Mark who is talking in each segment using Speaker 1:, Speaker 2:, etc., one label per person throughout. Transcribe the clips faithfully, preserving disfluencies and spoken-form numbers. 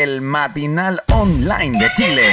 Speaker 1: el matinal online de Chile.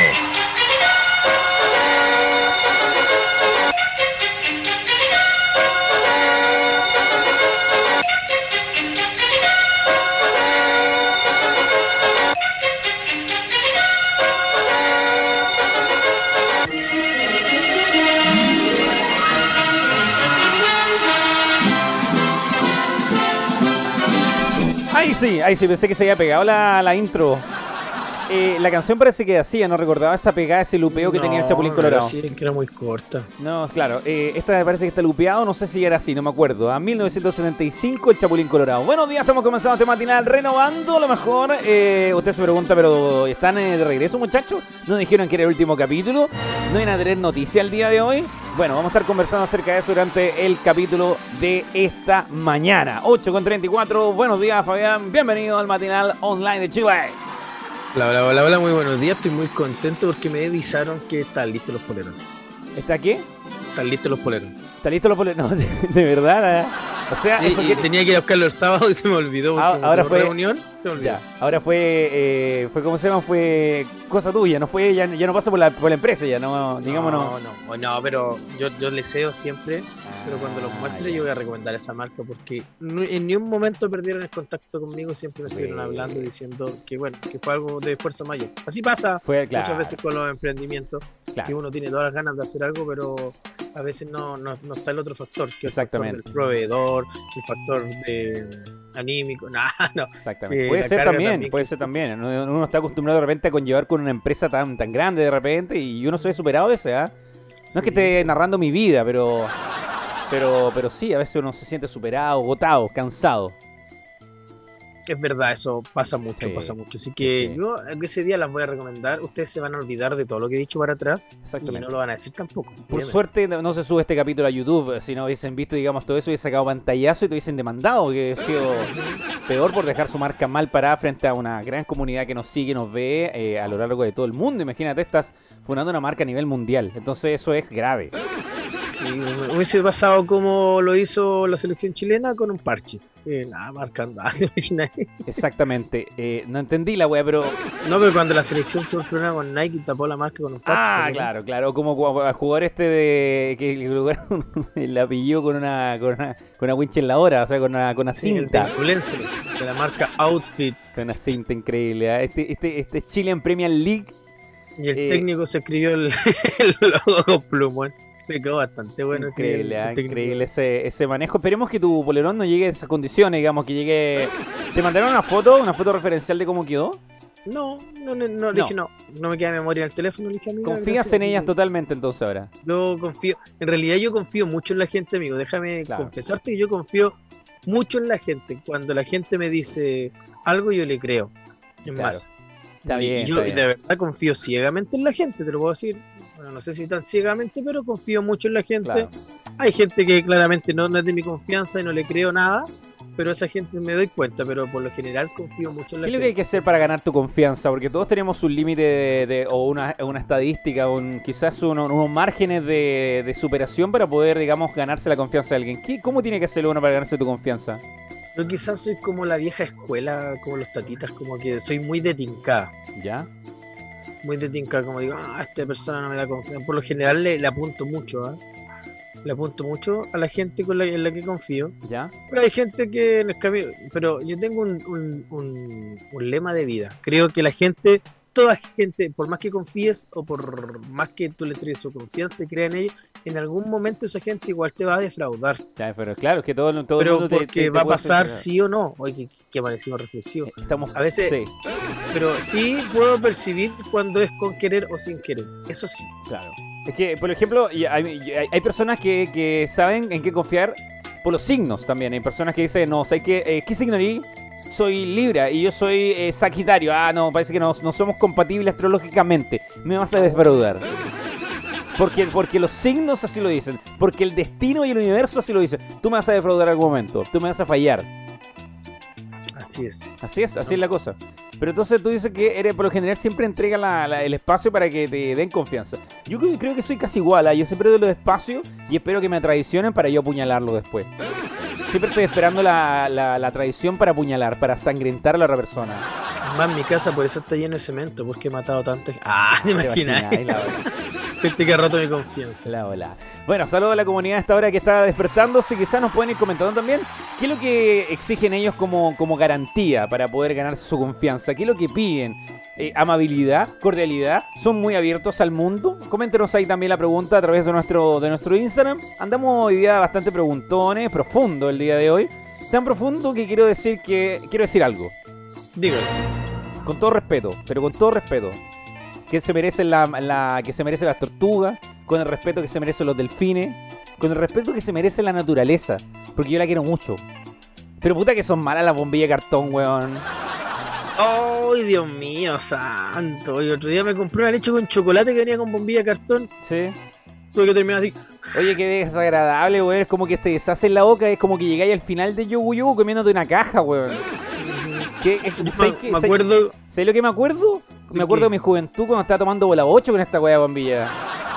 Speaker 2: Ahí sí, ahí sí, pensé que se había pegado la, la intro. Eh, la canción parece que hacía, no recordaba esa pegada, ese lupeo que
Speaker 3: no,
Speaker 2: tenía el Chapulín Colorado.
Speaker 3: Sí, que era muy corta.
Speaker 2: No, claro, eh, esta me parece que está lupeado, no sé si era así, no me acuerdo. A mil novecientos setenta y cinco el Chapulín Colorado. Buenos días, estamos comenzando este matinal renovando, a lo mejor eh, usted se pregunta, pero ¿están eh, de regreso, muchachos? ¿No dijeron que era el último capítulo? ¿No iban a tener noticia el día de hoy? Bueno, vamos a estar conversando acerca de eso durante el capítulo de esta mañana. ocho con treinta y cuatro, buenos días, Fabián, bienvenido al matinal online de Chile.
Speaker 3: Hola, hola, hola, hola, muy buenos días. Estoy muy contento porque me avisaron que están listos los poleros.
Speaker 2: ¿Está qué?
Speaker 3: Están listos los poleros.
Speaker 2: ¿Está listo los poleros? No, de, de verdad. ¿eh? O sea,
Speaker 3: sí,
Speaker 2: eso
Speaker 3: y
Speaker 2: que...
Speaker 3: tenía que ir a buscarlo el sábado y se me olvidó.
Speaker 2: Ah, ahora fue
Speaker 3: reunión, se me olvidó.
Speaker 2: Ya, ahora fue, eh, fue como se llama, fue cosa tuya, no fue, ya, ya no pasa por la, por la empresa, ya no, digamos no.
Speaker 3: No, no, no, pero yo, yo le cedo siempre, ah, pero cuando los muestre
Speaker 2: ya.
Speaker 3: yo voy a recomendar esa marca porque no, en ni un momento perdieron el contacto conmigo, siempre me estuvieron
Speaker 2: sí.
Speaker 3: hablando diciendo que bueno, que fue algo de fuerza mayor. Así pasa
Speaker 2: fue, claro.
Speaker 3: muchas veces con los emprendimientos,
Speaker 2: claro.
Speaker 3: que uno tiene todas las ganas de hacer algo, pero a veces no, no, no está el otro factor, que es el factor del proveedor, el factor de anímico, nada, no.
Speaker 2: Exactamente. Eh, puede ser también, también, puede ser también. Uno, uno está acostumbrado de repente a conllevar con una empresa tan, tan grande de repente y uno se ve superado de ese, ¿ah? ¿eh? No sí. Es que esté narrando mi vida, pero, pero, pero sí, a veces uno se siente superado, agotado, cansado.
Speaker 3: Es verdad, eso pasa mucho, sí, pasa mucho. Así que sí. yo ese día las voy a recomendar. Ustedes se van a olvidar de todo lo que he dicho para atrás.
Speaker 2: Exactamente.
Speaker 3: Y no lo van a decir tampoco.
Speaker 2: Por Dígame. Suerte no se sube este capítulo a YouTube. Si no hubiesen visto, digamos, todo eso, hubiesen sacado pantallazo y te hubiesen demandado. Que hubiese sido peor por dejar su marca mal parada frente a una gran comunidad que nos sigue, nos ve eh, a lo largo de todo el mundo. Imagínate, estás fundando una marca a nivel mundial. Entonces eso es grave.
Speaker 3: Sí, hubiese pasado como lo hizo la selección chilena con un parche. Eh, nada, marcando.
Speaker 2: Exactamente. Eh, no entendí la wea, pero.
Speaker 3: No, pero cuando la selección fue un problema con Nike y tapó la marca con un parche.
Speaker 2: Ah, claro, ¿no? Claro. Como al jugador este de. Que el apellido con una. Con una, con una wincha en la hora, o sea, con una, con una
Speaker 3: sí,
Speaker 2: cinta.
Speaker 3: El de, de la marca Outfit.
Speaker 2: Con una cinta increíble. ¿eh? Este, este, este Chilean Premier League.
Speaker 3: Y el eh, técnico se escribió el, el logo con plumón. Me quedó bastante bueno.
Speaker 2: Increíble, ese, eh, increíble ese, ese manejo. Esperemos que tu polerón no llegue a esas condiciones, digamos, que llegue... ¿Te mandaron una foto, una foto referencial de cómo quedó?
Speaker 3: No, no, no, no, le dije no, no me queda memoria en el teléfono. Le dije, amigo,
Speaker 2: ¿confías en ellas totalmente entonces ahora?
Speaker 3: Yo confío, en realidad yo confío mucho en la gente, amigo. Déjame claro. confesarte que yo confío mucho en la gente. Cuando la gente me dice algo, yo le creo. Es
Speaker 2: claro.
Speaker 3: más,
Speaker 2: está bien,
Speaker 3: yo
Speaker 2: está bien.
Speaker 3: de verdad confío ciegamente en la gente, te lo puedo decir. Bueno, no sé si tan ciegamente, pero confío mucho en la gente.
Speaker 2: Claro.
Speaker 3: Hay gente que claramente no, no es de mi confianza y no le creo nada, pero esa gente me doy cuenta, pero por lo general confío mucho en la gente.
Speaker 2: ¿Qué es lo que hay que hacer para ganar tu confianza? Porque todos tenemos un límite de, de, o una, una estadística, un, quizás uno, unos márgenes de, de superación para poder, digamos, ganarse la confianza de alguien. ¿Qué, ¿Cómo tiene que hacer uno para ganarse tu confianza?
Speaker 3: Yo quizás soy como la vieja escuela, como los tatitas, como que soy muy de tincada.
Speaker 2: ¿Ya?
Speaker 3: Muy de tinca, como digo, ah, esta persona no me da confianza. Por lo general le, le apunto mucho, ¿eh? Le apunto mucho a la gente con la, en la que confío.
Speaker 2: ¿Ya?
Speaker 3: Pero hay gente que en el camino. Pero yo tengo un, un, un, un lema de vida. Creo que la gente, toda gente, por más que confíes o por más que tú le traigas su confianza y creas en ellos, en algún momento esa gente igual te va a defraudar.
Speaker 2: Ya, pero claro, es que todo, todo
Speaker 3: pero
Speaker 2: el mundo
Speaker 3: porque
Speaker 2: te, te,
Speaker 3: va
Speaker 2: te
Speaker 3: a pasar
Speaker 2: ser...
Speaker 3: sí o no. Oye, que, que parecimos reflexivos.
Speaker 2: Estamos...
Speaker 3: A veces...
Speaker 2: Sí.
Speaker 3: Pero sí puedo percibir cuando es con querer o sin querer. Eso sí.
Speaker 2: Claro. Es que, por ejemplo, hay, hay, hay personas que, que saben en qué confiar por los signos también. Hay personas que dicen, no, ¿sabes qué? Eh, ¿Qué signo eres? Soy Libra y yo soy eh, Sagitario. Ah, no, parece que no, no somos compatibles astrológicamente. Me vas a defraudar. Porque, porque los signos así lo dicen. Porque el destino y el universo así lo dicen. Tú me vas a defraudar en algún momento. Tú me vas a fallar.
Speaker 3: Así es.
Speaker 2: Así es, así no. es la cosa. Pero entonces tú dices que eres, por lo general siempre entrega la, la, el espacio para que te den confianza. Yo creo, creo que soy casi igual, ¿eh? Yo siempre doy los espacios y espero que me traicionen para yo apuñalarlo después. Siempre estoy esperando la, la, la traición para apuñalar, para sangrentar a la otra persona.
Speaker 3: Más mi casa por eso está lleno de cemento, porque he matado tanto. Ah, te imaginas. Gente que ha roto mi confianza.
Speaker 2: La ola. Bueno, saludos a la comunidad a esta hora que está despertándose. Quizás nos pueden ir comentando también qué es lo que exigen ellos como, como garantía para poder ganarse su confianza. ¿Qué es lo que piden? Eh, amabilidad, cordialidad. ¿Son muy abiertos al mundo? Coméntenos ahí también la pregunta a través de nuestro, de nuestro Instagram. Andamos hoy día bastante preguntones, profundo el día de hoy. Tan profundo que quiero decir que quiero decir algo.
Speaker 3: Dígalo.
Speaker 2: Con todo respeto, pero con todo respeto. Que se merecen la, la que se merecen las tortugas, con el respeto que se merecen los delfines, con el respeto que se merece la naturaleza, porque yo la quiero mucho. Pero puta que son malas las bombillas de cartón, weón.
Speaker 3: ¡Ay, Dios mío, santo! Y otro día me compré una leche con chocolate que venía con bombilla de cartón.
Speaker 2: Sí.
Speaker 3: Tuve que terminar así.
Speaker 2: Oye, qué desagradable, weón. Es como que te deshace en la boca, es como que llegáis al final de Yogu Yogu comiéndote una caja, weón. ¿Qué, es,
Speaker 3: me,
Speaker 2: qué,
Speaker 3: me acuerdo.
Speaker 2: ¿Sabes lo que me acuerdo? Me acuerdo de mi juventud cuando estaba tomando bola ocho con esta weá de bombilla.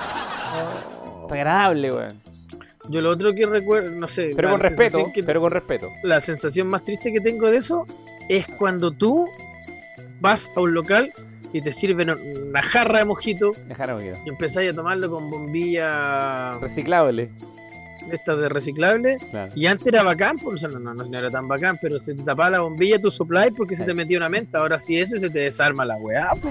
Speaker 2: Oh, está agradable, weón.
Speaker 3: Yo lo otro que recuerdo, no sé.
Speaker 2: Pero con respeto,
Speaker 3: que,
Speaker 2: pero con respeto.
Speaker 3: La sensación más triste que tengo de eso es cuando tú vas a un local y te sirven una jarra de mojito.
Speaker 2: Una jarra de mojito.
Speaker 3: Y empezáis a tomarlo con bombilla
Speaker 2: reciclable.
Speaker 3: Estas de reciclable, claro. Y antes era bacán, pues no, no, no era tan bacán, pero se te tapaba la bombilla, tú soplabas porque se te metía una menta. Ahora sí eso se te desarma la weá, pues.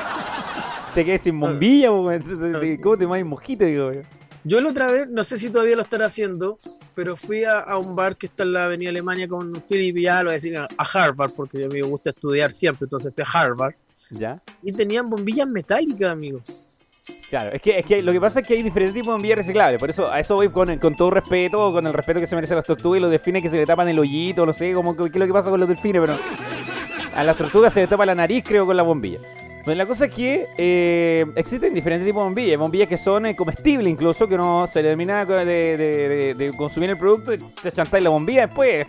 Speaker 2: Te quedas sin bombilla, pues. ¿Cómo te tomas mojito? Digo,
Speaker 3: yo la otra vez, no sé si todavía lo estará haciendo, pero fui a, a un bar que está en la avenida Alemania con Philip y ya lo voy a decir a Harvard, porque a mí me gusta estudiar siempre, entonces fui a Harvard.
Speaker 2: ¿Ya?
Speaker 3: Y tenían bombillas metálicas, amigo.
Speaker 2: Claro, es que, es que lo que pasa es que hay diferentes tipos de bombillas reciclables. Por eso a eso voy con, con todo respeto, con el respeto que se merecen las tortugas y los delfines que se le tapan el hoyito, no sé como, qué es lo que pasa con los delfines, pero a las tortugas se le tapa la nariz, creo, con la bombilla. Bueno, la cosa es que eh, existen diferentes tipos de bombillas. Bombillas que son eh, comestibles incluso, que uno se le termina de, de, de, de consumir el producto y te chantáis la bombilla después.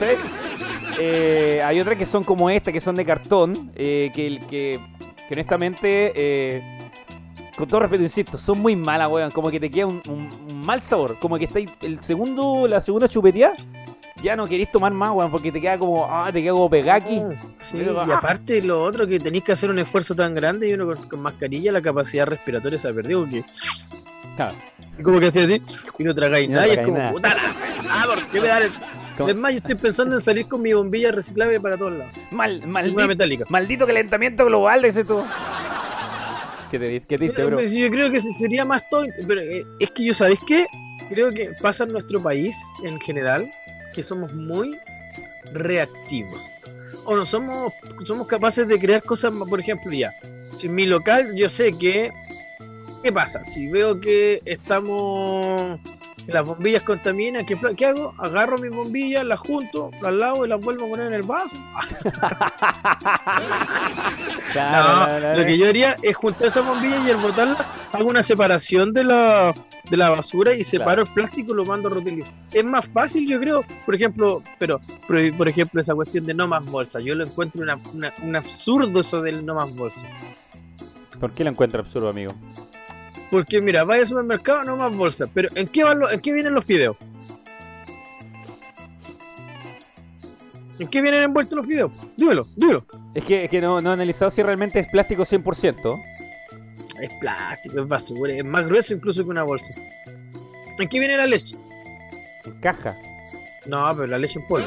Speaker 2: Eh, hay otras que son como esta, que son de cartón, eh, que, que, que honestamente... Eh, con todo respeto, insisto, son muy malas, weón. Como que te queda un, un, un mal sabor. Como que estáis el segundo, la segunda chupeteada, ya no queréis tomar más, weón, porque te queda como, ah, te queda como pegaki.
Speaker 3: Sí, y aparte lo otro que tenéis que hacer un esfuerzo tan grande y uno con, con mascarilla, la capacidad respiratoria se ha perdido, porque...
Speaker 2: Claro.
Speaker 3: Y como que así, así y no tragáis
Speaker 2: no
Speaker 3: nada, y es
Speaker 2: tragáis
Speaker 3: como,
Speaker 2: nada.
Speaker 3: puta la... Ah, ¿por qué me dan el... Es más, yo estoy pensando en salir con mi bombilla reciclable para todos lados.
Speaker 2: Mal, maldito,
Speaker 3: una metálica.
Speaker 2: Maldito calentamiento global, dices tú. ¿Qué te ¿Qué diste, bro?
Speaker 3: Yo creo que sería más todo, pero es que yo, ¿sabéis qué? Creo que pasa en nuestro país en general que somos muy reactivos. O no somos, somos capaces de crear cosas, por ejemplo, ya. Si en mi local yo sé que... ¿Qué pasa? Si veo que estamos... Las bombillas contaminan, ¿qué, ¿qué hago? Agarro mis bombillas, las junto, las lavo y las vuelvo a poner en el vaso.
Speaker 2: Claro,
Speaker 3: no,
Speaker 2: no, no,
Speaker 3: lo que yo haría es juntar esas bombillas y al botarlas hago una separación de la, de la basura y separo claro. el plástico y lo mando a reutilizar. Es más fácil, yo creo, por ejemplo, pero por ejemplo esa cuestión de no más bolsa. Yo lo encuentro una, una, un absurdo eso del no más bolsa.
Speaker 2: ¿Por qué lo encuentro absurdo, amigo?
Speaker 3: Porque mira, vaya al supermercado, no más bolsas. Pero ¿en qué, van lo, ¿en qué vienen los fideos? ¿En qué vienen envueltos los fideos? Dímelo, dímelo.
Speaker 2: Es que, es que no, no he analizado si realmente es plástico cien por ciento.
Speaker 3: Es plástico, es basura, es más grueso incluso que una bolsa. ¿En qué viene la leche?
Speaker 2: En caja.
Speaker 3: No, pero la leche en polvo.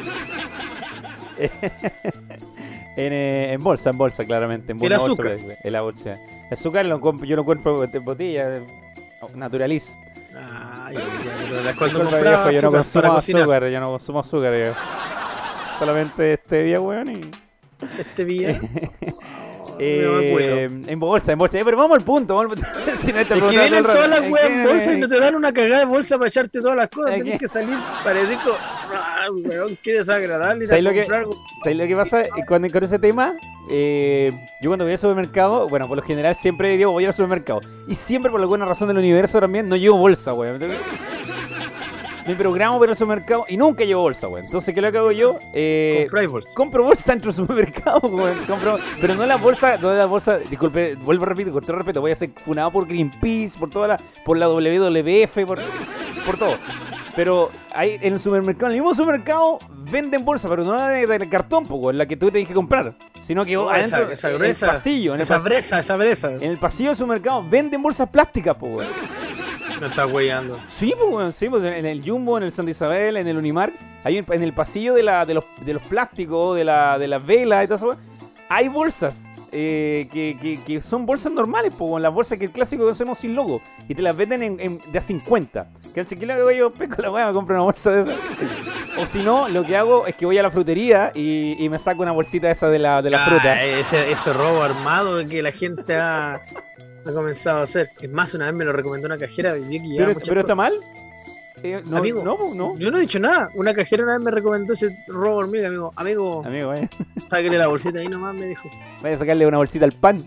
Speaker 2: en, eh, en bolsa, en bolsa, claramente. En
Speaker 3: el azúcar.
Speaker 2: Bolsa, en la bolsa. El azúcar lo compro, yo lo compro en botilla, naturaliz.
Speaker 3: Ay, ya, ya, ya, cuando
Speaker 2: Disculpa, viejo, yo no consumo azúcar, yo no consumo azúcar, viejo. Solamente stevia, weón, y...
Speaker 3: Stevia.
Speaker 2: Eh, en bolsa, en bolsa, eh, pero vamos al punto, vamos al punto. Si no,
Speaker 3: es que vienen todas las weas en bolsa y no te dan una cagada de bolsa para echarte todas las cosas, tienes que salir para decir como, ah, weón, qué desagradable ir a
Speaker 2: lo
Speaker 3: comprar.
Speaker 2: Que, ¿sabes lo que pasa cuando, con ese tema? Eh, yo cuando voy al supermercado, bueno, por lo general siempre digo voy al supermercado y siempre por alguna razón del universo también no llevo bolsa, weón. Me programo para el supermercado y nunca llevo bolsa, güey. Entonces, ¿qué es lo que hago yo? Eh,
Speaker 3: bolsa.
Speaker 2: Compro bolsa dentro del supermercado, güey. Compro, pero no la bolsa, no la bolsa, disculpe, vuelvo a repetir, con todo respeto, voy a ser funado por Greenpeace, por toda la, por la W W F, por, por todo. Pero hay, en el supermercado, en el mismo supermercado, venden bolsas, pero no la de, de cartón, po, la que tú tienes que comprar. Sino que
Speaker 3: Oh,
Speaker 2: adentro,
Speaker 3: esa, esa
Speaker 2: en
Speaker 3: gruesa,
Speaker 2: el pasillo, en el
Speaker 3: esa
Speaker 2: pasillo,
Speaker 3: bresa, esa bresa.
Speaker 2: en el pasillo del supermercado, venden bolsas plásticas, po, weón.
Speaker 3: Me está weyando.
Speaker 2: Sí, pues, weón, sí, pues, en el Jumbo, en el Santa Isabel, en el Unimark, hay un- en el pasillo de, la, de, los, de los plásticos, de, la, de las velas y todo eso, weón, hay bolsas eh, que, que, que son bolsas normales, pues, weón, las bolsas que el clásico que hacemos sin logo, y te las venden en, en- de a cincuenta. Que así que lo que hago yo, pesco la weá, me compro una bolsa de esas. O si no, lo que hago es que voy a la frutería y, y me saco una bolsita esa de la, de la
Speaker 3: Ah,
Speaker 2: fruta.
Speaker 3: Ese, ese robo armado que la gente ha, ha comenzado a hacer. Es más, una vez me lo recomendó una cajera y vi que llevaba
Speaker 2: Pero,
Speaker 3: muchas
Speaker 2: pero está
Speaker 3: cosas.
Speaker 2: mal. Eh, no,
Speaker 3: Amigo,
Speaker 2: no, pues, no.
Speaker 3: Yo no he dicho nada. Una cajera una vez me recomendó ese robo hormiga, amigo. Amigo,
Speaker 2: Amigo, vaya,
Speaker 3: sáquele la bolsita ahí nomás, me dijo.
Speaker 2: vaya a sacarle una bolsita al pan.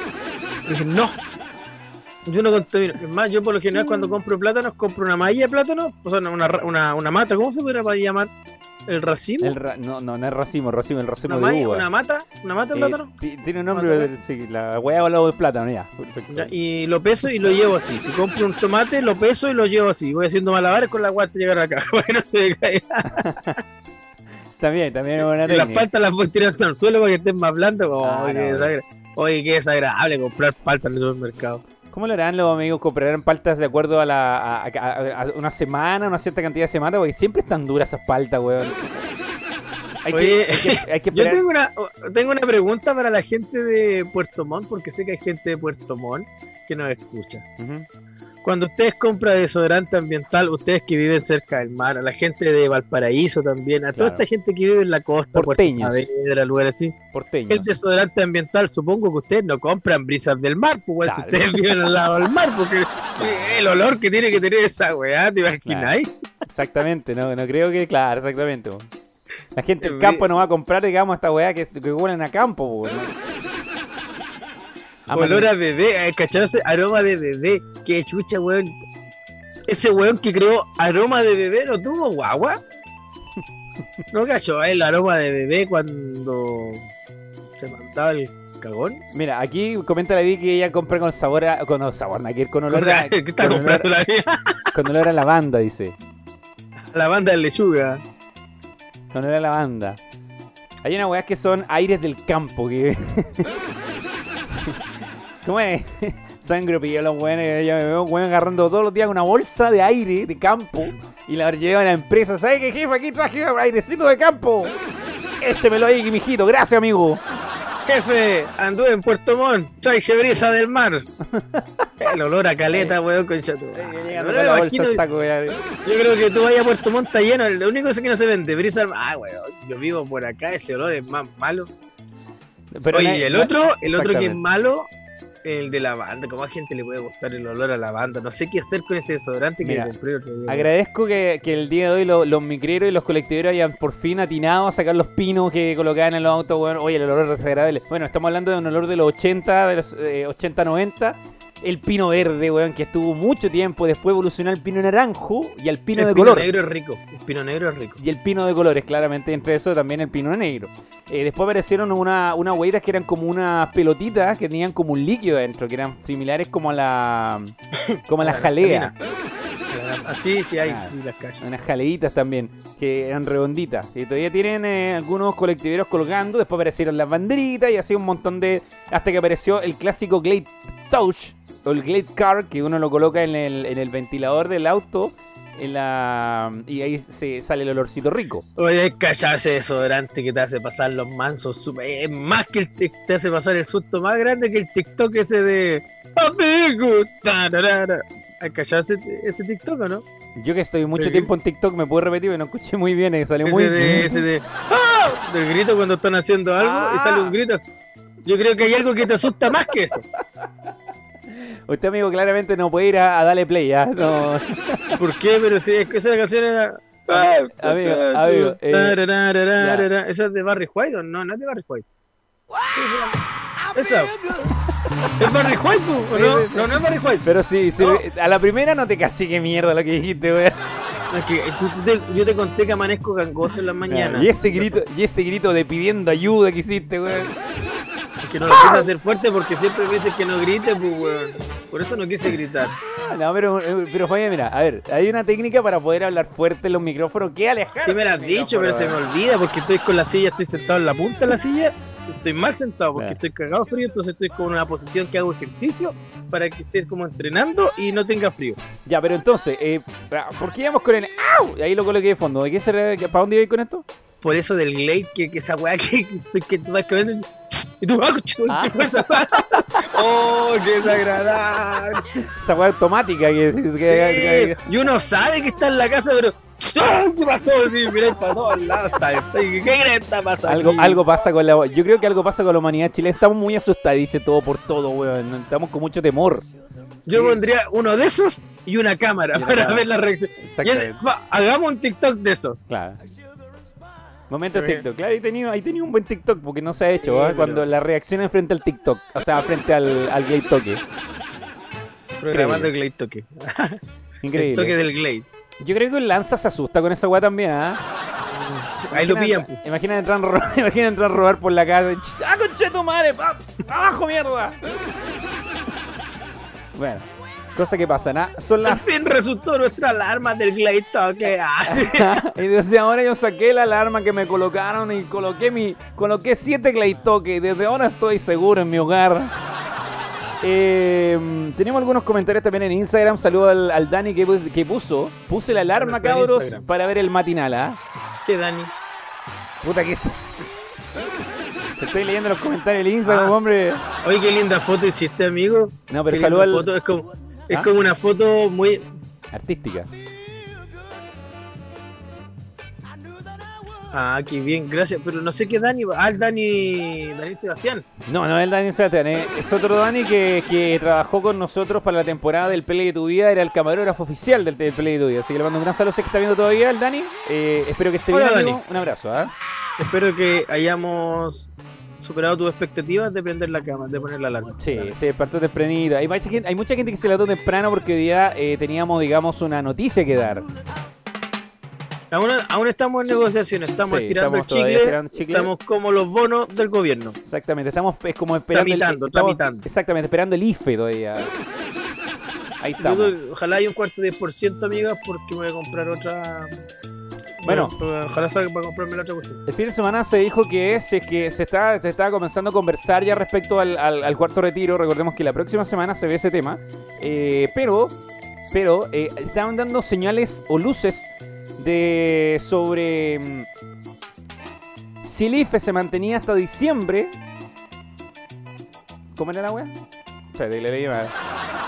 Speaker 3: Y dije, no. Yo no contamino. Es más, yo por lo general cuando compro plátanos, compro una malla de plátano, o sea, una, ra- una, una mata, ¿cómo se podría llamar? ¿El racimo?
Speaker 2: El ra- no, no, no es racimo, racimo, el racimo
Speaker 3: ¿Una
Speaker 2: de
Speaker 3: malla?
Speaker 2: uva.
Speaker 3: ¿Una mata? ¿Una mata de
Speaker 2: Eh,
Speaker 3: plátano?
Speaker 2: ti- tiene un nombre,
Speaker 3: Mata,
Speaker 2: pero sí, la hueá al lado del plátano, ya. Perfecto.
Speaker 3: Ya, y lo peso y lo llevo así. Si compro un tomate, lo peso y lo llevo así. Voy haciendo malabares con la guata llegar acá. Para que no se me caiga.
Speaker 2: También, también es buena
Speaker 3: Y las
Speaker 2: técnica.
Speaker 3: paltas las voy tirando al suelo para que estén más blandas. Oh,
Speaker 2: Ah,
Speaker 3: qué
Speaker 2: no.
Speaker 3: desagra- Oye, qué desagradable comprar paltas en el supermercado.
Speaker 2: ¿Cómo lo harán los amigos? ¿Comprarán paltas de acuerdo a la a, a- a- a una semana, una cierta cantidad de semanas? Porque siempre están duras esas paltas, weón. Hay que,
Speaker 3: Oye,
Speaker 2: hay que, hay que
Speaker 3: Yo
Speaker 2: esperar.
Speaker 3: tengo una, tengo una pregunta para la gente de Puerto Montt, porque sé que hay gente de Puerto Montt que nos escucha.
Speaker 2: Ujú.
Speaker 3: Cuando ustedes compran desodorante ambiental, ustedes que viven cerca del mar, a la gente de Valparaíso también, a toda
Speaker 2: Claro.
Speaker 3: esta gente que vive en la costa,
Speaker 2: Porteños.
Speaker 3: Puerto Saavedra, lugares así.
Speaker 2: Porteño.
Speaker 3: El desodorante ambiental, supongo que ustedes no compran brisas del mar, pues
Speaker 2: Claro.
Speaker 3: si ustedes viven al lado del mar, porque el olor que tiene que tener esa weá, ¿te imagináis?
Speaker 2: Exactamente, no, no creo que, claro, exactamente. po. La gente del
Speaker 3: Eh,
Speaker 2: campo no va a comprar, digamos, esta weá que, que huelen a campo, po, ¿no? Ah,
Speaker 3: Olor
Speaker 2: man-
Speaker 3: a bebé, ¿cachai? Ese aroma de bebé, qué chucha, weón. Ese weón que creó aroma de bebé no tuvo guagua. ¿No cachó el aroma de bebé cuando se mandaba el cagón?
Speaker 2: Mira, aquí comenta la vi que ella compra con sabor a, con no, sabor, nada que ver, con olor a,
Speaker 3: ¿Qué está
Speaker 2: con olor,
Speaker 3: comprando la vida?
Speaker 2: con olor a lavanda, dice.
Speaker 3: La banda de lechuga.
Speaker 2: Con olor a lavanda. Hay unas weas que son aires del campo, que... ¿Cómo es? Sangre pillo los weones, ya me veo un weón agarrando todos los días una bolsa de aire de campo y la llevan a la empresa. ¿Sabes qué, jefe? Aquí traje airecito de campo. Ese me lo hay, mijito. Gracias, amigo.
Speaker 3: Jefe, anduve en Puerto Montt, traje brisa del mar. El olor a caleta, weón, con chato.
Speaker 2: Llegando con la bolsa al saco, ya.
Speaker 3: Yo creo que tú vayas a Puerto Montt está lleno. Lo único es que no se vende brisa del mar. Ah, weón, yo vivo por acá, ese olor es más malo.
Speaker 2: Pero
Speaker 3: Oye,
Speaker 2: na-
Speaker 3: y el
Speaker 2: na-
Speaker 3: otro, el otro que es
Speaker 2: exactamente.
Speaker 3: malo, el de lavanda. ¿Cómo a gente le puede gustar el olor a lavanda? No sé qué hacer con ese desodorante que
Speaker 2: Mira,
Speaker 3: me compré el otro día.
Speaker 2: Agradezco que, que el día de hoy lo- los micreros y los colectiveros hayan por fin atinado a sacar los pinos que colocaban en los autos, weón. Oye, el olor es desagradable. Bueno, estamos hablando de un olor de los ochenta, de los eh, ochenta noventa. El pino verde, weón, que estuvo mucho tiempo. Después evolucionó al pino naranjo y al pino
Speaker 3: el
Speaker 2: de
Speaker 3: pino
Speaker 2: color.
Speaker 3: negro es rico. El pino negro es rico.
Speaker 2: Y el pino de colores, claramente, entre eso también el pino negro. Eh, después aparecieron una, unas hueitas que eran como unas pelotitas que tenían como un líquido adentro, que eran similares como a la como a la
Speaker 3: La
Speaker 2: jalea.
Speaker 3: Ah, sí, sí, hay,
Speaker 2: Claro.
Speaker 3: sí, las calles.
Speaker 2: Unas jaleitas también, que eran redonditas. Y todavía tienen eh, algunos colectiveros colgando. Después aparecieron las banderitas y así un montón de... Hasta que apareció el clásico Glade Touch, o el Glade Car, que uno lo coloca en el, en el ventilador del auto. En la, y ahí se sale el olorcito rico.
Speaker 3: Oye, hay cachado ese desodorante que te hace pasar los mansos. super- Es más que el tic- te hace pasar el susto más grande que el TikTok ese de amigo. Tararara. ¿Hay cachado ese, ese TikTok o no?
Speaker 2: Yo que estoy mucho
Speaker 3: ¿El
Speaker 2: tiempo en TikTok, me puedo repetir, pero no escuché muy bien, eh, salió muy
Speaker 3: Ese de, ese de ¡ah! Del grito cuando están haciendo algo
Speaker 2: Ah.
Speaker 3: y sale un grito. Yo creo que hay algo que te asusta más que eso.
Speaker 2: Usted, amigo, claramente no puede ir a, a darle play, ¿ah? No.
Speaker 3: ¿Por qué? Pero si es que esa canción era.
Speaker 2: Amigo, amigo, eh,
Speaker 3: Tararararara. ¿Esa es de Barry White o no? No es de Barry White. Esa. ¿Es Barry White tú, o no? No, no es Barry White.
Speaker 2: Pero sí, sí,
Speaker 3: No.
Speaker 2: a la primera no te caché qué mierda lo que dijiste, weón.
Speaker 3: Es que tú- tú te- yo te conté que amanezco gangoso en las mañanas.
Speaker 2: Y ese grito, y ese grito de pidiendo ayuda que hiciste, weón.
Speaker 3: Es que no lo quise hacer fuerte porque siempre me dicen que no grite, pues, weón. Por eso no quise gritar.
Speaker 2: No, pero, pero Fabián, mira, a ver, hay una técnica para poder hablar fuerte en los micrófonos que alejar.
Speaker 3: Sí me lo has dicho, pero se me olvida porque estoy con la silla, estoy sentado en la punta de la silla. Estoy mal sentado porque
Speaker 2: Ya.
Speaker 3: estoy cagado frío, entonces estoy con una posición que hago ejercicio para que estés como entrenando y no tenga frío.
Speaker 2: Ya, pero entonces, eh, ¿por qué íbamos con el ¡au! Y ahí lo coloqué de fondo. ¿De qué será, ¿Para dónde iba con esto?
Speaker 3: Por eso del Glade, que, que esa weá que, que, que tú vas comiendo y tú, ¡ah, coche,
Speaker 2: Ah.
Speaker 3: qué cosa! ¡Oh, qué desagradable!
Speaker 2: Esa weá automática que, que-
Speaker 3: Sí, y uno sabe que está en la casa, pero ¡ah, qué pasó! Sí, mirá para todos lados, ¿sabes? ¿Qué crees que está pasando?
Speaker 2: algo, algo pasa con la. Yo creo que algo pasa con la humanidad chilena. Estamos muy asustados, dice todo por todo, weón. Estamos con mucho temor.
Speaker 3: Yo
Speaker 2: Sí.
Speaker 3: pondría uno de esos y una cámara
Speaker 2: Y una
Speaker 3: para
Speaker 2: cámara.
Speaker 3: ver la reacción. Y es-
Speaker 2: Exactamente.
Speaker 3: va, hagamos un TikTok de eso.
Speaker 2: Claro. Momento
Speaker 3: Pero
Speaker 2: TikTok. Claro, ahí tenía, ahí tenía un buen TikTok porque no se ha hecho,
Speaker 3: Sí,
Speaker 2: ¿eh?
Speaker 3: pero-
Speaker 2: Cuando la reacción es frente al TikTok. O sea, frente al, al Glade Toque.
Speaker 3: Programando el Glade Toque. El
Speaker 2: Increíble.
Speaker 3: toque del Glade.
Speaker 2: Yo creo que el Lanza se asusta con esa weá también, ¿ah?
Speaker 3: Ahí lo
Speaker 2: Imagina-
Speaker 3: pillan. pues.
Speaker 2: Imagina entrar, a ro- imagina entrar a robar por la casa. ¡Ah, concheto madre! pa- ¡Abajo, mierda! Bueno, cosa que pasa, ¿no? Son
Speaker 3: Al
Speaker 2: las.
Speaker 3: fin resultó nuestra alarma del Glade Toque. Ah, sí.
Speaker 2: Y desde ahora yo saqué la alarma que me colocaron y coloqué mi coloqué siete Glade Toque. Desde ahora estoy seguro en mi hogar. Eh, tenemos algunos comentarios también en Instagram. Saludo al, al Dani que, pus- que puso. Puse la alarma,
Speaker 3: Está en
Speaker 2: cabros,
Speaker 3: Instagram.
Speaker 2: para ver el matinal, ¿ah?
Speaker 3: ¿Qué, Dani?
Speaker 2: Puta que es. Estoy leyendo los comentarios del Instagram,
Speaker 3: Ah.
Speaker 2: hombre.
Speaker 3: Oye, qué linda foto hiciste, amigo.
Speaker 2: No, pero
Speaker 3: Qué
Speaker 2: saludo
Speaker 3: linda
Speaker 2: al.
Speaker 3: foto. Es como, es
Speaker 2: ¿Ah?
Speaker 3: como una foto muy...
Speaker 2: Artística.
Speaker 3: Ah, qué bien, gracias. Pero no sé qué Dani... Ah, el Dani... Dani Sebastián.
Speaker 2: No, no es el Dani Sebastián, eh. Es otro Dani que, que trabajó con nosotros para la temporada del Play de tu Vida, era el camarógrafo oficial del, del Play de tu Vida, así que le mando un gran saludo, sé que está viendo todavía el Dani, eh, espero que esté
Speaker 3: Hola,
Speaker 2: bien,
Speaker 3: Dani.
Speaker 2: amigo. Un abrazo, ¿ah?
Speaker 3: Espero que hayamos superado tus expectativas de prender la cama, de poner la alarma.
Speaker 2: Sí, se despertó tempranito, hay mucha gente, hay mucha gente que se levantó temprano porque hoy día eh, teníamos, digamos, una noticia que dar.
Speaker 3: Aún, aún estamos en negociaciones, estamos
Speaker 2: Sí,
Speaker 3: estirando
Speaker 2: estamos
Speaker 3: el
Speaker 2: todavía
Speaker 3: chicle,
Speaker 2: estirando el chicle.
Speaker 3: estamos como los bonos del gobierno.
Speaker 2: Exactamente, estamos es como esperando
Speaker 3: Tramitando,
Speaker 2: el, estamos-
Speaker 3: tramitando.
Speaker 2: Exactamente, esperando el I F E todavía. Ahí
Speaker 3: Yo
Speaker 2: estamos.
Speaker 3: doy- ojalá haya un cuarto de diez por ciento, amigas, porque me voy a comprar otra...
Speaker 2: Bueno.
Speaker 3: Ojalá salga para comprarme la otra cuestión.
Speaker 2: El fin de semana se dijo que si es que se está se estaba comenzando a conversar ya respecto al, al- al cuarto retiro. Recordemos que la próxima semana se ve ese tema. Eh, pero pero eh, estaban dando señales o luces de sobre mm, si el I F E se mantenía hasta diciembre. ¿Cómo era la wea? Espérate, le leí mal.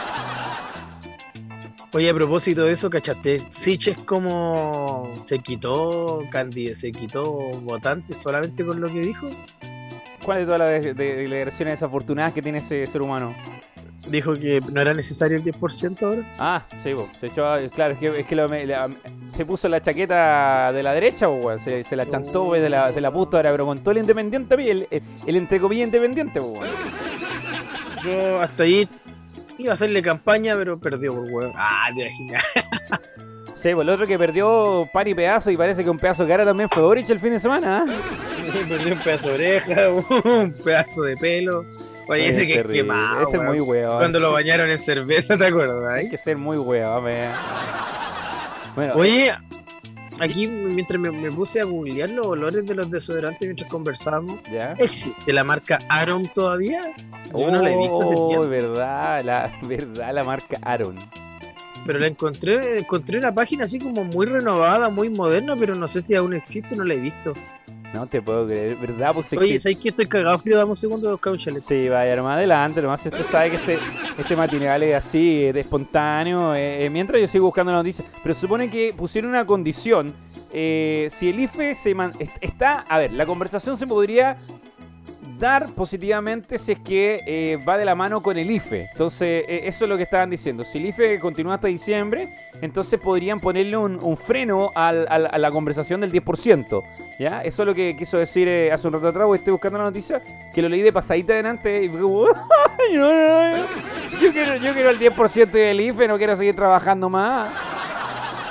Speaker 3: Oye, a propósito de eso, ¿cachaste? Siches como se quitó Candide, se quitó votante solamente con lo que dijo.
Speaker 2: ¿Cuál de todas las de- de- declaraciones desafortunadas que tiene ese ser humano?
Speaker 3: Dijo que no era necesario el diez por ciento ahora.
Speaker 2: Ah, sí, po. Se echó, a- claro, es que, es que lo- me- la- se puso la chaqueta de la derecha, po, weón. se, se la chantó,
Speaker 3: Oh.
Speaker 2: pues, de la, se la puso ahora, pero con todo el independiente, el, el, el entre comillas independiente, po, weón.
Speaker 3: Yo hasta ahí iba a hacerle campaña, pero perdió por huevo. Ah, te imaginas.
Speaker 2: Sí, pues el otro que perdió par y pedazo y parece que un pedazo de cara también fue Boric el fin de semana, ¿ah?
Speaker 3: Perdió un pedazo de oreja, un pedazo de pelo. Oye, ese que es
Speaker 2: terrible.
Speaker 3: quemado.
Speaker 2: Ese es muy
Speaker 3: weón.
Speaker 2: weón.
Speaker 3: Cuando lo bañaron en cerveza, ¿te acuerdas?
Speaker 2: Hay
Speaker 3: eh?
Speaker 2: que ser muy weón, weón. Bueno,
Speaker 3: Oye, aquí mientras me, me puse a googlear los olores de los desodorantes mientras conversábamos,
Speaker 2: ya.
Speaker 3: ¿existe la marca Aron todavía? Yo no la he visto hace
Speaker 2: Oh,
Speaker 3: tiempo,
Speaker 2: verdad, la verdad, la marca Aaron.
Speaker 3: pero la encontré, encontré una página así como muy renovada, muy moderna, pero no sé si aún existe, no la he visto.
Speaker 2: No te puedo creer, ¿verdad? Pues
Speaker 3: Oye,
Speaker 2: existe.
Speaker 3: ¿sabes que estoy cagado frío? Dame un segundo, buscar un chalet.
Speaker 2: Sí, vaya, más adelante, nomás si usted sabe que este, este matinal es así, eh, de espontáneo, eh, eh, mientras yo sigo buscando la noticia, pero se supone que pusieron una condición, eh, si el I F E se man- est- está, a ver, la conversación se podría dar positivamente si es que eh, va de la mano con el I F E, entonces eh, eso es lo que estaban diciendo, si el I F E continúa hasta diciembre, entonces podrían ponerle un, un freno al- al- a la conversación del diez por ciento, ¿ya? Eso es lo que quiso decir eh, hace un rato atrás, porque estoy buscando la noticia, que lo leí de pasadita adelante y fue como, "Ay, no, no, no, yo quiero, yo quiero el diez por ciento del I F E, no quiero seguir trabajando más".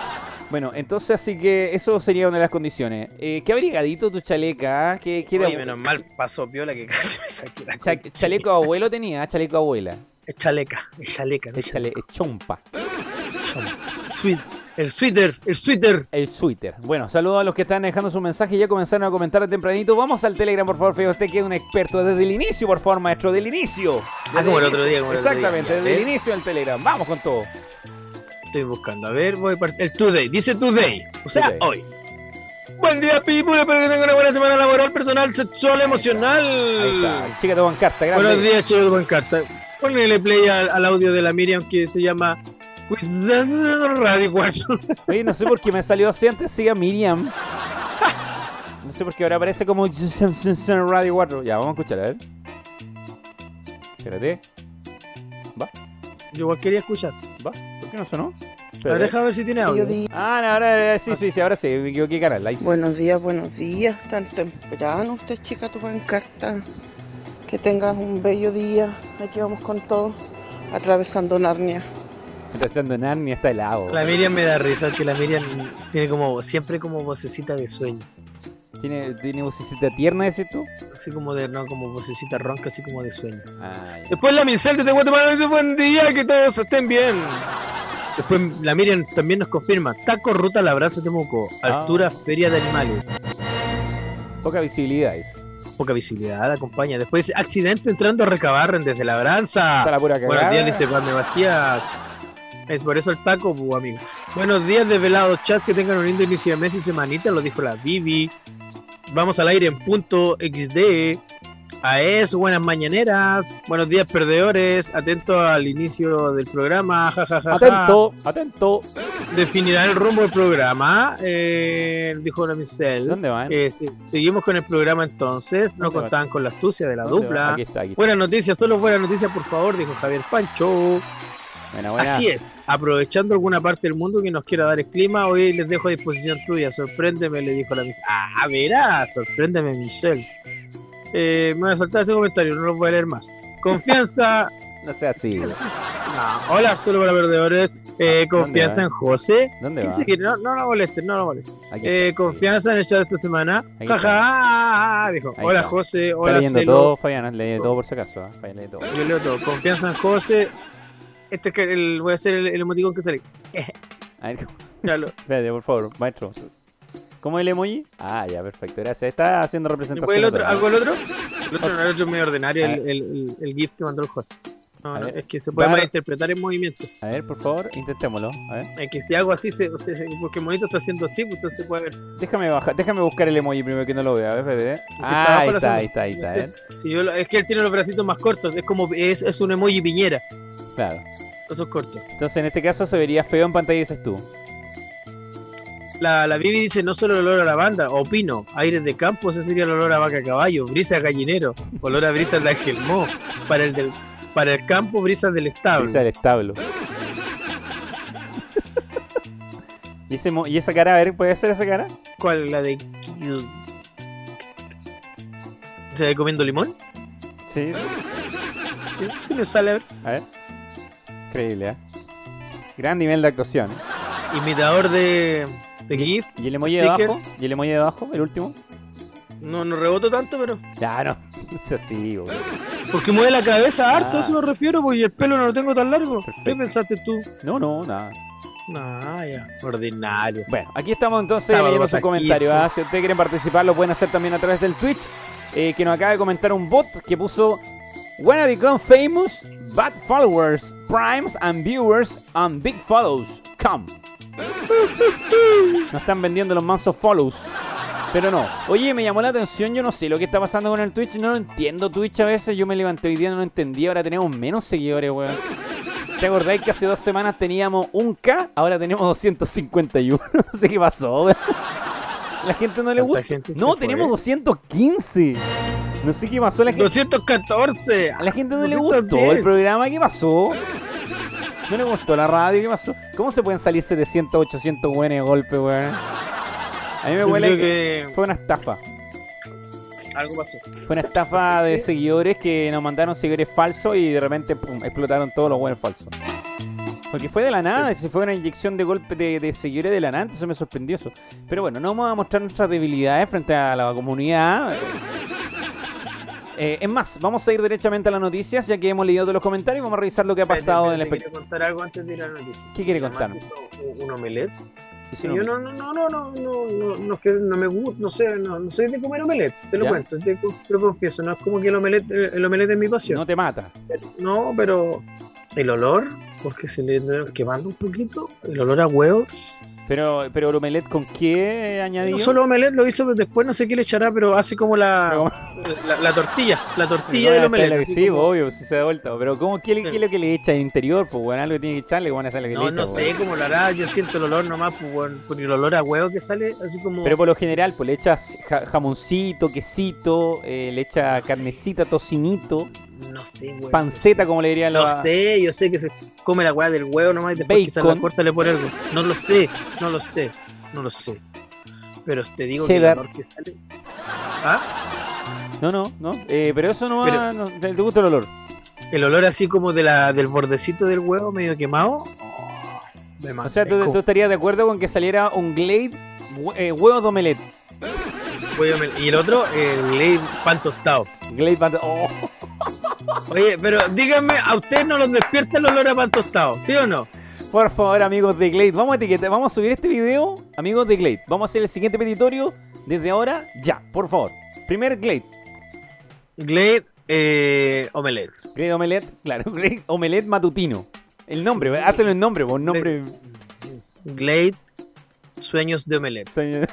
Speaker 2: Bueno, entonces así que eso sería una de las condiciones. Eh, qué abrigadito tu chaleca, ¿eh? ¿Qué, qué
Speaker 3: Oye,
Speaker 2: era-
Speaker 3: menos mal, pasó piola que casi me saqué la
Speaker 2: Cha-
Speaker 3: concha.
Speaker 2: chaleco abuelo tenía, ¿eh? Chaleco abuela.
Speaker 3: Es chaleca, es chaleca, no
Speaker 2: Es, chale- es chompa.
Speaker 3: Sweet. El sweater, el sweater.
Speaker 2: El Twitter. Bueno, saludos a los que están dejando su mensaje y ya comenzaron a comentar tempranito. Vamos al Telegram, por favor, Feo. Usted que es un experto desde el inicio, por favor, maestro, del inicio.
Speaker 3: Ah,
Speaker 2: Desde
Speaker 3: como el
Speaker 2: inicio.
Speaker 3: otro día, como el otro día.
Speaker 2: Exactamente,
Speaker 3: Ya,
Speaker 2: desde el
Speaker 3: ¿eh?
Speaker 2: inicio del Telegram. Vamos con todo.
Speaker 3: Estoy buscando, a ver, voy a part- el today, dice today, o sea,
Speaker 2: Today.
Speaker 3: hoy. Buen día, people, espero que tengan una buena semana laboral, personal, sexual, emocional.
Speaker 2: Ahí está. Chica de Bancarta, grande.
Speaker 3: Buenos días, chicos, buen carta. Ponle play al, al audio de la Miriam que se llama Radio cuatro.
Speaker 2: Oye, no sé por qué me salió así antes, siga Miriam. No sé por qué ahora aparece como Radio cuatro. Ya, vamos a escuchar, a ver. Espérate. ¿Va?
Speaker 3: Yo igual quería escuchar.
Speaker 2: ¿Va? ¿Por qué no sonó?
Speaker 3: Pero
Speaker 2: Espérate.
Speaker 3: deja ver si tiene audio.
Speaker 2: Ah, no, ahora eh, sí, sí, sí, ahora sí, me equivoqué, canal. Ahí sí.
Speaker 4: Buenos días, buenos días. Tan temprano usted, chica, tu pancarta. Que tengas un bello día. Aquí vamos con todo. Atravesando Narnia.
Speaker 2: Está haciendo Narnia, está helado.
Speaker 3: La Miriam me da risa, que la Miriam tiene como, siempre como vocecita de sueño.
Speaker 2: ¿Tiene, tiene vocecita tierna, decís tú?
Speaker 3: Así como de, no, como vocecita ronca, así como de sueño.
Speaker 2: Ah, ya.
Speaker 3: Después la Michelle de Guatemala dice buen día, que todos estén bien. Después la Miriam también nos confirma, Taco Ruta Labranza Temuco,
Speaker 2: Ah.
Speaker 3: altura Feria de Animales.
Speaker 2: Poca visibilidad. dice.
Speaker 3: Poca visibilidad, acompaña. Después dice, accidente entrando a Recabarren desde Labranza.
Speaker 2: Está la pura cagada.
Speaker 3: Buenos días, dice Pame Bastías. Es por eso el taco, pues, amigo. Buenos días, desvelados chat, que tengan un lindo inicio de mes y semanita, lo dijo la Vivi. Vamos al aire en punto equis de. A eso, buenas mañaneras. Buenos días, perdedores. Atento al inicio del programa. Ja, ja, ja, ja.
Speaker 2: Atento, atento.
Speaker 3: Definirá el rumbo del programa. Eh, dijo la Michelle.
Speaker 2: ¿Dónde van?
Speaker 3: Eh, se- seguimos con el programa entonces. No
Speaker 2: ¿Dónde va?
Speaker 3: contaban con la astucia de la
Speaker 2: ¿Dónde va?
Speaker 3: dupla.
Speaker 2: Aquí está, aquí está.
Speaker 3: Buenas noticias, solo buenas noticias, por favor, dijo Javier Pancho.
Speaker 2: Buena, buena.
Speaker 3: Así es. Aprovechando alguna parte del mundo que nos quiera dar el clima, hoy les dejo a disposición tuya. Sorpréndeme, le dijo la Michelle. Ah, verás, sorpréndeme, Michelle. Eh, me voy a saltar ese comentario, no lo voy a leer más. Confianza.
Speaker 2: No sea así. güey.
Speaker 3: No, hola, solo para perdedores. Eh, confianza
Speaker 2: ¿Dónde
Speaker 3: en José.
Speaker 2: ¿Dónde va?
Speaker 3: Dice que no, no lo molesten, no lo molesten.
Speaker 2: Aquí
Speaker 3: Eh, confianza en el chat esta semana.
Speaker 2: Ahí
Speaker 3: Jaja, dijo.
Speaker 2: Ahí
Speaker 3: Hola,
Speaker 2: está.
Speaker 3: José.
Speaker 2: está
Speaker 3: Hola,
Speaker 2: leyendo
Speaker 3: Celo.
Speaker 2: todo, Fabián. Lee todo por si acaso. ¿eh? Fabián lee todo.
Speaker 3: Yo leo todo. Confianza en José. Este es que el, voy a hacer el, el emoticón que sale.
Speaker 2: A ver,
Speaker 3: Ya lo.
Speaker 2: espérate, por favor, maestro. ¿Cómo es el emoji? Ah, ya, perfecto. Gracias. Está haciendo representación.
Speaker 3: ¿Después el otro?
Speaker 2: otra vez.
Speaker 3: ¿Algo el otro? El otro, no, el otro es muy ordinario,
Speaker 2: A
Speaker 3: el,
Speaker 2: ver.
Speaker 3: el, el, el GIF que mandó el José. No,
Speaker 2: A
Speaker 3: no,
Speaker 2: ver.
Speaker 3: es que se puede
Speaker 2: Va-
Speaker 3: malinterpretar en movimiento.
Speaker 2: A ver, por favor, intentémoslo. A ver.
Speaker 3: Es que si hago así, se, se- se- porque el monito está haciendo así, pues entonces se puede ver.
Speaker 2: Déjame bajar, déjame buscar el emoji primero que no lo vea. A ver, espérate.
Speaker 3: está
Speaker 2: Ah,
Speaker 3: abajo
Speaker 2: ahí
Speaker 3: la
Speaker 2: está,
Speaker 3: sombra.
Speaker 2: ahí está, ahí está. ¿eh?
Speaker 3: Si yo lo- es que él tiene los bracitos más cortos, es como es, es un emoji piñera,
Speaker 2: Claro.
Speaker 3: esos cortos.
Speaker 2: Entonces, en este caso se vería feo en pantalla, dices tú.
Speaker 3: La, la Vivi dice no solo el olor a lavanda, opino, aires de campo, ese sería el olor a vaca a caballo, brisa a gallinero, olor a brisas de Ángel Mo, para el del para el campo, brisas del establo.
Speaker 2: Brisa del establo. ¿Y, ese mo- ¿Y esa cara? A ver, ¿puede ser esa cara?
Speaker 3: ¿Cuál? La de ¿se va comiendo limón?
Speaker 2: Sí.
Speaker 3: Sí, sí me sale a ver.
Speaker 2: A ver. Increíble, ¿eh? Gran nivel de actuación.
Speaker 3: Imitador de, de GIF.
Speaker 2: ¿Y el emoji de abajo?
Speaker 3: Stickers.
Speaker 2: ¿Y el emoji de abajo? ¿El último?
Speaker 3: No, no reboto tanto, pero.
Speaker 2: Ya, no. No es así, güey.
Speaker 3: Porque mueve la cabeza harto,
Speaker 2: Ah.
Speaker 3: a eso me refiero, porque el pelo no lo tengo tan largo. ¿Qué
Speaker 2: Perfecto.
Speaker 3: pensaste tú?
Speaker 2: No, no, nada.
Speaker 3: Nah, ya. Ordinario.
Speaker 2: Bueno, aquí estamos entonces
Speaker 3: Estamos
Speaker 2: leyendo
Speaker 3: los
Speaker 2: sus comentarios.
Speaker 3: aquí,
Speaker 2: ¿ah? Si ustedes quieren participar, lo pueden hacer también a través del Twitch. Eh, que nos acaba de comentar un bot que puso: Wanna become famous, bad followers, primes and viewers and big follows. Come. Nos están vendiendo los mansos follows. Pero no. Oye, me llamó la atención. Yo no sé lo que está pasando con el Twitch. No lo entiendo Twitch a veces. Yo me levanté hoy día, no lo entendí. Ahora tenemos menos seguidores, weón. ¿Te acordáis que hace dos semanas teníamos un K? Ahora tenemos doscientos cincuenta y uno. No sé qué pasó, weón. La gente no le
Speaker 3: ¿Cuánta
Speaker 2: gusta.
Speaker 3: gente se
Speaker 2: No,
Speaker 3: fue?
Speaker 2: tenemos doscientos quince. No sé qué pasó. A la gente,
Speaker 3: doscientos catorce.
Speaker 2: a la gente no le
Speaker 3: doscientos
Speaker 2: gustó
Speaker 3: diez.
Speaker 2: el programa. ¿Qué pasó? No le gustó la radio. ¿Qué pasó? ¿Cómo se pueden salir setecientos, ochocientos buenos de golpe, weón? A mí me
Speaker 3: Yo
Speaker 2: huele
Speaker 3: creo
Speaker 2: que
Speaker 3: que
Speaker 2: fue una estafa.
Speaker 3: algo pasó.
Speaker 2: Fue una estafa de seguidores que nos mandaron seguidores falsos y de repente pum, explotaron todos los buenos falsos. Porque fue de la nada, se fue una inyección de golpe de, de seguidores de la nada, entonces me sorprendió eso. Pero bueno, no vamos a mostrar nuestras debilidades frente a la comunidad. Eh, es más, vamos a ir derechamente a las noticias, ya que hemos leído todos los comentarios y vamos a revisar lo que ha pasado en el
Speaker 3: espectáculo.
Speaker 2: espectáculo.
Speaker 3: Quiero contar algo antes de ir a la noticia.
Speaker 2: ¿Qué quiere
Speaker 3: Además,
Speaker 2: contar?
Speaker 3: hizo un omelette.
Speaker 2: Y si
Speaker 3: Y
Speaker 2: no-
Speaker 3: yo no, no, no, no, no, no, no, no, es que no me gusta, no sé, no, no soy de comer omelette, te lo
Speaker 2: ¿Ya?
Speaker 3: cuento, te, te lo confieso, no es como que el omelette, el, el omelette es mi pasión.
Speaker 2: no te mata.
Speaker 3: No, pero el olor, porque se le quemando un poquito, el olor a huevos.
Speaker 2: Pero, pero el omelette, ¿con qué añadido?
Speaker 3: No solo omelette lo hizo, pero después no sé qué le echará, pero hace como la,
Speaker 2: Pero-
Speaker 3: la, la tortilla, la tortilla
Speaker 2: No,
Speaker 3: del
Speaker 2: hacerle-
Speaker 3: omelette. así
Speaker 2: Sí,
Speaker 3: como-
Speaker 2: obvio, si se da vuelta. Pero ¿cómo, qué, le- qué es lo que le echa al interior? Pues bueno, algo que tiene que echarle, bueno, hacer lo que
Speaker 3: No,
Speaker 2: le echa.
Speaker 3: no
Speaker 2: pues.
Speaker 3: sé cómo lo hará, yo siento el olor nomás, pues, bueno, por el olor a huevo que sale, así como...
Speaker 2: Pero por lo general, pues le echas ja- jamoncito, quesito, eh, le echa carnecita, tocinito,
Speaker 3: no sé, huevo.
Speaker 2: panceta, como le dirían
Speaker 3: No
Speaker 2: los...
Speaker 3: sé, yo sé que se come la weá del huevo nomás y después quizás la
Speaker 2: Bacon.
Speaker 3: corta le pone algo. No lo sé, no lo sé, no lo sé. Pero te digo
Speaker 2: Cheddar.
Speaker 3: que el olor que sale. ¿Ah?
Speaker 2: No, no, no. Eh, pero eso no,
Speaker 3: Pero-
Speaker 2: va, no te, te gusta el olor.
Speaker 3: El olor así como de la, del bordecito del huevo medio quemado. Oh, me
Speaker 2: O sea, tú,
Speaker 3: mantengo.
Speaker 2: tú estarías de acuerdo con que saliera un Glade hue- eh, huevo de omelette.
Speaker 3: Huevo mel- Y el otro, el Glade pan tostado.
Speaker 2: Glade pan- oh.
Speaker 3: Oye, pero díganme, ¿a usted no los despierta el olor a pan tostado? ¿Sí o no?
Speaker 2: Por favor, amigos de Glade, vamos a etiquetar, vamos a subir este video, amigos de Glade. Vamos a hacer el siguiente petitorio desde ahora, ya, por favor. Primer Glade.
Speaker 3: Glade eh, omelette.
Speaker 2: Glade Omelette, claro, Glade Omelette matutino. El nombre, sí. Hazlo el nombre, por nombre.
Speaker 3: Glade sueños de omelette.
Speaker 2: Señor.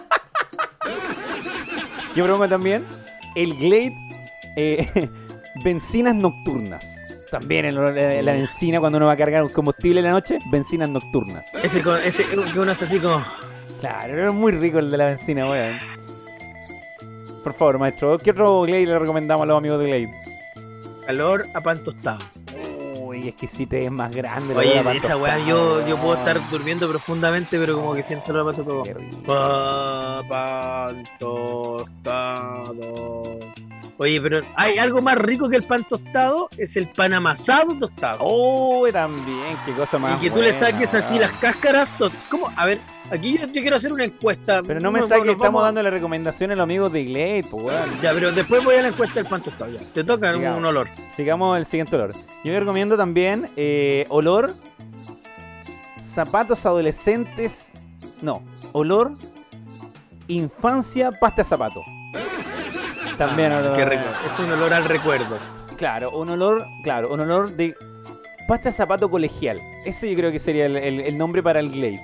Speaker 2: Yo propongo también el Glade eh, bencinas nocturnas. También el olor de la benzina cuando uno va a cargar un combustible en la noche, bencinas nocturnas.
Speaker 3: Ese, con- ese que uno hace así como...
Speaker 2: Claro, es muy rico el de la benzina, weón. Por favor, maestro, ¿qué otro Glade le recomendamos a los amigos de Glade?
Speaker 3: Calor a pan tostado.
Speaker 2: Uy, es que si te es más grande. la
Speaker 3: Oye,
Speaker 2: weá,
Speaker 3: de esa
Speaker 2: pan
Speaker 3: weá
Speaker 2: tostado,
Speaker 3: yo, yo puedo
Speaker 2: weón.
Speaker 3: estar durmiendo profundamente, pero como que siento la pata todo.
Speaker 2: Qué rico.
Speaker 3: Pa- Pan tostado. Oye, pero hay algo más rico que el pan tostado, es el pan amasado tostado.
Speaker 2: Oh, también, qué cosa más
Speaker 3: y que tú le
Speaker 2: buena,
Speaker 3: saques así
Speaker 2: weón.
Speaker 3: las cáscaras. to- ¿Cómo? A ver, aquí yo, yo quiero hacer una encuesta.
Speaker 2: Pero no me
Speaker 3: Nos-
Speaker 2: saques,
Speaker 3: nos
Speaker 2: estamos
Speaker 3: vamos-
Speaker 2: dando la recomendación a los amigos de Glade, pues weón.
Speaker 3: Ya, pero después voy a la encuesta del pan tostado. Ya. Te toca un,
Speaker 2: Digamos.
Speaker 3: un olor.
Speaker 2: Sigamos el siguiente olor. Yo recomiendo también eh, olor zapatos adolescentes. No, olor infancia pasta de zapato. También
Speaker 3: Ah,
Speaker 2: olor.
Speaker 3: qué rico. Es un olor al recuerdo.
Speaker 2: Claro, un olor, claro, un olor de pasta de zapato colegial. Ese yo creo que sería el, el- el nombre para el Glade.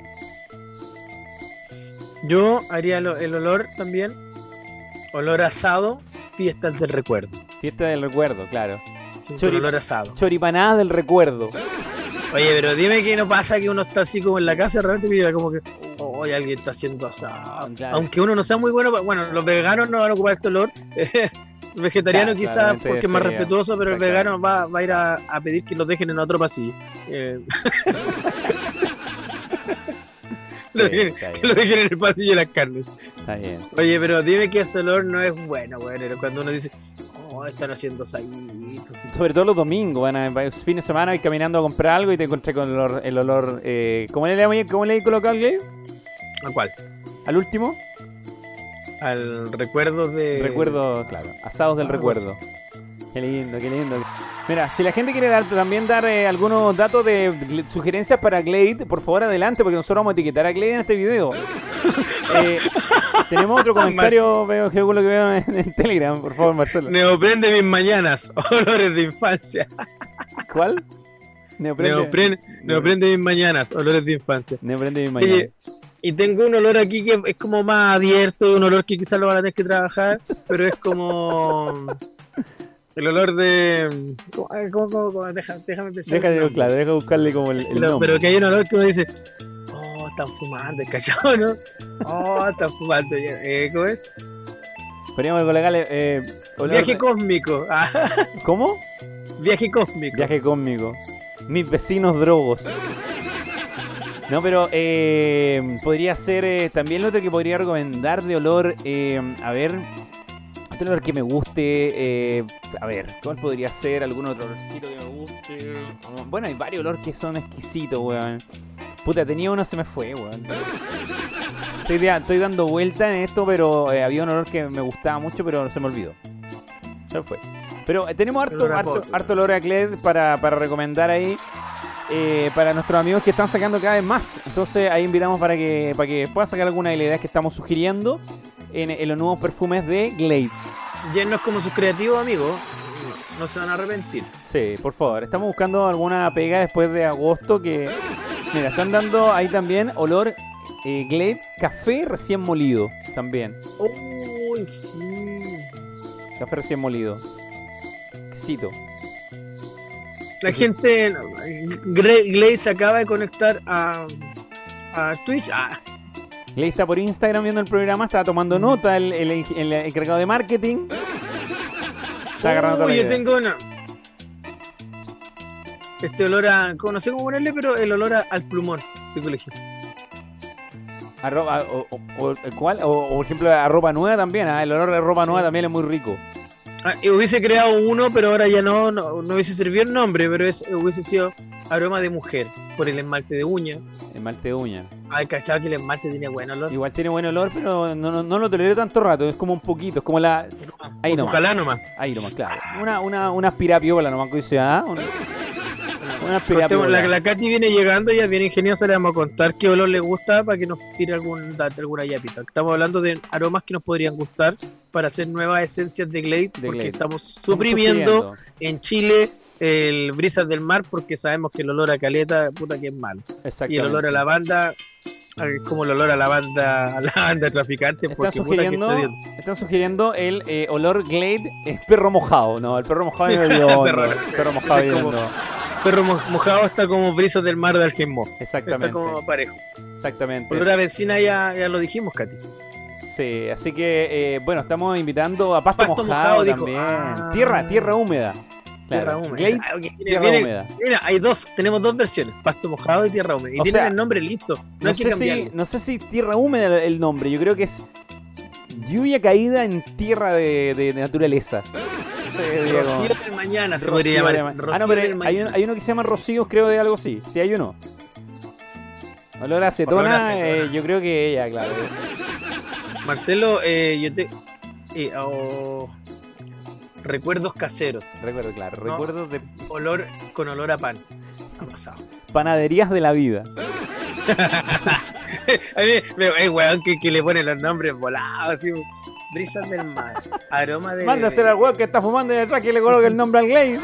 Speaker 3: Yo haría lo- el olor también. Olor asado, fiestas del recuerdo.
Speaker 2: Fiesta del recuerdo, claro.
Speaker 3: Siento
Speaker 2: Chori-
Speaker 3: el olor asado.
Speaker 2: Choripanadas del recuerdo.
Speaker 3: Oye, pero dime que no pasa que uno está así como en la casa, realmente mira como que, oh, alguien está haciendo asado.
Speaker 2: Claro.
Speaker 3: Aunque uno no sea muy bueno, pa- bueno, los veganos no van a ocupar este olor. El vegetariano
Speaker 2: Claro,
Speaker 3: quizás
Speaker 2: claramente
Speaker 3: porque es más
Speaker 2: sería-
Speaker 3: respetuoso, pero el
Speaker 2: exactamente.
Speaker 3: vegano va, va a ir a, a pedir que los dejen en otro pasillo. Eh, lo
Speaker 2: Sí,
Speaker 3: dejen-
Speaker 2: está bien.
Speaker 3: que lo dejen en el pasillo de las carnes.
Speaker 2: Está bien.
Speaker 3: Oye, pero dime que ese olor no es bueno, bueno, cuando uno dice, oh, están haciendo saídos.
Speaker 2: Sobre todo los domingos, van a, va- fin de semana ir caminando a comprar algo y te encontré con el olor, el olor eh, ¿cómo le llaman- cómo le he colocado al Glade?
Speaker 3: ¿A cuál?
Speaker 2: Al último,
Speaker 3: Al recuerdo de...
Speaker 2: recuerdo, claro, asados del
Speaker 3: Ah,
Speaker 2: recuerdo. Qué lindo, qué lindo. Mira, si la gente quiere dar, también dar eh, algunos datos de gl- sugerencias para Glade, por favor adelante, porque nosotros vamos a etiquetar a Glade en este video. Eh, tenemos otro comentario, veo que lo que veo en, en Telegram, por favor, Marcelo.
Speaker 3: Neopren de mis mañanas, olores de infancia.
Speaker 2: ¿Cuál? Neoprene.
Speaker 3: Neopren, neopren de mis mañanas, olores de infancia.
Speaker 2: Neoprene de mi mañana.
Speaker 3: Oye, y tengo un olor aquí que es como más abierto, un olor que quizás lo van a tener que trabajar, pero es como el olor de... ¿Cómo, cómo, cómo, cómo? Deja- déjame pensar.
Speaker 2: Deja
Speaker 3: el
Speaker 2: de,
Speaker 3: nombre.
Speaker 2: claro, deja buscarle como el, el
Speaker 3: pero,
Speaker 2: nombre.
Speaker 3: pero que hay un olor que uno dice, oh, están fumando, es callado, ¿no? Oh, están fumando. Eh, ¿Cómo es?
Speaker 2: Podríamos colocarle eh, olor
Speaker 3: Viaje
Speaker 2: de-
Speaker 3: cósmico. Ah,
Speaker 2: ¿Cómo?
Speaker 3: viaje cósmico.
Speaker 2: Viaje cósmico. Mis vecinos drogos. No, pero eh, podría ser eh, también lo otro que podría recomendar de olor. Eh, a ver, Otro olor que me guste, eh, a ver, ¿cuál podría ser? ¿Algún otro olorcito que me guste? Bueno, hay varios olores que son exquisitos, weón. Puta, tenía uno, se me fue, weón. Estoy, estoy dando vuelta en esto, pero eh, había un olor que me gustaba mucho, pero se me olvidó. Se me fue. Pero eh, tenemos harto, harto, harto olor a Glade para, para recomendar ahí. Eh, para nuestros amigos que están sacando cada vez más. Entonces ahí invitamos para que, para que puedan sacar alguna de las ideas que estamos sugiriendo en, en los nuevos perfumes de Glade.
Speaker 3: Llénnos como sus creativos, amigos. No se van a arrepentir.
Speaker 2: Sí, por favor. Estamos buscando alguna pega después de agosto que... Mira, están dando ahí también olor eh, Glade café recién molido también.
Speaker 3: Uy, sí.
Speaker 2: Café recién molido. Exquisito.
Speaker 3: La gente, Glade se acaba de conectar a, a Twitch. Ah.
Speaker 2: Glade está por Instagram viendo el programa, estaba tomando nota el, el, el, el encargado de marketing. Está agarrando
Speaker 3: Uy,
Speaker 2: toda la
Speaker 3: yo
Speaker 2: idea.
Speaker 3: tengo una. Este olor a. No sé cómo ponerle, pero el olor a, al plumón de colegio.
Speaker 2: Arroba, o, o, o, ¿cuál? O, o por ejemplo, a ropa nueva también. ¿eh? El olor de ropa nueva también es muy rico.
Speaker 3: Ah, y hubiese creado uno, pero ahora ya no, no, no hubiese servido el nombre, pero es, hubiese sido aroma de mujer, por el esmalte de uña.
Speaker 2: Esmalte de uña.
Speaker 3: Ay, cachado que el esmalte tenía buen olor.
Speaker 2: Igual tiene buen olor, pero no, no, no lo tolero tanto rato. Es como un poquito, es como la... Ahí nomás.
Speaker 3: Ojalá nomás.
Speaker 2: Ahí nomás, claro. Una, una, una aspirapiola nomás que dice, ¿ah? Una, una aspirapiola.
Speaker 3: La, la Katy viene llegando, ella viene ingeniosa, le vamos a contar qué olor le gusta para que nos tire algún dato, alguna yapita. Estamos hablando de aromas que nos podrían gustar para hacer nuevas esencias de Glade,
Speaker 2: De
Speaker 3: porque
Speaker 2: Glade.
Speaker 3: estamos
Speaker 2: Estamos
Speaker 3: suprimiendo
Speaker 2: sugiriendo.
Speaker 3: en Chile el brisas del mar, porque sabemos que el olor a caleta, puta que es malo.
Speaker 2: Exactamente.
Speaker 3: Y el olor a lavanda es como el olor a lavanda, a lavanda traficante,
Speaker 2: Están
Speaker 3: porque puta que
Speaker 2: sugiriendo,
Speaker 3: está bien.
Speaker 2: están sugiriendo el eh, olor Glade es perro mojado. No, el perro mojado es hediondo.
Speaker 3: Perro,
Speaker 2: El perro mojado
Speaker 3: es como-
Speaker 2: hediondo.
Speaker 3: Perro mo- mojado está como brisas del mar de Algemó.
Speaker 2: Exactamente.
Speaker 3: Está como parejo.
Speaker 2: Exactamente.
Speaker 3: Olor a benzina ya, ya lo dijimos, Katy.
Speaker 2: Sí, así que, eh, bueno, estamos invitando a Pasto,
Speaker 3: Pasto
Speaker 2: Mojado,
Speaker 3: Mojado, dijo.
Speaker 2: también.
Speaker 3: Ah.
Speaker 2: Tierra, tierra húmeda.
Speaker 3: Tierra
Speaker 2: Claro.
Speaker 3: húmeda.
Speaker 2: Glade,
Speaker 3: Ah, ok, viene-
Speaker 2: tierra
Speaker 3: viene-
Speaker 2: húmeda.
Speaker 3: Mira, hay dos, tenemos dos versiones, pasto mojado y tierra húmeda. Y
Speaker 2: O
Speaker 3: tienen
Speaker 2: sea,
Speaker 3: el nombre listo. No,
Speaker 2: No
Speaker 3: hay que
Speaker 2: sé,
Speaker 3: cambiarlo.
Speaker 2: si, no sé si tierra húmeda el, el nombre, yo creo que es lluvia caída en tierra de, de naturaleza. No sé, diría como-
Speaker 3: Rocío del mañana se
Speaker 2: Rocío
Speaker 3: podría llamar.
Speaker 2: de
Speaker 3: eso.
Speaker 2: ma-
Speaker 3: Rocío
Speaker 2: Ah, no, pero
Speaker 3: del
Speaker 2: hay,
Speaker 3: mañana.
Speaker 2: un- hay uno que se llama rocíos, creo, de algo así. Sí, hay uno. Olor a acetona,
Speaker 3: Olor a acetona.
Speaker 2: eh, yo creo que ella, claro.
Speaker 3: Marcelo, eh, yo te. eh, oh, recuerdos caseros.
Speaker 2: Recuerdo, claro.
Speaker 3: No.
Speaker 2: Recuerdos de
Speaker 3: Olor con olor a pan. Ha pasado.
Speaker 2: panaderías de la vida.
Speaker 3: A mí, me- hay weón que, que le ponen los nombres volados, así. Brisas del mar. Aroma de.
Speaker 2: Manda a hacer al weón que está fumando detrás que le coloque el nombre al Glade.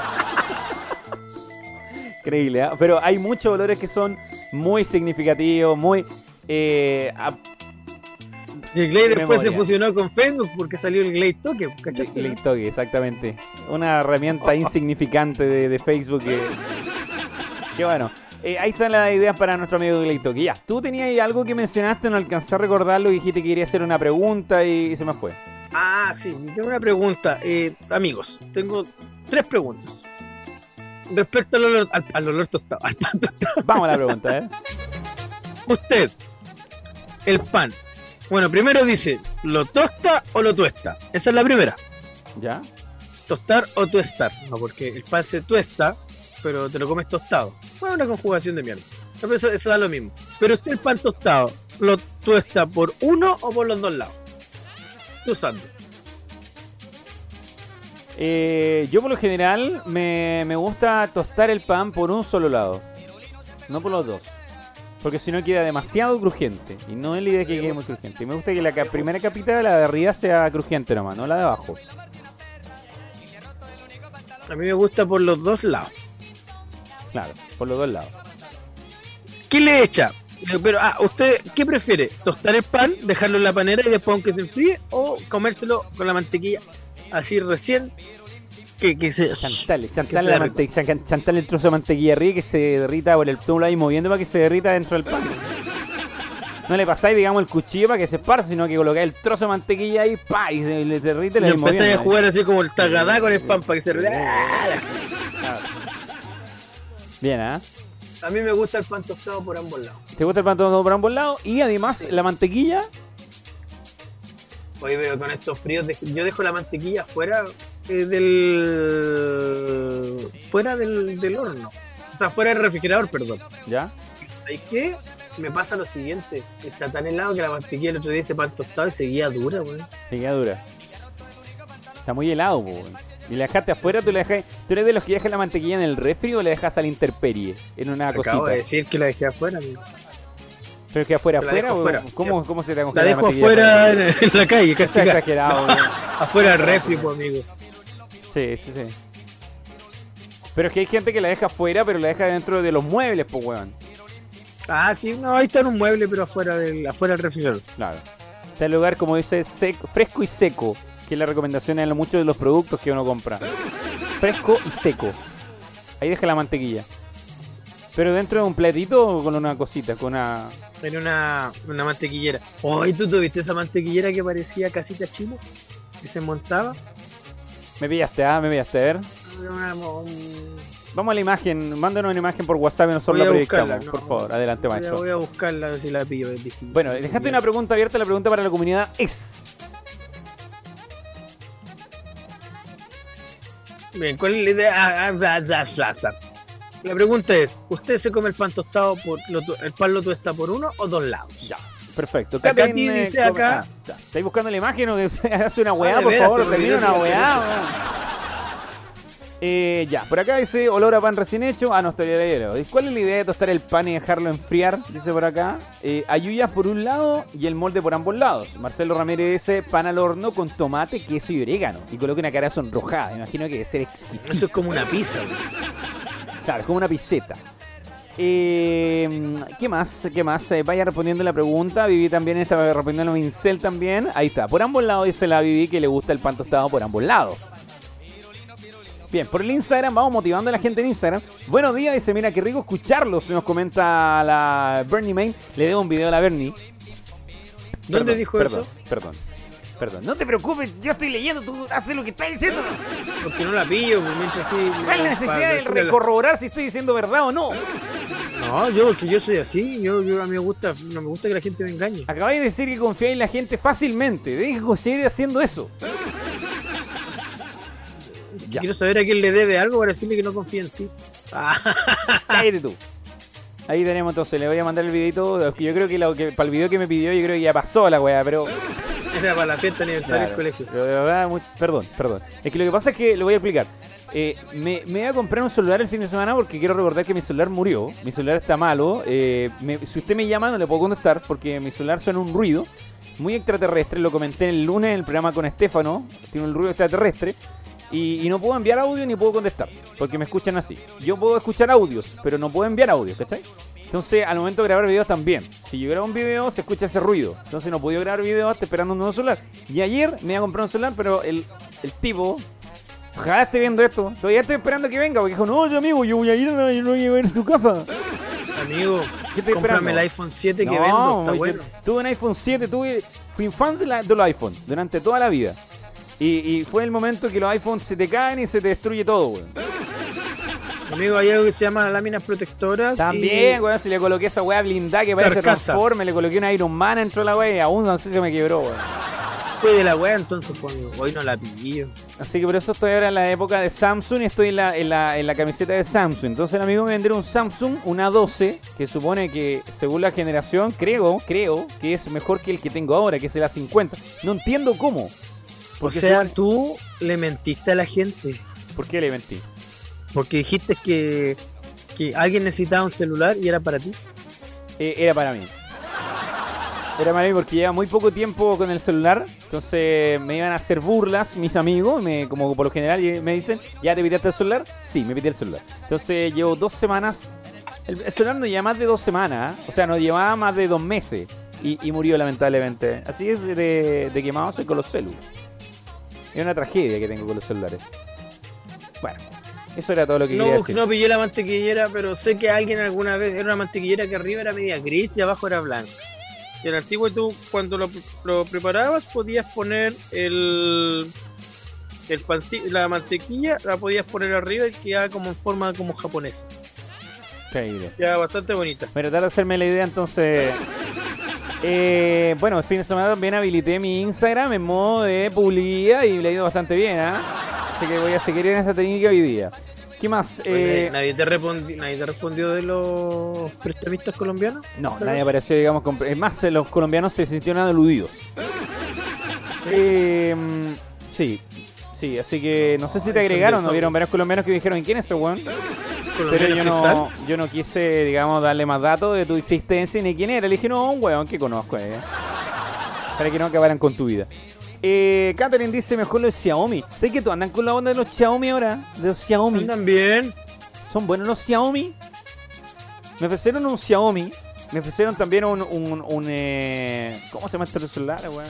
Speaker 2: Increíble, ¿eh? Pero hay muchos olores que son muy significativos, muy... Eh, a-
Speaker 3: Y el Glade
Speaker 2: de
Speaker 3: después se
Speaker 2: memoria.
Speaker 3: fusionó con Facebook porque salió el Glade Toque, ¿cachai?
Speaker 2: Glade Toque, exactamente. Una herramienta insignificante de, de Facebook que... que bueno. Eh, ahí están las ideas para nuestro amigo Glade Toque. Ya, tú tenías ahí algo que mencionaste, no alcancé a recordarlo y dijiste que quería hacer una pregunta y se me fue.
Speaker 3: Ah, sí, tengo una pregunta. Eh, amigos, tengo tres preguntas. Respecto al olor, al, al olor tostado, al pan tostado.
Speaker 2: Vamos a la pregunta, ¿eh?
Speaker 3: Usted, el pan. Bueno, primero dice, ¿lo tosta o lo tuesta? Esa es la primera.
Speaker 2: ¿Ya?
Speaker 3: Tostar o tuestar. No, porque el pan se tuesta, pero te lo comes tostado. Bueno, una conjugación de mierda. No, pero eso, eso da lo mismo. Pero usted el pan tostado, ¿lo tuesta por uno o por los dos lados? Tú usando.
Speaker 2: Eh, yo por lo general me, me gusta tostar el pan por un solo lado, no por los dos, porque si no queda demasiado crujiente y no es la idea que quede muy crujiente. Me gusta que la ca- primera capita, la de arriba, sea crujiente nomás, no la de abajo.
Speaker 3: A mí me gusta por los dos lados.
Speaker 2: Claro, por los dos lados.
Speaker 3: ¿Qué le echa? Eh, Pero, ah, ¿usted qué prefiere? ¿Tostar el pan, dejarlo en la panera y después aunque se enfríe? ¿O comérselo con la mantequilla así recién? Que, que se...
Speaker 2: Chantale,
Speaker 3: que
Speaker 2: chantale,
Speaker 3: sea
Speaker 2: la
Speaker 3: rico.
Speaker 2: mante- chan- chantale el trozo de mantequilla arriba y que se derrita por el túmulo ahí moviendo para que se derrita dentro del pan. No le pasáis, digamos, el cuchillo para que se esparza, sino que colocáis el trozo de mantequilla ahí, pa, y se le derrite
Speaker 3: Y
Speaker 2: le
Speaker 3: empezáis a jugar así como el tagadá con el pan para que se...
Speaker 2: Bien, ¿ah?
Speaker 3: A mí me gusta el pan tostado por ambos lados.
Speaker 2: ¿Te gusta el pan todo por ambos lados? Y además, la mantequilla
Speaker 3: Oye, pero con estos fríos, de- yo dejo la mantequilla fuera eh, del. fuera del, del horno. O sea, fuera del refrigerador, perdón.
Speaker 2: ¿Ya?
Speaker 3: ¿Sabes qué? Me pasa lo siguiente. Está tan helado que la mantequilla el otro día se pan tostado y seguía dura, weón.
Speaker 2: Se queda dura. Está muy helado, po, weón. Y la dejaste afuera, tú la dejas. ¿Tú eres de los que dejan la mantequilla en el refri o la dejas a la intemperie? En una
Speaker 3: Acabo
Speaker 2: cosita.
Speaker 3: de decir que la dejé afuera, amigo.
Speaker 2: ¿Pero es que afuera,
Speaker 3: La
Speaker 2: afuera?
Speaker 3: dejo
Speaker 2: o
Speaker 3: afuera,
Speaker 2: ¿Cómo, ¿Cómo se te
Speaker 3: La
Speaker 2: congela
Speaker 3: dejo
Speaker 2: mantequilla?
Speaker 3: afuera en, en la calle,
Speaker 2: Está
Speaker 3: castigada.
Speaker 2: exagerado, weón.
Speaker 3: Afuera del refri, pues, amigo.
Speaker 2: Sí, sí, sí. Pero es que hay gente que la deja afuera, pero la deja dentro de los muebles, pues, weón.
Speaker 3: Ah, sí, no, ahí está en un mueble, pero afuera del, afuera del refrigerador.
Speaker 2: Claro. Está el lugar, como dice, seco, fresco y seco, que es la recomendación en muchos de los productos que uno compra. Fresco y seco. Ahí deja la mantequilla. Pero dentro de un platito o con una cosita, con una...
Speaker 3: En una, una mantequillera. Oye, ¿tú tuviste esa mantequillera que parecía casita chino? Que se montaba.
Speaker 2: Me pillaste, ah, me pillaste, a ver.
Speaker 3: Una- un-
Speaker 2: Vamos a la imagen, mándanos una imagen por WhatsApp y nosotros
Speaker 3: Voy
Speaker 2: la
Speaker 3: a buscarla,
Speaker 2: proyectamos.
Speaker 3: no.
Speaker 2: Por favor, adelante,
Speaker 3: Voy a,
Speaker 2: maestro.
Speaker 3: voy a buscarla a ver si la pillo. Es difícil.
Speaker 2: Bueno, dejaste una pregunta abierta, la pregunta para la comunidad es...
Speaker 3: Bien, ¿cuál es la idea? Ah, ah, ah, ah, ah, ah. La pregunta es, ¿usted se come el pan tostado por lo tu- el pan lo tuesta por uno o dos lados?
Speaker 2: Ya, perfecto.
Speaker 3: Acá
Speaker 2: Catherine,
Speaker 3: ti
Speaker 2: eh,
Speaker 3: dice
Speaker 2: come-
Speaker 3: acá-
Speaker 2: ah, ya. ¿Estáis buscando la imagen o que hace una weá,
Speaker 3: Ah, de
Speaker 2: por
Speaker 3: veras,
Speaker 2: favor?
Speaker 3: se me
Speaker 2: Termina
Speaker 3: olvidó
Speaker 2: una
Speaker 3: que iba a
Speaker 2: weá. weón. Eh, ya, por acá dice olor a pan recién hecho. Ah, no, estaría leyendo. ¿Cuál es la idea de tostar el pan y dejarlo enfriar? Dice por acá. Eh, ayuyas por un lado y el molde por ambos lados. Marcelo Ramírez dice pan al horno con tomate, queso y orégano. Y coloca una cara sonrojada. Me imagino que debe ser exquisito.
Speaker 3: Eso es como una pizza, güey.
Speaker 2: Claro, es como una piseta. Eh, ¿Qué más? ¿Qué más? Eh, vaya respondiendo la pregunta. Vivi también está respondiendo a Vincel también. Ahí está. Por ambos lados dice la Vivi que le gusta el pan tostado por ambos lados. Bien, por el Instagram, vamos motivando a la gente en Instagram. Buenos días, dice, mira, qué rico escucharlos. Nos comenta la Bernie Main. Le debo un video a la Bernie.
Speaker 3: ¿Dónde
Speaker 2: Perdón,
Speaker 3: dijo
Speaker 2: perdón,
Speaker 3: eso?
Speaker 2: Perdón, perdón. No te preocupes, yo estoy leyendo, tú haces lo que estás diciendo.
Speaker 3: Porque no la pillo, pues, mientras sí.
Speaker 2: ¿Cuál es la necesidad de corroborar si estoy diciendo verdad o no?
Speaker 3: No, yo, porque yo soy así. Yo, yo a mí me gusta, no me gusta que la gente me engañe.
Speaker 2: Acabáis de decir que confiáis en la gente fácilmente. Deja de seguir haciendo eso. Ya.
Speaker 3: Quiero saber a quién le debe algo para decirle que no confía en ti. Ah,
Speaker 2: Cállate tú. Ahí tenemos entonces, le voy a mandar el videito. Yo creo que, lo que para el video que me pidió, yo creo que ya pasó la weá, pero.
Speaker 3: era para la fiesta aniversario
Speaker 2: Claro,
Speaker 3: del colegio.
Speaker 2: pero de verdad, muy- perdón, perdón. Es que lo que pasa es que, lo voy a explicar. Eh, me, me voy a comprar un celular el fin de semana porque quiero recordar que mi celular murió. Mi celular está malo. Eh, me- si usted me llama no le puedo contestar porque mi celular suena un ruido muy extraterrestre. Lo comenté el lunes en el programa con Estefano. Tiene un ruido extraterrestre. Y, y no puedo enviar audio ni puedo contestar porque me escuchan así. Yo puedo escuchar audios, pero no puedo enviar audios, ¿cachai? Entonces, al momento de grabar videos también. Si yo grabo un video, se escucha ese ruido. Entonces, no podía grabar videos hasta esperando un nuevo celular. Y ayer me iba a comprar un celular, pero el, el tipo... Ojalá esté viendo esto. Todavía estoy esperando que venga, porque dijo, no, yo amigo, yo voy a ir, a- yo no voy a ir a tu casa.
Speaker 3: Amigo,
Speaker 2: ¿Qué estoy
Speaker 3: cómprame
Speaker 2: esperando?
Speaker 3: el iPhone siete que
Speaker 2: No,
Speaker 3: vendo, está
Speaker 2: muy
Speaker 3: bueno.
Speaker 2: bien. Tuve un iPhone siete, tuve, fui fan de la- del iPhone durante toda la vida. Y, y fue el momento que los iPhones se te caen y se te destruye todo, weón.
Speaker 3: Amigo, hay algo que se llama láminas protectoras.
Speaker 2: También,
Speaker 3: y-
Speaker 2: weón, si le coloqué esa weá blindada que parece
Speaker 3: Carcasa.
Speaker 2: Transforme, le coloqué un Iron Man dentro de la weá y aún no sé si me quebró, weón.
Speaker 3: Fue de la wea, entonces pues, amigo, hoy no la pillo.
Speaker 2: Así que por eso estoy ahora en la época de Samsung y estoy en la, en la, en la camiseta de Samsung. Entonces el amigo me vendió un Samsung, una doce, que supone que según la generación, creo, creo que es mejor que el que tengo ahora, que es el A cincuenta. No entiendo cómo.
Speaker 3: O
Speaker 2: Porque
Speaker 3: sea,
Speaker 2: supone-
Speaker 3: tú le mentiste a la gente.
Speaker 2: ¿Por qué le mentí?
Speaker 3: Porque dijiste que, que alguien necesitaba un celular y era para ti.
Speaker 2: Eh, era para mí. Era para mí porque lleva muy poco tiempo con el celular. Entonces me iban a hacer burlas mis amigos. Me, como por lo general me dicen, ¿ya te pidiste el celular? Sí, me pidí el celular. Entonces llevo dos semanas. El, el celular no lleva más de dos semanas. ¿eh? O sea, no llevaba más de dos meses. Y, y murió lamentablemente. Así es de, de quemado soy con los celulares. Es una tragedia que tengo con los celulares. Bueno, eso era todo lo que quería
Speaker 3: No,
Speaker 2: decir.
Speaker 3: no pillé la mantequillera, pero sé que alguien alguna vez era una mantequillera que arriba era media gris y abajo era blanca. Y el antiguo tú cuando lo, lo preparabas podías poner el, el panci- la mantequilla, la podías poner arriba y quedaba como en forma como japonesa.
Speaker 2: Increíble.
Speaker 3: Quedaba bastante bonita.
Speaker 2: Pero tratar de hacerme la idea entonces. Eh, bueno, el fin de semana también habilité mi Instagram en modo de publicidad y le ha ido bastante bien, ¿ah? ¿eh? Así que voy a seguir en esta técnica hoy día. ¿Qué más?
Speaker 3: Oye,
Speaker 2: Eh,
Speaker 3: ¿nadie, te respondi- ¿Nadie te respondió de los prestamistas colombianos?
Speaker 2: no, nadie apareció, digamos, con- es más, los colombianos se sintieron aludidos. Eh, sí, sí, así que no sé si te
Speaker 3: Ay,
Speaker 2: agregaron,
Speaker 3: son
Speaker 2: ¿no?
Speaker 3: de-
Speaker 2: Vieron varios colombianos que dijeron, ¿quién es ese weón? Pero
Speaker 3: ¿Colombianos
Speaker 2: yo no,
Speaker 3: cristal?
Speaker 2: yo no quise, digamos, darle más datos de tu existencia ni quién era. Le dije, no, un weón que conozco, eh. Para que no acabaran con tu vida. Eh, Catherine dice, mejor los Xiaomi. Sé que tú andan con la onda de los Xiaomi ahora. De los Xiaomi.
Speaker 3: Andan bien.
Speaker 2: ¿Son buenos los Xiaomi? Me ofrecieron un Xiaomi. Me ofrecieron también un... un, un eh, ¿cómo se llama este celular, weón?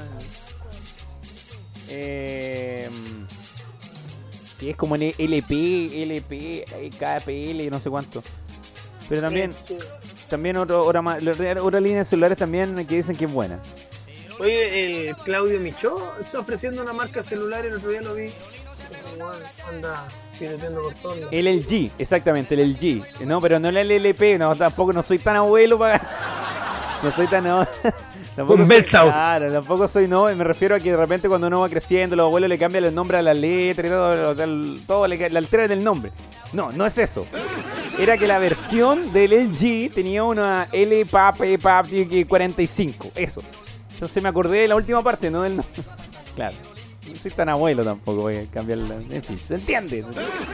Speaker 2: Eh... Que es como en L P, L P, K P L, no sé cuánto. Pero también, también otro, otra, ma- otra línea de celulares también que dicen que es buena.
Speaker 3: Oye, el Claudio Michó está ofreciendo una marca celular, el otro día lo vi. Como, bueno, anda piloteando por todos lados.
Speaker 2: El L G, exactamente, el L G. No, pero no el L P, no, tampoco no soy tan abuelo para... No soy tan... No, tampoco
Speaker 3: Un
Speaker 2: soy-
Speaker 3: Belsau.
Speaker 2: Claro, tampoco soy no, me refiero a que de repente cuando uno va creciendo, los abuelos le cambian el nombre a la letra y todo, todo, todo le, le alteran el nombre. No, no es eso. Era que la versión del L G tenía una L P A P P A P cuarenta y cinco, eso. Entonces me acordé de la última parte, no del... Claro, no soy tan abuelo tampoco, voy a cambiarla. En fin, ¿se entiende?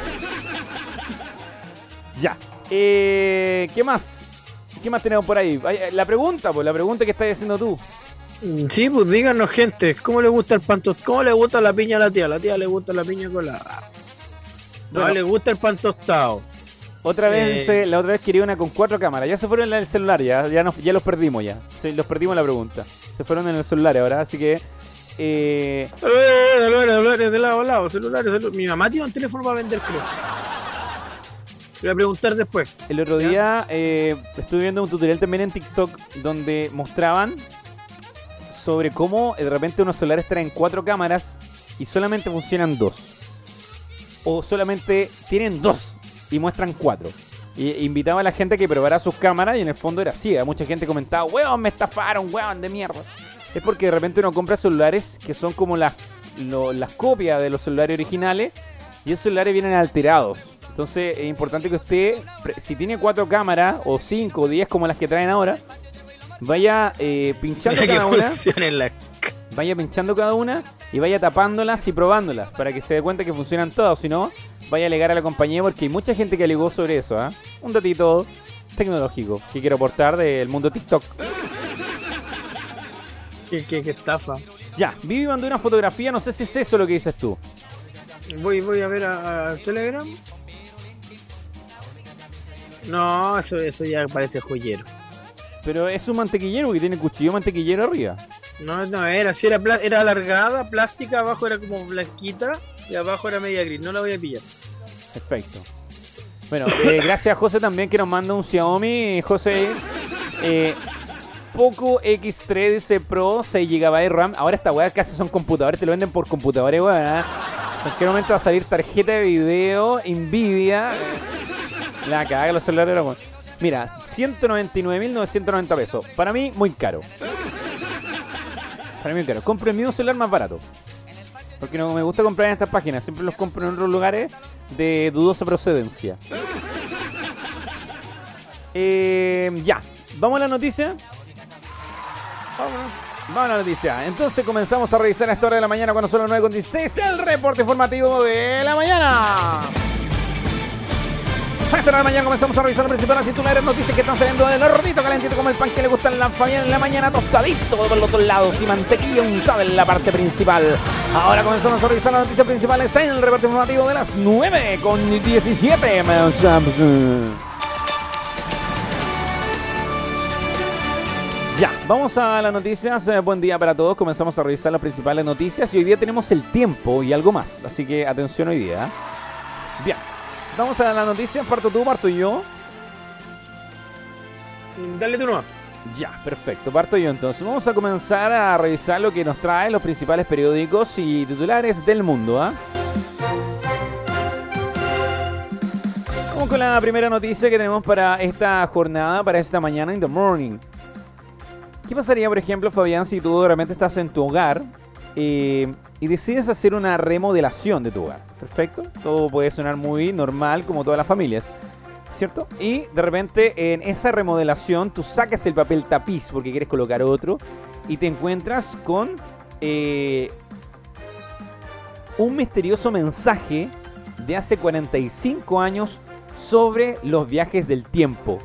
Speaker 2: Ya. Eh, ¿Qué más? ¿Qué más tenemos por ahí? Ay, La pregunta, pues, la pregunta que estás haciendo tú.
Speaker 3: Sí, pues díganos, gente, ¿cómo le gusta el pan tostado? ¿Cómo le gusta la piña a la tía? A la tía le gusta la piña colada. No,
Speaker 2: Bueno.
Speaker 3: le gusta el pan tostado.
Speaker 2: Otra vez,
Speaker 3: Eh.
Speaker 2: dice, la otra vez quería una con cuatro cámaras. Ya se fueron en el celular, ya, ya, nos- ya los perdimos ya. Sí, los perdimos en la pregunta. Se fueron en el celular ahora, así que... Eh,
Speaker 3: Celulares, celulares, celulares, de lado a lado, celulares, celulares. Mi mamá tiene un teléfono para vender, creo. Le voy a preguntar después.
Speaker 2: el otro
Speaker 3: ¿Ya?
Speaker 2: día eh, estuve viendo un tutorial también en TikTok donde mostraban sobre cómo de repente unos celulares traen cuatro cámaras y solamente funcionan dos. O solamente tienen dos y muestran cuatro. Y invitaba a la gente a que probara sus cámaras y en el fondo era así. Mucha gente comentaba, weón, me estafaron, weón, de mierda. Es porque de repente uno compra celulares que son como las, lo- las copias de los celulares originales y esos celulares vienen alterados. Entonces es importante que usted, pre- si tiene cuatro cámaras o cinco o diez como las que traen ahora, vaya eh, pinchando
Speaker 3: Mira que
Speaker 2: cada una.
Speaker 3: funcionen las...
Speaker 2: Vaya pinchando cada una y vaya tapándolas y probándolas para que se dé cuenta que funcionan todas. Si no, vaya a alegar a la compañía porque hay mucha gente que alegó sobre eso. ¿eh? Un datito tecnológico que quiero aportar del mundo TikTok.
Speaker 3: Qué, qué, qué estafa.
Speaker 2: Ya, Vivi mandó una fotografía, no sé si es eso lo que dices tú.
Speaker 3: Voy, voy a ver a, a Telegram. No, eso, eso ya parece joyero.
Speaker 2: Pero es un mantequillero que tiene cuchillo mantequillero arriba.
Speaker 3: No, no era, si era, pla- era alargada, plástica, abajo era como blanquita y abajo era media gris. No la voy a pillar.
Speaker 2: Perfecto. Bueno, eh, gracias a José también que nos manda un Xiaomi. José, eh, Poco X tres dice Pro, seis gigabytes de RAM. Ahora esta weá casi son computadores, te lo venden por computadores, weón. ¿eh? En qué momento va a salir tarjeta de video, Nvidia. La caga los celulares, weón. Mira, ciento noventa y nueve mil novecientos noventa pesos. Para mí, muy caro. Para mí, muy caro. Compre el mismo celular más barato. Porque no me gusta comprar en estas páginas. Siempre los compro en otros lugares de dudosa procedencia. Eh, ya. ¿Vamos a la noticia? Vámonos. Vamos a la noticia. Entonces comenzamos a revisar a esta hora de la mañana cuando son las nueve con dieciséis el reporte informativo de la mañana. A esta hora de la mañana comenzamos a revisar los principales titulares, noticias que están saliendo del hornito calentito como el pan que le gusta en la familia en la mañana, tostadito por los dos lados y mantequilla untada en la parte principal. Ahora comenzamos a revisar las noticias principales en el reporte informativo de las nueve con diecisiete. Ya, vamos a las noticias. Eh, buen día para todos. Comenzamos a revisar las principales noticias y hoy día tenemos el tiempo y algo más. Así que atención hoy día. ¿eh? Bien, vamos a las noticias. Parto tú, parto yo.
Speaker 3: Dale tú nomás.
Speaker 2: Ya, perfecto. Parto yo entonces. Vamos a comenzar a revisar lo que nos traen los principales periódicos y titulares del mundo. ¿eh? Vamos con la primera noticia que tenemos para esta jornada, para esta mañana in the morning. ¿Qué pasaría, por ejemplo, Fabián, si tú realmente estás en tu hogar eh, y decides hacer una remodelación de tu hogar? Perfecto, todo puede sonar muy normal como todas las familias, ¿cierto? Y de repente en esa remodelación tú sacas el papel tapiz porque quieres colocar otro y te encuentras con eh, un misterioso mensaje de hace cuarenta y cinco años sobre los viajes del tiempo.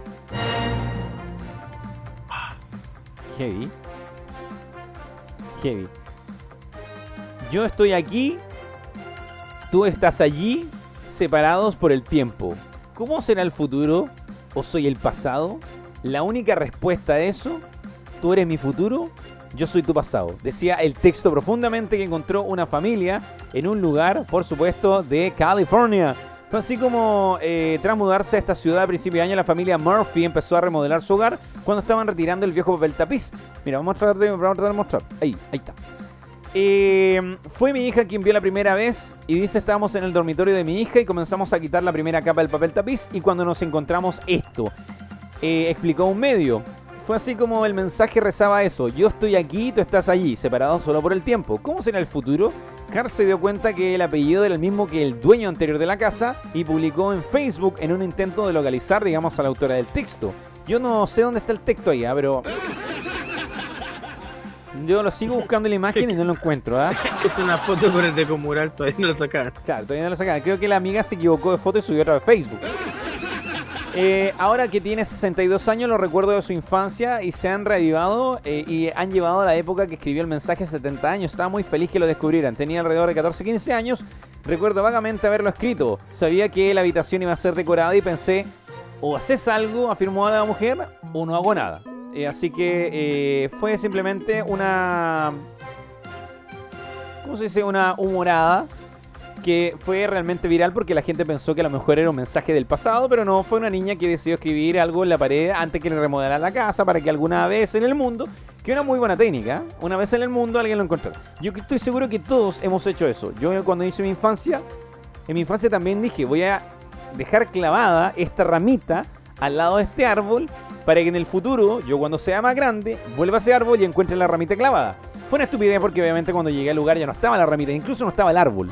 Speaker 2: Heavy. Heavy. Yo estoy aquí, tú estás allí, separados por el tiempo. ¿Cómo será el futuro o soy el pasado? La única respuesta a eso, tú eres mi futuro, yo soy tu pasado. Decía el texto profundamente que encontró una familia en un lugar, por supuesto, de California. Fue así como, eh, tras mudarse a esta ciudad a principio de año, la familia Murphy empezó a remodelar su hogar cuando estaban retirando el viejo papel tapiz. Mira, vamos a tratar de, vamos a tratar de mostrar. Ahí, ahí está. Eh, fue mi hija quien vio la primera vez y dice, estábamos en el dormitorio de mi hija y comenzamos a quitar la primera capa del papel tapiz y cuando nos encontramos esto, eh, explicó un medio. Fue así como el mensaje rezaba eso: yo estoy aquí, tú estás allí, separados solo por el tiempo. ¿Cómo será el futuro? Carl se dio cuenta que el apellido era el mismo que el dueño anterior de la casa y publicó en Facebook en un intento de localizar, digamos, a la autora del texto. Yo no sé dónde está el texto ahí, ¿eh? Pero yo lo sigo buscando en la imagen y no lo encuentro, ¿ah? ¿eh?
Speaker 3: Es una foto con el decomural, todavía no lo sacaron.
Speaker 2: Claro, todavía no lo sacaron. Creo que la amiga se equivocó de foto y subió otra vez a Facebook. Eh, ahora que tiene sesenta y dos años, los recuerdos de su infancia y se han reavivado eh, y han llevado a la época que escribió el mensaje setenta años. Estaba muy feliz que lo descubrieran. Tenía alrededor de catorce, quince años. Recuerdo vagamente haberlo escrito. Sabía que la habitación iba a ser decorada y pensé, o haces algo, afirmó a la mujer, o no hago nada. Eh, así que eh, fue simplemente una... ¿Cómo se dice? Una humorada que fue realmente viral porque la gente pensó que a lo mejor era un mensaje del pasado, pero no, fue una niña que decidió escribir algo en la pared antes que le remodelara la casa para que alguna vez en el mundo, que es una muy buena técnica, una vez en el mundo alguien lo encontrara. Yo estoy seguro que todos hemos hecho eso. Yo cuando hice mi infancia, en mi infancia también dije, voy a dejar clavada esta ramita al lado de este árbol para que en el futuro, yo cuando sea más grande, vuelva a ese árbol y encuentre la ramita clavada. Fue una estupidez porque obviamente cuando llegué al lugar ya no estaba la ramita, incluso no estaba el árbol.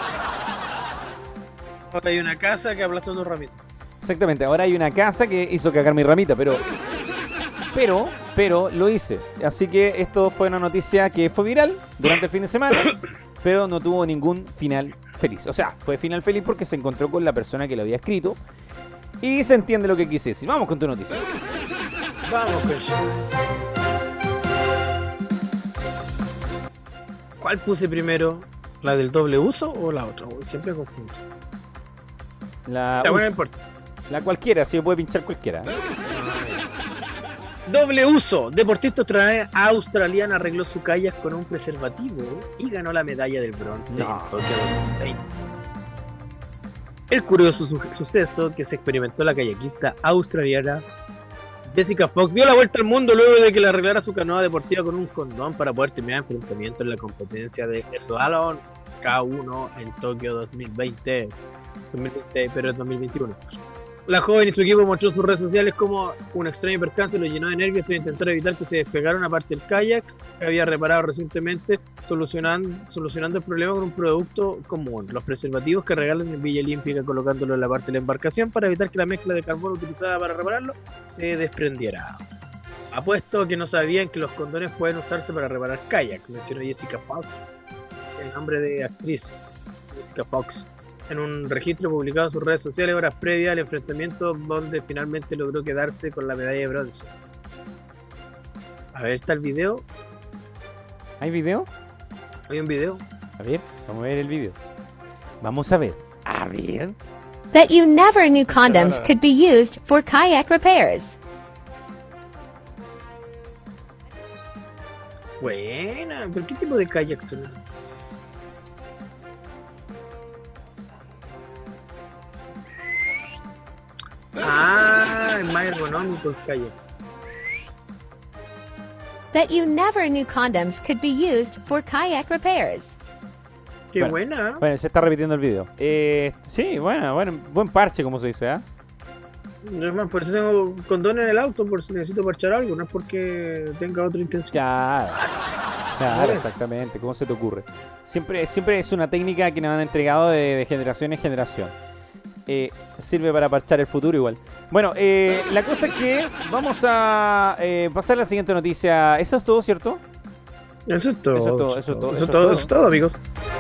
Speaker 3: Ahora hay una casa que aplastó tu ramita.
Speaker 2: Exactamente, ahora hay una casa que hizo cagar mi ramita, pero... Pero, pero lo hice. Así que esto fue una noticia que fue viral durante el fin de semana, pero no tuvo ningún final feliz. O sea, fue final feliz porque se encontró con la persona que lo había escrito y se entiende lo que quise decir. Vamos con tu noticia.
Speaker 3: Vamos con eso. ¿Cuál puse primero? ¿La del doble uso o la otra? Siempre confundo.
Speaker 2: La,
Speaker 3: Ya, bueno,
Speaker 2: uy,
Speaker 3: no importa.
Speaker 2: la cualquiera, si puede pinchar cualquiera.
Speaker 3: Doble uso. Deportista australiana, australiana arregló su kayak con un preservativo y ganó la medalla del bronce
Speaker 2: No.
Speaker 3: en Tokio dos mil veinte. El curioso su suceso que se experimentó la kayakista australiana Jessica Fox dio la vuelta al mundo luego de que le arreglara su canoa deportiva con un condón para poder terminar enfrentamiento en la competencia de slalom K uno en Tokio dos mil veinte, dos mil veinte pero es dos mil veintiuno. La joven y su equipo mostró en sus redes sociales como un extraño percance lo llenó de nervios tras intentar evitar que se despegara una parte del kayak que había reparado recientemente, solucionando, solucionando el problema con un producto común, los preservativos que regalan en Villa Olímpica, colocándolo en la parte de la embarcación para evitar que la mezcla de carbono utilizada para repararlo se desprendiera. Apuesto que no sabían que los condones pueden usarse para reparar kayak, mencionó Jessica Fox, el nombre de actriz Jessica Fox, en un registro publicado en sus redes sociales horas previas al enfrentamiento donde finalmente logró quedarse con la medalla de bronce. A ver, ¿está el video?
Speaker 2: ¿Hay video?
Speaker 3: ¿Hay un video?
Speaker 2: A ver, vamos a ver el video. Vamos a ver. A ver.
Speaker 5: That you never knew condoms could be used for kayak repairs.
Speaker 3: Buena, ¿pero qué tipo de kayak son esos? Ah, es más ergonómico el kayak.
Speaker 5: That you never knew condoms could be used for kayak repairs.
Speaker 3: Qué
Speaker 2: Bueno.
Speaker 3: buena.
Speaker 2: Bueno, se está repitiendo el video. Eh, sí, bueno, bueno, buen parche, como se dice, ¿ah?
Speaker 3: Yo más, por eso tengo condón en el auto, por si necesito parchar algo, no es porque tenga otra intención.
Speaker 2: Claro, claro, exactamente. ¿Cómo se te ocurre? Siempre, siempre es una técnica que nos han entregado de, de generación en generación. Eh, sirve para parchar el futuro igual. Bueno, eh, la cosa es que vamos a eh, pasar a la siguiente noticia. Eso es todo, ¿cierto?
Speaker 3: Eso es todo.
Speaker 2: Eso es todo, eso es todo,
Speaker 3: Eso
Speaker 2: eso
Speaker 3: es todo, eso es todo, amigos.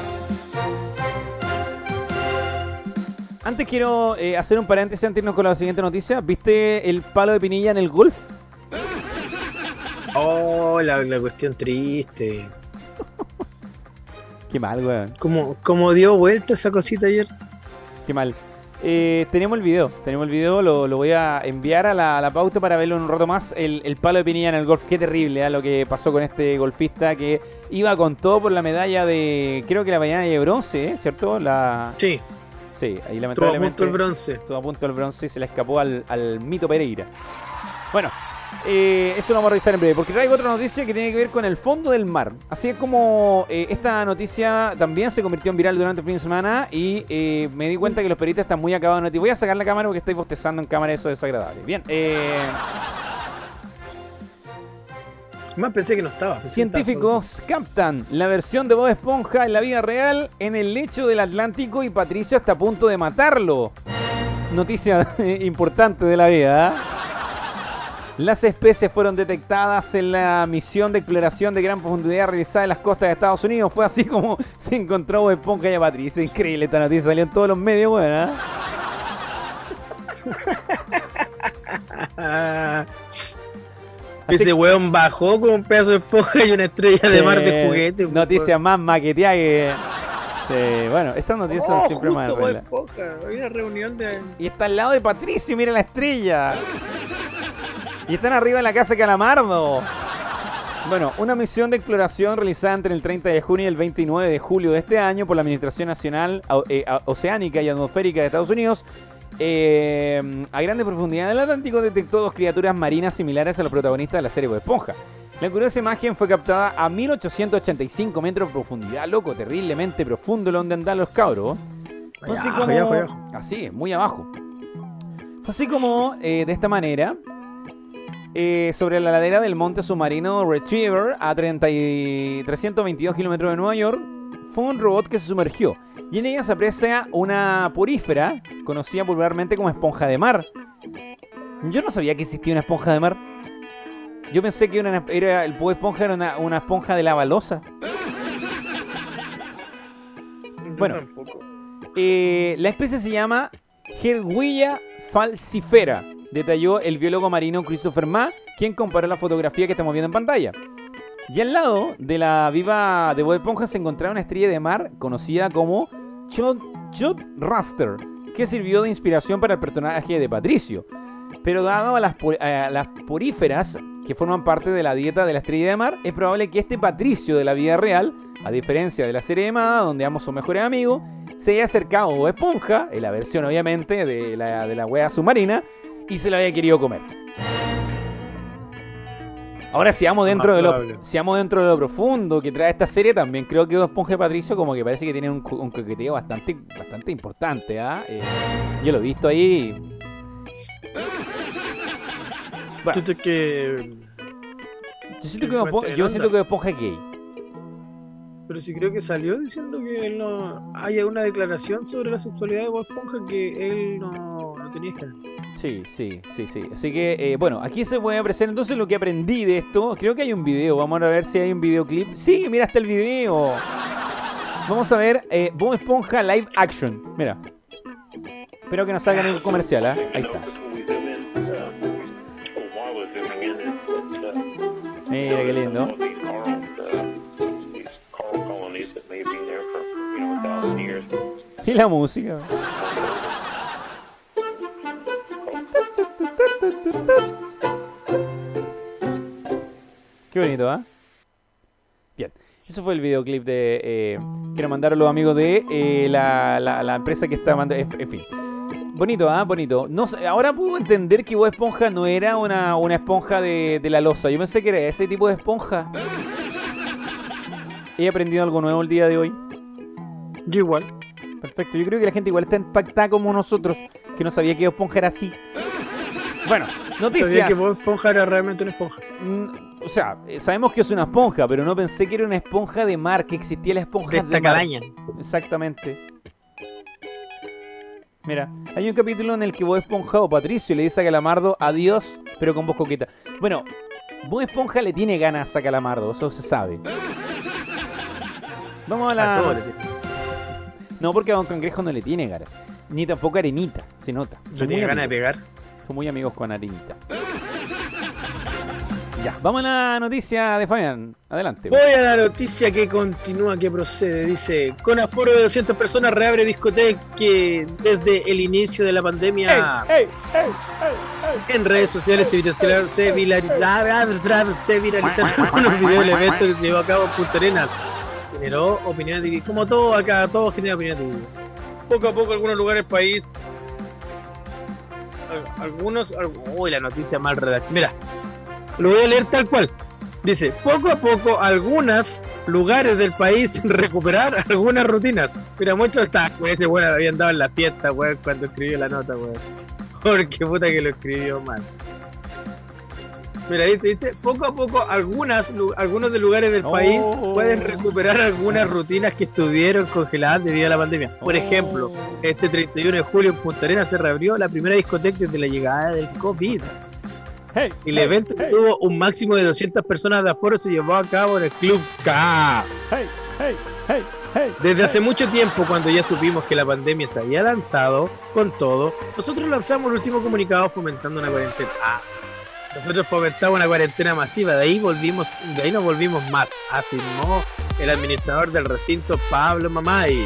Speaker 2: Antes quiero eh, hacer un paréntesis antes de irnos con la siguiente noticia. ¿Viste el palo de Pinilla en el golf?
Speaker 3: Oh, la, la cuestión triste.
Speaker 2: Qué mal, weón.
Speaker 3: Como, como dio vuelta esa cosita ayer.
Speaker 2: Qué mal. Eh, tenemos el video, tenemos el video, lo, lo voy a enviar a la, a la pauta para verlo en un rato más. El, el palo de Pinilla en el golf, qué terrible ¿eh? Lo que pasó con este golfista que iba con todo por la medalla de, creo que la medalla de bronce, ¿eh? ¿Cierto? La...
Speaker 3: Sí.
Speaker 2: Sí, ahí
Speaker 3: Estuvo a
Speaker 2: lamentablemente
Speaker 3: punto el bronce.
Speaker 2: estuvo a punto el bronce y se le escapó al, al Mito Pereira. Bueno, eh, eso lo vamos a revisar en breve, porque traigo otra noticia que tiene que ver con el fondo del mar. Así es como eh, esta noticia también se convirtió en viral durante el fin de semana y eh, me di cuenta que los periodistas están muy acabados. En voy a sacar la cámara porque estoy bostezando en cámara, eso es desagradable. Bien, eh...
Speaker 3: Más pensé que no estaba.
Speaker 2: científicos captan la versión de Bob Esponja en la vida real en el lecho del Atlántico y Patricio está a punto de matarlo. Noticia importante de la vida, ¿eh? Las especies fueron detectadas en la misión de exploración de gran profundidad realizada en las costas de Estados Unidos. Fue así como se encontró Bob Esponja y a Patricio. Increíble, esta noticia salió en todos los medios, bueno, ¿eh?
Speaker 3: Ese
Speaker 2: Así...
Speaker 3: weón bajó con un pedazo de esponja y una estrella de
Speaker 2: Sí,
Speaker 3: mar de juguete.
Speaker 2: Noticia más maqueteada que... Sí, bueno, estas noticias son
Speaker 3: Oh,
Speaker 2: siempre más
Speaker 3: justo,
Speaker 2: reglas.
Speaker 3: Bob Esponja. Había una reunión de...
Speaker 2: Y está al lado de Patricio, mira la estrella. Y están arriba en la casa Calamardo. Bueno, una misión de exploración realizada entre el treinta de junio y el veintinueve de julio de este año por la Administración Nacional eh, Oceánica y Atmosférica de Estados Unidos. Eh, a grande profundidad del Atlántico detectó dos criaturas marinas similares a los protagonistas de la serie Bob Esponja. La curiosa imagen fue captada a mil ochocientos ochenta y cinco metros de profundidad, loco, terriblemente profundo donde andan los cabros. Fue así como...
Speaker 3: Allá, allá, allá.
Speaker 2: Así, muy abajo. Fue así como, eh, de esta manera, eh, sobre la ladera del monte submarino Retriever, a treinta y trescientos veintidós kilómetros de Nueva York, fue un robot que se sumergió. Y en ella se aprecia una porífera, conocida popularmente como esponja de mar. Yo no sabía que existía una esponja de mar. Yo pensé que una, era, el Bob Esponja era una, una esponja de lava losa. Bueno, eh, la especie se llama Herwilla falcifera, detalló el biólogo marino Christopher Ma, quien comparó la fotografía que estamos viendo en pantalla. Y al lado de la viva de Bob Esponja se encontraba una estrella de mar conocida como Chod Chod Raster, que sirvió de inspiración para el personaje de Patricio. Pero dado a las, a las poríferas que forman parte de la dieta de la estrella de mar, es probable que este Patricio de la vida real, a diferencia de la serie animada, donde ambos son mejores amigos, se haya acercado a Bob Esponja, en la versión obviamente de la, de la wea submarina, y se lo haya querido comer. Ahora, si vamos dentro de lo, si vamos dentro de lo profundo que trae esta serie, también creo que Bob Esponja y Patricio como que parece que tienen un, un coqueteo bastante, bastante importante, ¿ah? ¿eh? Eh, yo lo he visto ahí. Bueno,
Speaker 3: Yo que...
Speaker 2: yo siento que Bob Esponja, yo siento que Bob Esponja es gay.
Speaker 3: Pero sí creo que salió diciendo que él no... Hay una declaración sobre la sexualidad de Bob Esponja que él no, no tenía género.
Speaker 2: Sí, sí, sí, sí. Así que, eh, bueno, aquí se puede apreciar entonces lo que aprendí de esto. Creo que hay un video, vamos a ver si hay un videoclip. Sí, mira, está el video. Vamos a ver eh, Bob Esponja Live Action. Mira. Espero que no salga ningún comercial, ¿eh? Ahí está. Mira qué lindo. Y la música. Qué bonito, ¿ah? ¿eh? Bien, eso fue el videoclip de eh, que nos mandaron los amigos de eh, la, la, la empresa que está mandando. En fin, bonito, ¿ah? ¿eh? Bonito. No sé, ahora puedo entender que Bob Esponja no era una, una esponja de, de la losa. Yo pensé que era ese tipo de esponja. He aprendido algo nuevo el día de hoy.
Speaker 3: Yo igual.
Speaker 2: Perfecto, yo creo que la gente igual está impactada como nosotros, que no sabía que Bob Esponja era así. Bueno,
Speaker 3: Sabía
Speaker 2: noticias.
Speaker 3: que Bob Esponja era realmente una esponja.
Speaker 2: Mm, O sea, eh, sabemos que es una esponja, pero no pensé que era una esponja de mar, que existía la esponja
Speaker 3: De
Speaker 2: de,
Speaker 3: esta
Speaker 2: mar.
Speaker 3: calaña.
Speaker 2: Exactamente. Mira, hay un capítulo en el que Bob Esponja o Patricio le dice a Calamardo adiós, pero con voz coqueta. Bueno, Bob Esponja le tiene ganas a Calamardo, eso se sabe. Vamos a
Speaker 3: A todo
Speaker 2: la...
Speaker 3: le tiene.
Speaker 2: No, porque a Don Cangrejo no le tiene ganas. Ni tampoco a Arenita, se nota.
Speaker 3: ¿No
Speaker 2: Son
Speaker 3: tiene
Speaker 2: muy
Speaker 3: ganas de
Speaker 2: amigos.
Speaker 3: pegar?
Speaker 2: Son muy amigos con Arenita. Ya, vamos a la noticia de Fabián. Adelante.
Speaker 3: Voy a la noticia que continúa, que procede. Dice, con aforo de doscientas personas reabre discoteca que desde el inicio de la pandemia
Speaker 2: ¡Ey, ey, ey!
Speaker 3: en redes sociales se viralizaron, se viralizaron, se viralizaron unos videos del evento que se llevó a cabo en Punta Arenas. Generó opiniones divididas. Como todo acá, todo genera opiniones divididas. Poco a poco algunos lugares del país, al- algunos, al- uy, la noticia mal redactada. Mira, lo voy a leer tal cual. Dice, poco a poco algunos lugares del país recuperar algunas rutinas. Mira, mucho está, güey, ese weón había andado en la fiesta, weón, cuando escribió la nota, weón. Porque puta que lo escribió mal. Mira, viste, viste, poco a poco algunas, lu- algunos de lugares del
Speaker 2: Oh.
Speaker 3: país pueden recuperar algunas rutinas que estuvieron congeladas debido a la pandemia. Por
Speaker 2: Oh.
Speaker 3: ejemplo, este treinta y uno de julio en Punta Arenas se reabrió la primera discoteca desde la llegada del COVID.
Speaker 2: Hey,
Speaker 3: El
Speaker 2: hey,
Speaker 3: evento que
Speaker 2: hey,
Speaker 3: tuvo un máximo de doscientas personas de aforo se llevó a cabo en el Club K.
Speaker 2: hey, hey, hey, hey.
Speaker 3: Desde hace mucho tiempo, cuando ya supimos que la pandemia se había lanzado con todo, nosotros lanzamos el último comunicado fomentando una cuarentena. Ah, nosotros fomentamos una cuarentena masiva, de ahí volvimos, de ahí no volvimos más, afirmó el administrador del recinto, Pablo Mamay.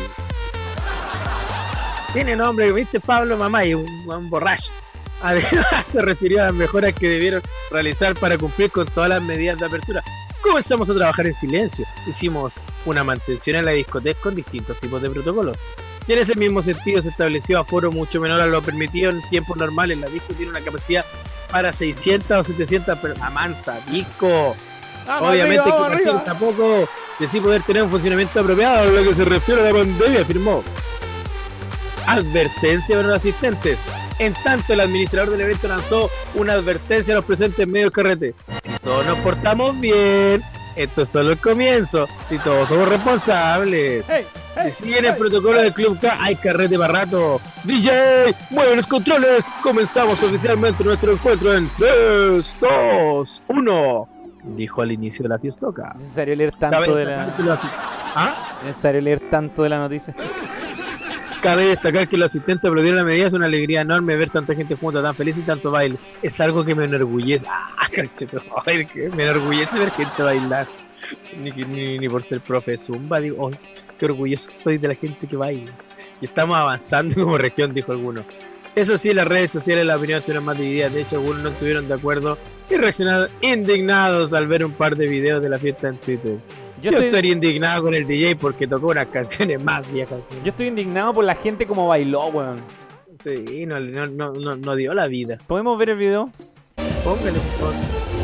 Speaker 3: Tiene nombre, ¿viste? Pablo Mamay, un, un borracho. Además, se refirió a las mejoras que debieron realizar para cumplir con todas las medidas de apertura. Comenzamos a trabajar en silencio. Hicimos una mantención en la discoteca con distintos tipos de protocolos. Y en ese mismo sentido se estableció aforo mucho menor a lo permitido en tiempos normales. La disco tiene una capacidad para seiscientas o setecientas personas. Amansa, disco.
Speaker 2: Vamos
Speaker 3: Obviamente
Speaker 2: arriba,
Speaker 3: hay que
Speaker 2: vamos
Speaker 3: partir
Speaker 2: arriba.
Speaker 3: tampoco de sí poder tener un funcionamiento apropiado a lo que se refiere a la pandemia, afirmó. Advertencia para los asistentes. En tanto, el administrador del evento lanzó una advertencia a los presentes en medio del carrete. Si todos nos portamos bien, esto es solo el comienzo. Si todos somos responsables.
Speaker 2: Hey, hey,
Speaker 3: Si siguen el
Speaker 2: hey.
Speaker 3: protocolo del Club K, hay carrete para rato. D J, mueve los controles. Comenzamos oficialmente nuestro encuentro en tres, dos, uno. Dijo al inicio de la fiestoca.
Speaker 2: ¿Es necesario leer
Speaker 3: Cabe
Speaker 2: tanto de la...
Speaker 3: destacar que los asi- ¿Ah?
Speaker 2: ¿Es necesario leer tanto de la noticia?
Speaker 3: Cabe destacar que los asistentes aplaudieron la medida. Es una alegría enorme ver tanta gente junta, tan feliz y tanto baile. Es algo que me enorgullece. Ah, concheto, ay, que me enorgullece ver gente bailar. Ni, que- ni, ni por ser profe de Zumba, digo, ay, qué orgulloso estoy de la gente que baila. Y estamos avanzando como región, dijo alguno. Eso sí, las redes sociales las opiniones estuvieron más divididas. De hecho, algunos no estuvieron de acuerdo y reaccionaron indignados al ver un par de videos de la fiesta en Twitter.
Speaker 2: Yo
Speaker 3: Yo,
Speaker 2: estoy,
Speaker 3: estaría indignado con el D J porque tocó unas canciones más viejas.
Speaker 2: yo estoy indignado por la gente como bailó, weón.
Speaker 3: Sí, no, no, no, no, no dio la vida.
Speaker 2: ¿Podemos ver el video?
Speaker 3: Póngale, por favor.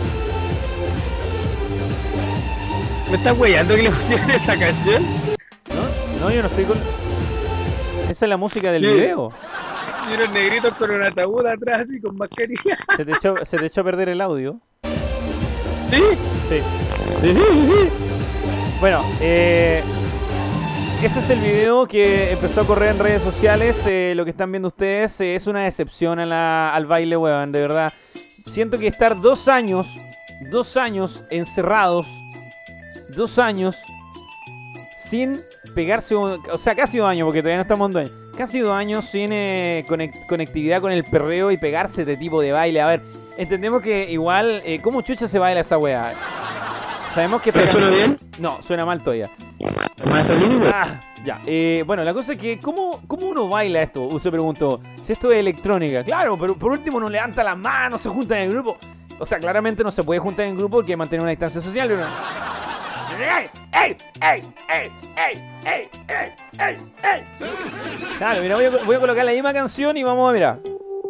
Speaker 3: ¿Me estás weyando que le pusieron esa canción?
Speaker 2: No, no, yo no estoy con... Esa es la música del
Speaker 3: Sí.
Speaker 2: video.
Speaker 3: Y unos negritos con un ataúd atrás y con mascarilla.
Speaker 2: Se te echó, se te echó a perder el audio.
Speaker 3: ¿Sí?
Speaker 2: Sí.
Speaker 3: Sí, sí, sí.
Speaker 2: Bueno, eh, ese es el video que empezó a correr en redes sociales. Eh, lo que están viendo ustedes eh, es una decepción a la- al baile, weón, de verdad. Siento que estar dos años, dos años encerrados, dos años sin pegarse, un- o sea, casi dos años, porque todavía no estamos en dos años. Casi dos años sin eh, conec- conectividad con el perreo y pegarse de tipo de baile. A ver, entendemos que igual, eh, ¿cómo chucha se baila esa weá? Sabemos que...
Speaker 3: ¿Pero
Speaker 2: pegan-
Speaker 3: suena bien?
Speaker 2: No, suena mal todavía.
Speaker 3: ¿Me va a salir?
Speaker 2: Ah, ya. Eh, bueno, la cosa es que, ¿cómo, ¿cómo uno baila esto? Uh, se preguntó. Si esto es electrónica. Claro, pero por último uno levanta las manos, se junta en el grupo. O sea, claramente no se puede juntar en grupo, hay que mantener una distancia social. Pero... ¡Ey! ¡Ey! ¡Ey! ¡Ey! ¡Ey! ¡Ey! ¡Ey! ¡Ey! ¡Ey! Claro, mira, voy a, voy a colocar la misma canción y vamos a mirar.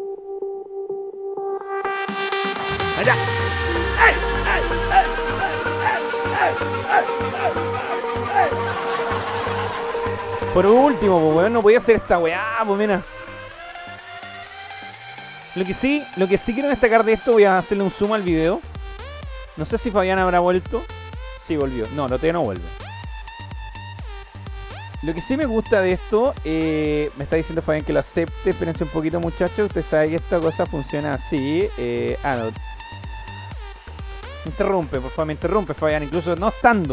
Speaker 2: Allá. ¡Ey! ¡Ey! ¡Ey! Por último, pues weón, no podía hacer esta weá, pues mira. Lo que sí, lo que sí quiero destacar de esto, voy a hacerle un zoom al video. No sé si Fabián habrá vuelto. Sí, volvió. No, no, todavía no vuelve. Lo que sí me gusta de esto, eh, me está diciendo Fabián que lo acepte. Espérense un poquito, muchachos. Usted sabe que esta cosa funciona así. Eh, ah, no. Me interrumpe, por favor, me interrumpe, Fabián, incluso no estando.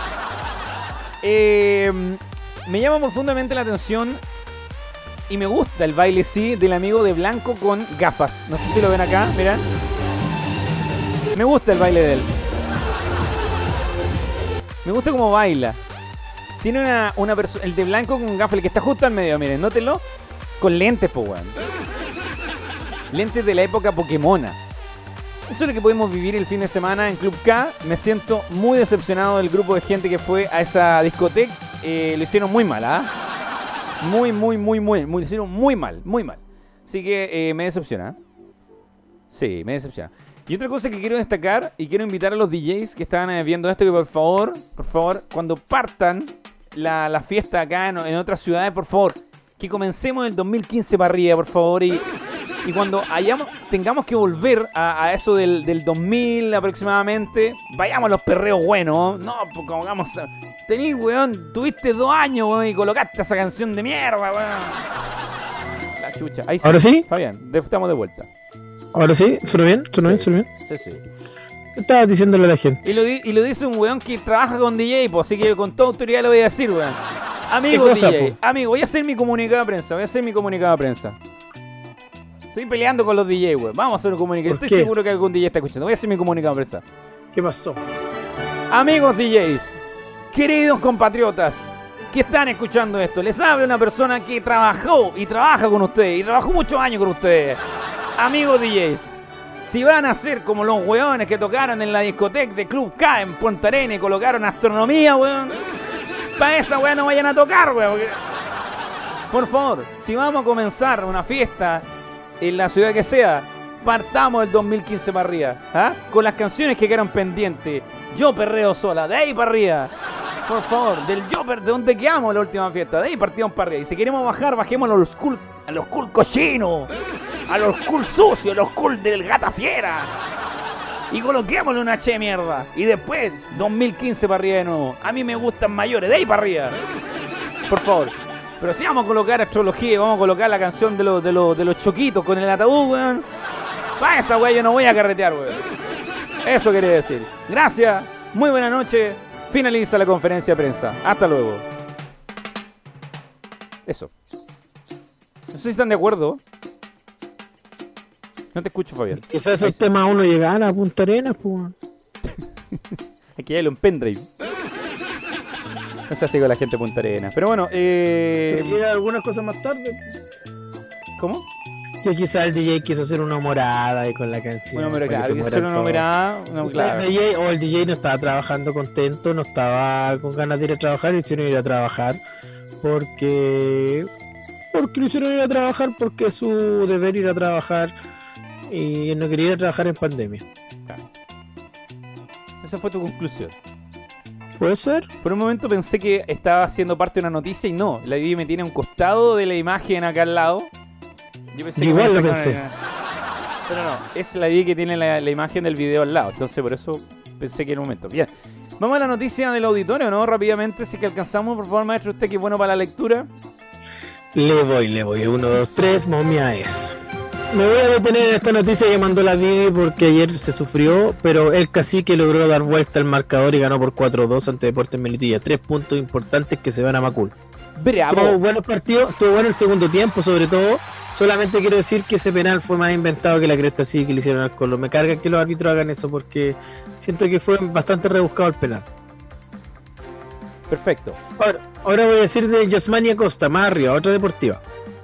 Speaker 2: Eh, me llama profundamente la atención y me gusta el baile, sí, del amigo de blanco con gafas. No sé si lo ven acá, miren. Me gusta el baile de él. Me gusta cómo baila. Tiene una, una persona, el de blanco con gafas, el que está justo al medio, miren, nótenlo. Con lentes, po, weón. Lentes de la época Pokémona. Eso es lo que pudimos vivir el fin de semana en Club K. Me siento muy decepcionado del grupo de gente que fue a esa discoteca. Eh, lo hicieron muy mal, ¿ah? ¿eh? Muy, muy, muy, muy, muy. Lo hicieron muy mal, muy mal. Así que eh, me decepciona. Sí, me decepciona. Y otra cosa que quiero destacar y quiero invitar a los D Js que estaban eh, viendo esto, que por favor, por favor, cuando partan la, la fiesta acá en, en otras ciudades, por favor, que comencemos el dos mil quince para arriba, por favor, y... Y cuando hayamos, tengamos que volver a, a eso del, del dos mil aproximadamente, vayamos a los perreos buenos. No, porque vamos a... Tenís, weón, tuviste dos años, weón, y colocaste esa canción de mierda, weón. La chucha. Ahí sí.
Speaker 3: ¿Ahora sí?
Speaker 2: Fabián, de, estamos de vuelta.
Speaker 3: ¿Ahora sí? ¿Suena bien? ¿Suena
Speaker 2: sí.
Speaker 3: bien? ¿Suena bien?
Speaker 2: Sí, sí.
Speaker 3: ¿Qué estabas diciéndole a la gente?
Speaker 2: Y lo, di, y lo dice un weón que trabaja con D J, pues, así que con toda autoridad lo voy a decir, weón. Amigo
Speaker 3: cosa,
Speaker 2: D J,
Speaker 3: po?
Speaker 2: amigo, voy a hacer mi comunicado de prensa, voy a hacer mi comunicado de prensa. Estoy peleando con los D J, güey. Vamos a hacer un comunicado. Estoy
Speaker 3: qué?
Speaker 2: seguro que algún D J está escuchando. Voy a hacer mi comunicado de prensa.
Speaker 3: ¿Qué pasó?
Speaker 2: Amigos D Js, queridos compatriotas que están escuchando esto, les habla una persona que trabajó y trabaja con ustedes y trabajó muchos años con ustedes. Amigos D Js, si van a ser como los weones que tocaron en la discoteca de Club K en Punta Arenas y colocaron astronomía, weón, para esa weón no vayan a tocar, weón. Porque... Por favor, si vamos a comenzar una fiesta en la ciudad que sea, partamos el dos mil quince para arriba, ¿ah? Con las canciones que quedaron pendientes. Yo perreo sola, de ahí para arriba. Por favor, del yo per... de donde quedamos la última fiesta, de ahí partimos para arriba. Y si queremos bajar, bajemos a los cool, a los cool cochinos, a los cool sucios, a los cool del gata fiera. Y coloquémosle una che mierda. Y después, dos mil quince para arriba de nuevo. A mí me gustan mayores, de ahí para arriba. Por favor. Pero si vamos a colocar astrología, vamos a colocar la canción de los, de los, de los choquitos con el ataúd, weón. Para esa weón yo no voy a carretear, weón. Eso quería decir. Gracias, muy buena noche. Finaliza la conferencia de prensa. Hasta luego. Eso. No sé si están de acuerdo. No te escucho, Fabián.
Speaker 3: Quizás esos temas uno llegar a Punta Arenas, pues.
Speaker 2: Hay que llevarlo en pendrive. No sé si con la gente de Punta Arenas. Pero bueno, eh...
Speaker 3: Pero llega algunas cosas más tarde.
Speaker 2: ¿Cómo?
Speaker 3: Que quizás el D J quiso hacer una morada y con la canción.
Speaker 2: Bueno, pero
Speaker 3: para
Speaker 2: claro,
Speaker 3: que
Speaker 2: que
Speaker 3: se
Speaker 2: hacer
Speaker 3: mueran
Speaker 2: una
Speaker 3: todos.
Speaker 2: mirada. No,
Speaker 3: Quizás
Speaker 2: claro.
Speaker 3: el D J, o el D J no estaba trabajando contento, no estaba con ganas de ir a trabajar y hicieron ir a trabajar porque porque lo hicieron ir a trabajar porque es su deber ir a trabajar y no quería ir a trabajar en pandemia.
Speaker 2: Claro. Esa fue tu conclusión.
Speaker 3: ¿Puede ser?
Speaker 2: Por un momento pensé que estaba siendo parte de una noticia y no. La vi me tiene a un costado de la imagen acá al lado. Yo pensé
Speaker 3: Igual
Speaker 2: que
Speaker 3: lo
Speaker 2: me-
Speaker 3: pensé.
Speaker 2: Pero no, es la vi que tiene la, la imagen del video al lado. Entonces por eso pensé que era un momento. Bien. Vamos a la noticia del auditorio, ¿no? Rápidamente, si que alcanzamos, por favor, maestro, usted que es bueno para la lectura.
Speaker 3: Le voy, le voy. Uno, dos, tres, momia es. Me voy a detener en esta noticia que mandó la Vivi porque ayer se sufrió, pero el cacique logró dar vuelta al marcador y ganó por cuatro dos ante Deportes Melipilla. Tres puntos importantes que se van a Macul. Tuvo
Speaker 2: Bravo.
Speaker 3: buenos partidos, estuvo bueno el segundo tiempo sobre todo. Solamente quiero decir que ese penal fue más inventado que la cresta así que le hicieron al Colo. Me carga que los árbitros hagan eso porque siento que fue bastante rebuscado el penal.
Speaker 2: Perfecto.
Speaker 3: Ahora, ahora voy a decir de Yasmania Costa, más arriba, otra deportiva.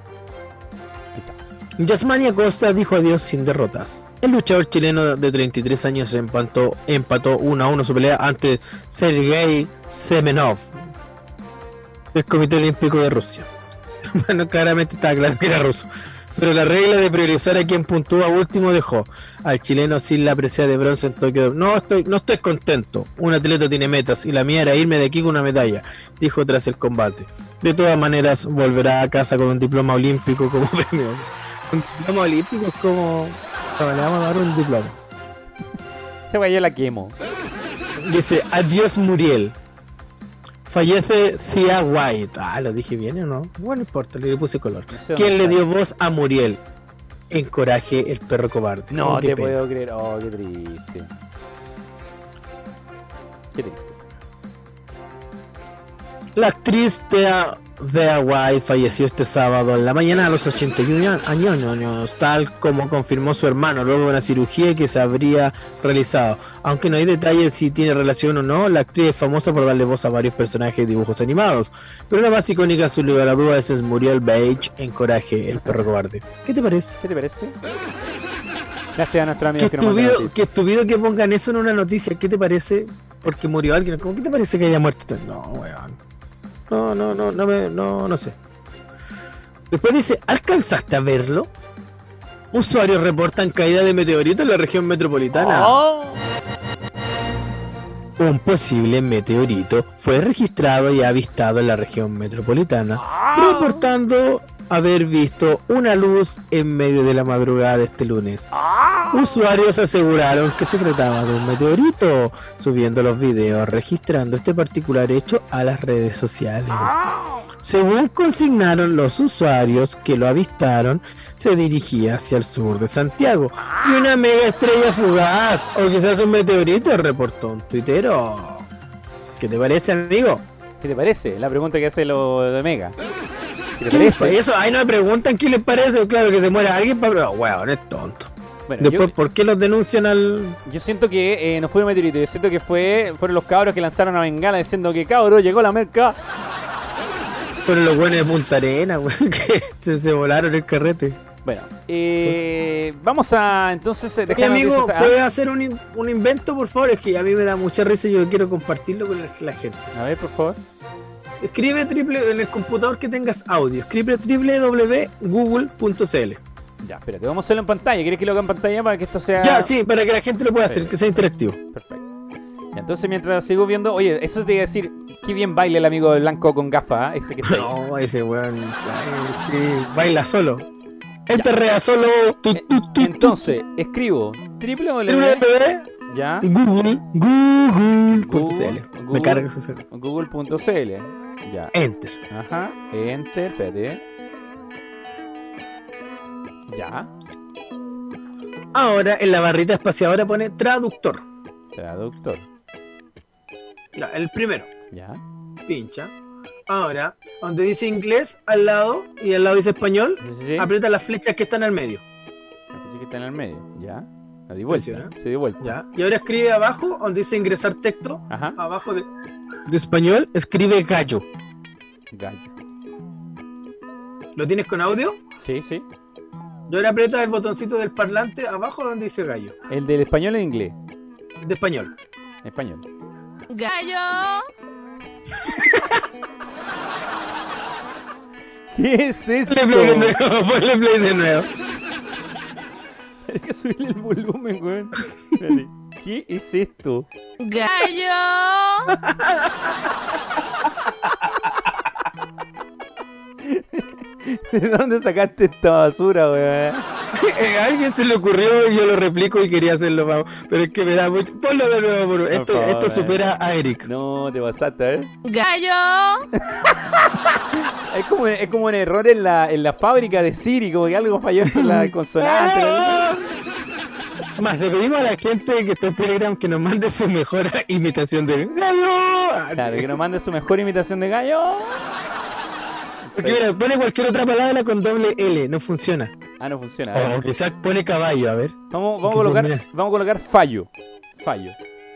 Speaker 3: Yasmania Costa dijo adiós sin derrotas. El luchador chileno de treinta y tres años empató, empató uno a uno su pelea ante Sergei Semenov del Comité Olímpico de Rusia. Bueno, claramente estaba claro que era ruso. Pero la regla de priorizar a quien puntúa último dejó al chileno sin la presea de bronce en Tokio. No estoy, no estoy contento. Un atleta tiene metas y la mía era irme de aquí con una medalla, dijo tras el combate. De todas maneras, volverá a casa con un diploma olímpico como premio. Un diploma olímpico es como... No, le vamos a dar un diploma.
Speaker 2: Esa weá yo la quemo.
Speaker 3: Dice, adiós Muriel. Fallece Thea White. Ah, ¿lo dije bien o no? Bueno, no importa, le puse color.
Speaker 2: No sé
Speaker 3: ¿Quién
Speaker 2: dónde
Speaker 3: le
Speaker 2: está.
Speaker 3: dio voz a Muriel? En Coraje, el perro cobarde.
Speaker 2: No
Speaker 3: Oh, qué
Speaker 2: te
Speaker 3: pena.
Speaker 2: puedo creer. Oh, qué triste. Qué triste.
Speaker 3: La actriz Thea, Thea White falleció este sábado en la mañana a los ochenta y uno años, tal como confirmó su hermano luego de una cirugía que se habría realizado. Aunque no hay detalles si tiene relación o no, la actriz es famosa por darle voz a varios personajes de dibujos animados. Pero la más icónica, sin lugar a dudas, es Muriel Beige en Coraje, el perro cobarde. ¿Qué te parece?
Speaker 2: ¿Qué te parece? Gracias a nuestro
Speaker 3: Que
Speaker 2: amigo que nos manda
Speaker 3: estúpido,
Speaker 2: noticias.
Speaker 3: que estúpido que pongan eso en una noticia. ¿Qué te parece? Porque murió alguien. ¿Cómo qué te parece que haya muerto? No, weón. No, no, no, no, me, no, no sé. Después dice, ¿alcanzaste a verlo? Usuarios reportan caída de meteorito en la región metropolitana.
Speaker 2: Oh.
Speaker 3: Un posible meteorito fue registrado y avistado en la región metropolitana, reportando haber visto una luz en medio de la madrugada de este lunes. Usuarios aseguraron que se trataba de un meteorito, subiendo los videos registrando este particular hecho a las redes sociales. Según consignaron los usuarios que lo avistaron, se dirigía hacia el sur de Santiago y una mega estrella fugaz, o quizás un meteorito, reportó un tuitero. ¿Qué te parece, amigo?
Speaker 2: ¿Qué te parece? La pregunta que hace lo de Mega. ¿Qué te
Speaker 3: ¿Qué les
Speaker 2: parece?
Speaker 3: Eso, ahí no me preguntan qué les parece. Claro que se muera alguien, pero weón, es tonto.
Speaker 2: Bueno,
Speaker 3: Después,
Speaker 2: yo,
Speaker 3: ¿por qué los denuncian al...?
Speaker 2: yo siento que eh, no fue un meteorito. Yo siento que fue fueron los cabros que lanzaron a bengala diciendo que cabro llegó la merca.
Speaker 3: Fueron los buenos de Punta Arena, weón, que se, se volaron el carrete.
Speaker 2: Bueno, eh, vamos a entonces eh,
Speaker 3: Oye,
Speaker 2: dejar
Speaker 3: amigo,
Speaker 2: noticias- ah,
Speaker 3: ¿puedes hacer un, in- un invento, por favor? Es que a mí me da mucha risa y yo quiero compartirlo con la, la gente.
Speaker 2: A ver, por favor.
Speaker 3: Escribe triple en el computador que tengas audio. Escribe doble u doble u doble u punto google punto c l.
Speaker 2: Ya, espérate, vamos a hacerlo en pantalla. ¿Quieres que lo haga en pantalla para que esto sea...?
Speaker 3: Ya, sí, para que la gente lo pueda hacer, que sea interactivo.
Speaker 2: Perfecto. Ya, entonces mientras sigo viendo... Oye, eso te iba a decir... Qué bien baila el amigo blanco con gafas, ¿eh? Ese que está ahí.
Speaker 3: No, ese weón, ay, sí, baila solo. Él perrea solo. Tu,
Speaker 2: Eh,
Speaker 3: tu, tu,
Speaker 2: Entonces, escribo triple
Speaker 3: doble u doble u doble u
Speaker 2: ya
Speaker 3: punto google punto c l.
Speaker 2: Google-
Speaker 3: Me carga eso.
Speaker 2: google punto c l. Ya.
Speaker 3: Enter.
Speaker 2: Ajá. Enter, espérate. Ya.
Speaker 3: Ahora en la barrita espaciadora pone traductor.
Speaker 2: Traductor.
Speaker 3: Ya, el primero.
Speaker 2: Ya.
Speaker 3: Pincha. Ahora, donde dice inglés al lado y al lado dice español,
Speaker 2: Sí, sí, sí.
Speaker 3: aprieta las flechas que están al medio.
Speaker 2: Aquí sí que está en el medio. Ya. La di vuelta.
Speaker 3: Presiona.
Speaker 2: Se dio vuelta.
Speaker 3: Ya. Y ahora escribe abajo, donde dice ingresar texto,
Speaker 2: Ajá.
Speaker 3: abajo de, de español, escribe gallo.
Speaker 2: Gallo.
Speaker 3: ¿Lo tienes con audio?
Speaker 2: Sí, sí.
Speaker 3: Y ahora aprieta el botoncito del parlante abajo donde dice gallo.
Speaker 2: El del español en inglés.
Speaker 3: De español.
Speaker 2: Español.
Speaker 5: Gallo.
Speaker 2: ¿Qué es esto?
Speaker 3: Ponle play de nuevo, ponle play de nuevo.
Speaker 2: Hay que subirle el volumen, weón. Espérate. ¿Qué es esto?
Speaker 5: Gallo.
Speaker 2: ¿De dónde sacaste esta basura, weón?
Speaker 3: Eh, a alguien se le ocurrió y yo lo replico y quería hacerlo, vamos. Pero es que me da mucho. Ponlo de nuevo, por favor. Esto,
Speaker 2: favor,
Speaker 3: esto
Speaker 2: eh.
Speaker 3: supera a Eric.
Speaker 2: No, te pasaste, ¿eh?
Speaker 5: Gallo.
Speaker 2: Es como, es como un error en la, en la fábrica de Siri, como que algo falló en la consonante.
Speaker 3: ¡Ah! Más, le pedimos a la gente que está en Telegram que nos mande su mejor imitación de gallo.
Speaker 2: Claro, que nos mande su mejor imitación de gallo.
Speaker 3: Porque mira, pone cualquier otra palabra con doble L, no funciona.
Speaker 2: Ah, no funciona. a ver.
Speaker 3: O quizás pone caballo, a ver.
Speaker 2: Vamos, vamos, a
Speaker 3: ¿Qué
Speaker 2: colocar,
Speaker 3: terminas?
Speaker 2: vamos a colocar fallo. Fallo.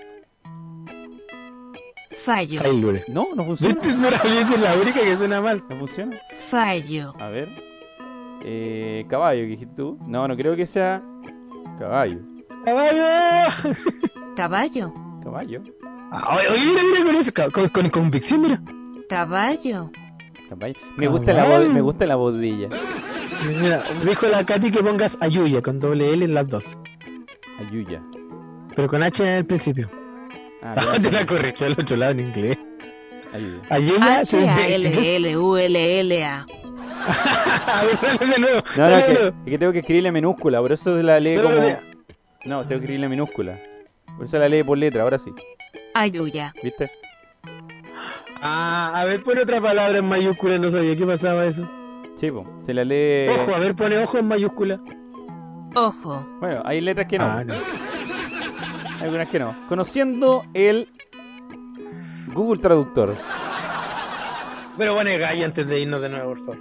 Speaker 5: Fallo.
Speaker 3: Failure.
Speaker 2: No, no funciona.
Speaker 3: ¿Viste? Es la única que suena mal.
Speaker 2: No funciona.
Speaker 5: Fallo.
Speaker 2: A ver. Eh, caballo, que dijiste tú. No, no creo que sea caballo.
Speaker 3: ¡Caballo!
Speaker 5: Caballo.
Speaker 2: Caballo.
Speaker 3: Ah, oye, oye, mira, mira con eso, con, con convicción, mira.
Speaker 5: Caballo.
Speaker 2: Caballo. Me gusta la voz, me gusta la voz de ella.
Speaker 3: Mira, dijo la Katy que pongas Ayuya con doble L en las dos.
Speaker 2: Ayuya.
Speaker 3: Pero con H en el principio.
Speaker 2: Ah,
Speaker 3: Ah,
Speaker 2: pero-
Speaker 3: te la corrigió al otro lado en inglés.
Speaker 2: Ayuya.
Speaker 3: Ayuya se
Speaker 5: H A
Speaker 3: dice.
Speaker 5: L L U L L A.
Speaker 3: A ver, dale de nuevo.
Speaker 2: No, no,
Speaker 3: dale
Speaker 2: es
Speaker 3: de
Speaker 2: que,
Speaker 3: nuevo.
Speaker 2: es que tengo que escribirle minúscula, por eso la lee
Speaker 3: Pero,
Speaker 2: como...
Speaker 3: pero,
Speaker 2: No, tengo que escribirle minúscula. Por eso la lee por letra, ahora sí.
Speaker 6: Ayuya.
Speaker 2: ¿Viste?
Speaker 3: Ah, a ver, pone otra palabra en mayúscula, no sabía qué pasaba eso.
Speaker 2: Sí, po, se la lee...
Speaker 3: Ojo, a ver, pone ojo en mayúscula.
Speaker 6: Ojo.
Speaker 2: Bueno, hay letras que no.
Speaker 3: Ah, no.
Speaker 2: Hay algunas que no. Conociendo el Google Traductor.
Speaker 3: Pero pone gallo antes de irnos de nuevo, por favor.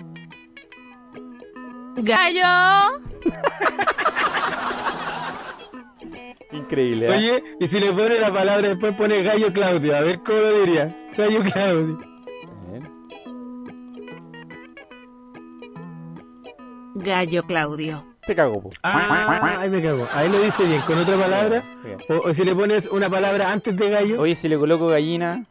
Speaker 6: Gallo.
Speaker 2: Increíble, ¿eh?
Speaker 3: Oye, y si le pone la palabra después pone gallo Claudio, a ver cómo lo diría. Gallo Claudio.
Speaker 2: A ver.
Speaker 6: Gallo Claudio.
Speaker 2: Te cago, po.
Speaker 3: Ah, ahí me cago. Ahí lo dice bien, con otra palabra.
Speaker 2: Bien.
Speaker 3: O, o si le pones una palabra antes de gallo.
Speaker 2: Oye, si le coloco gallina.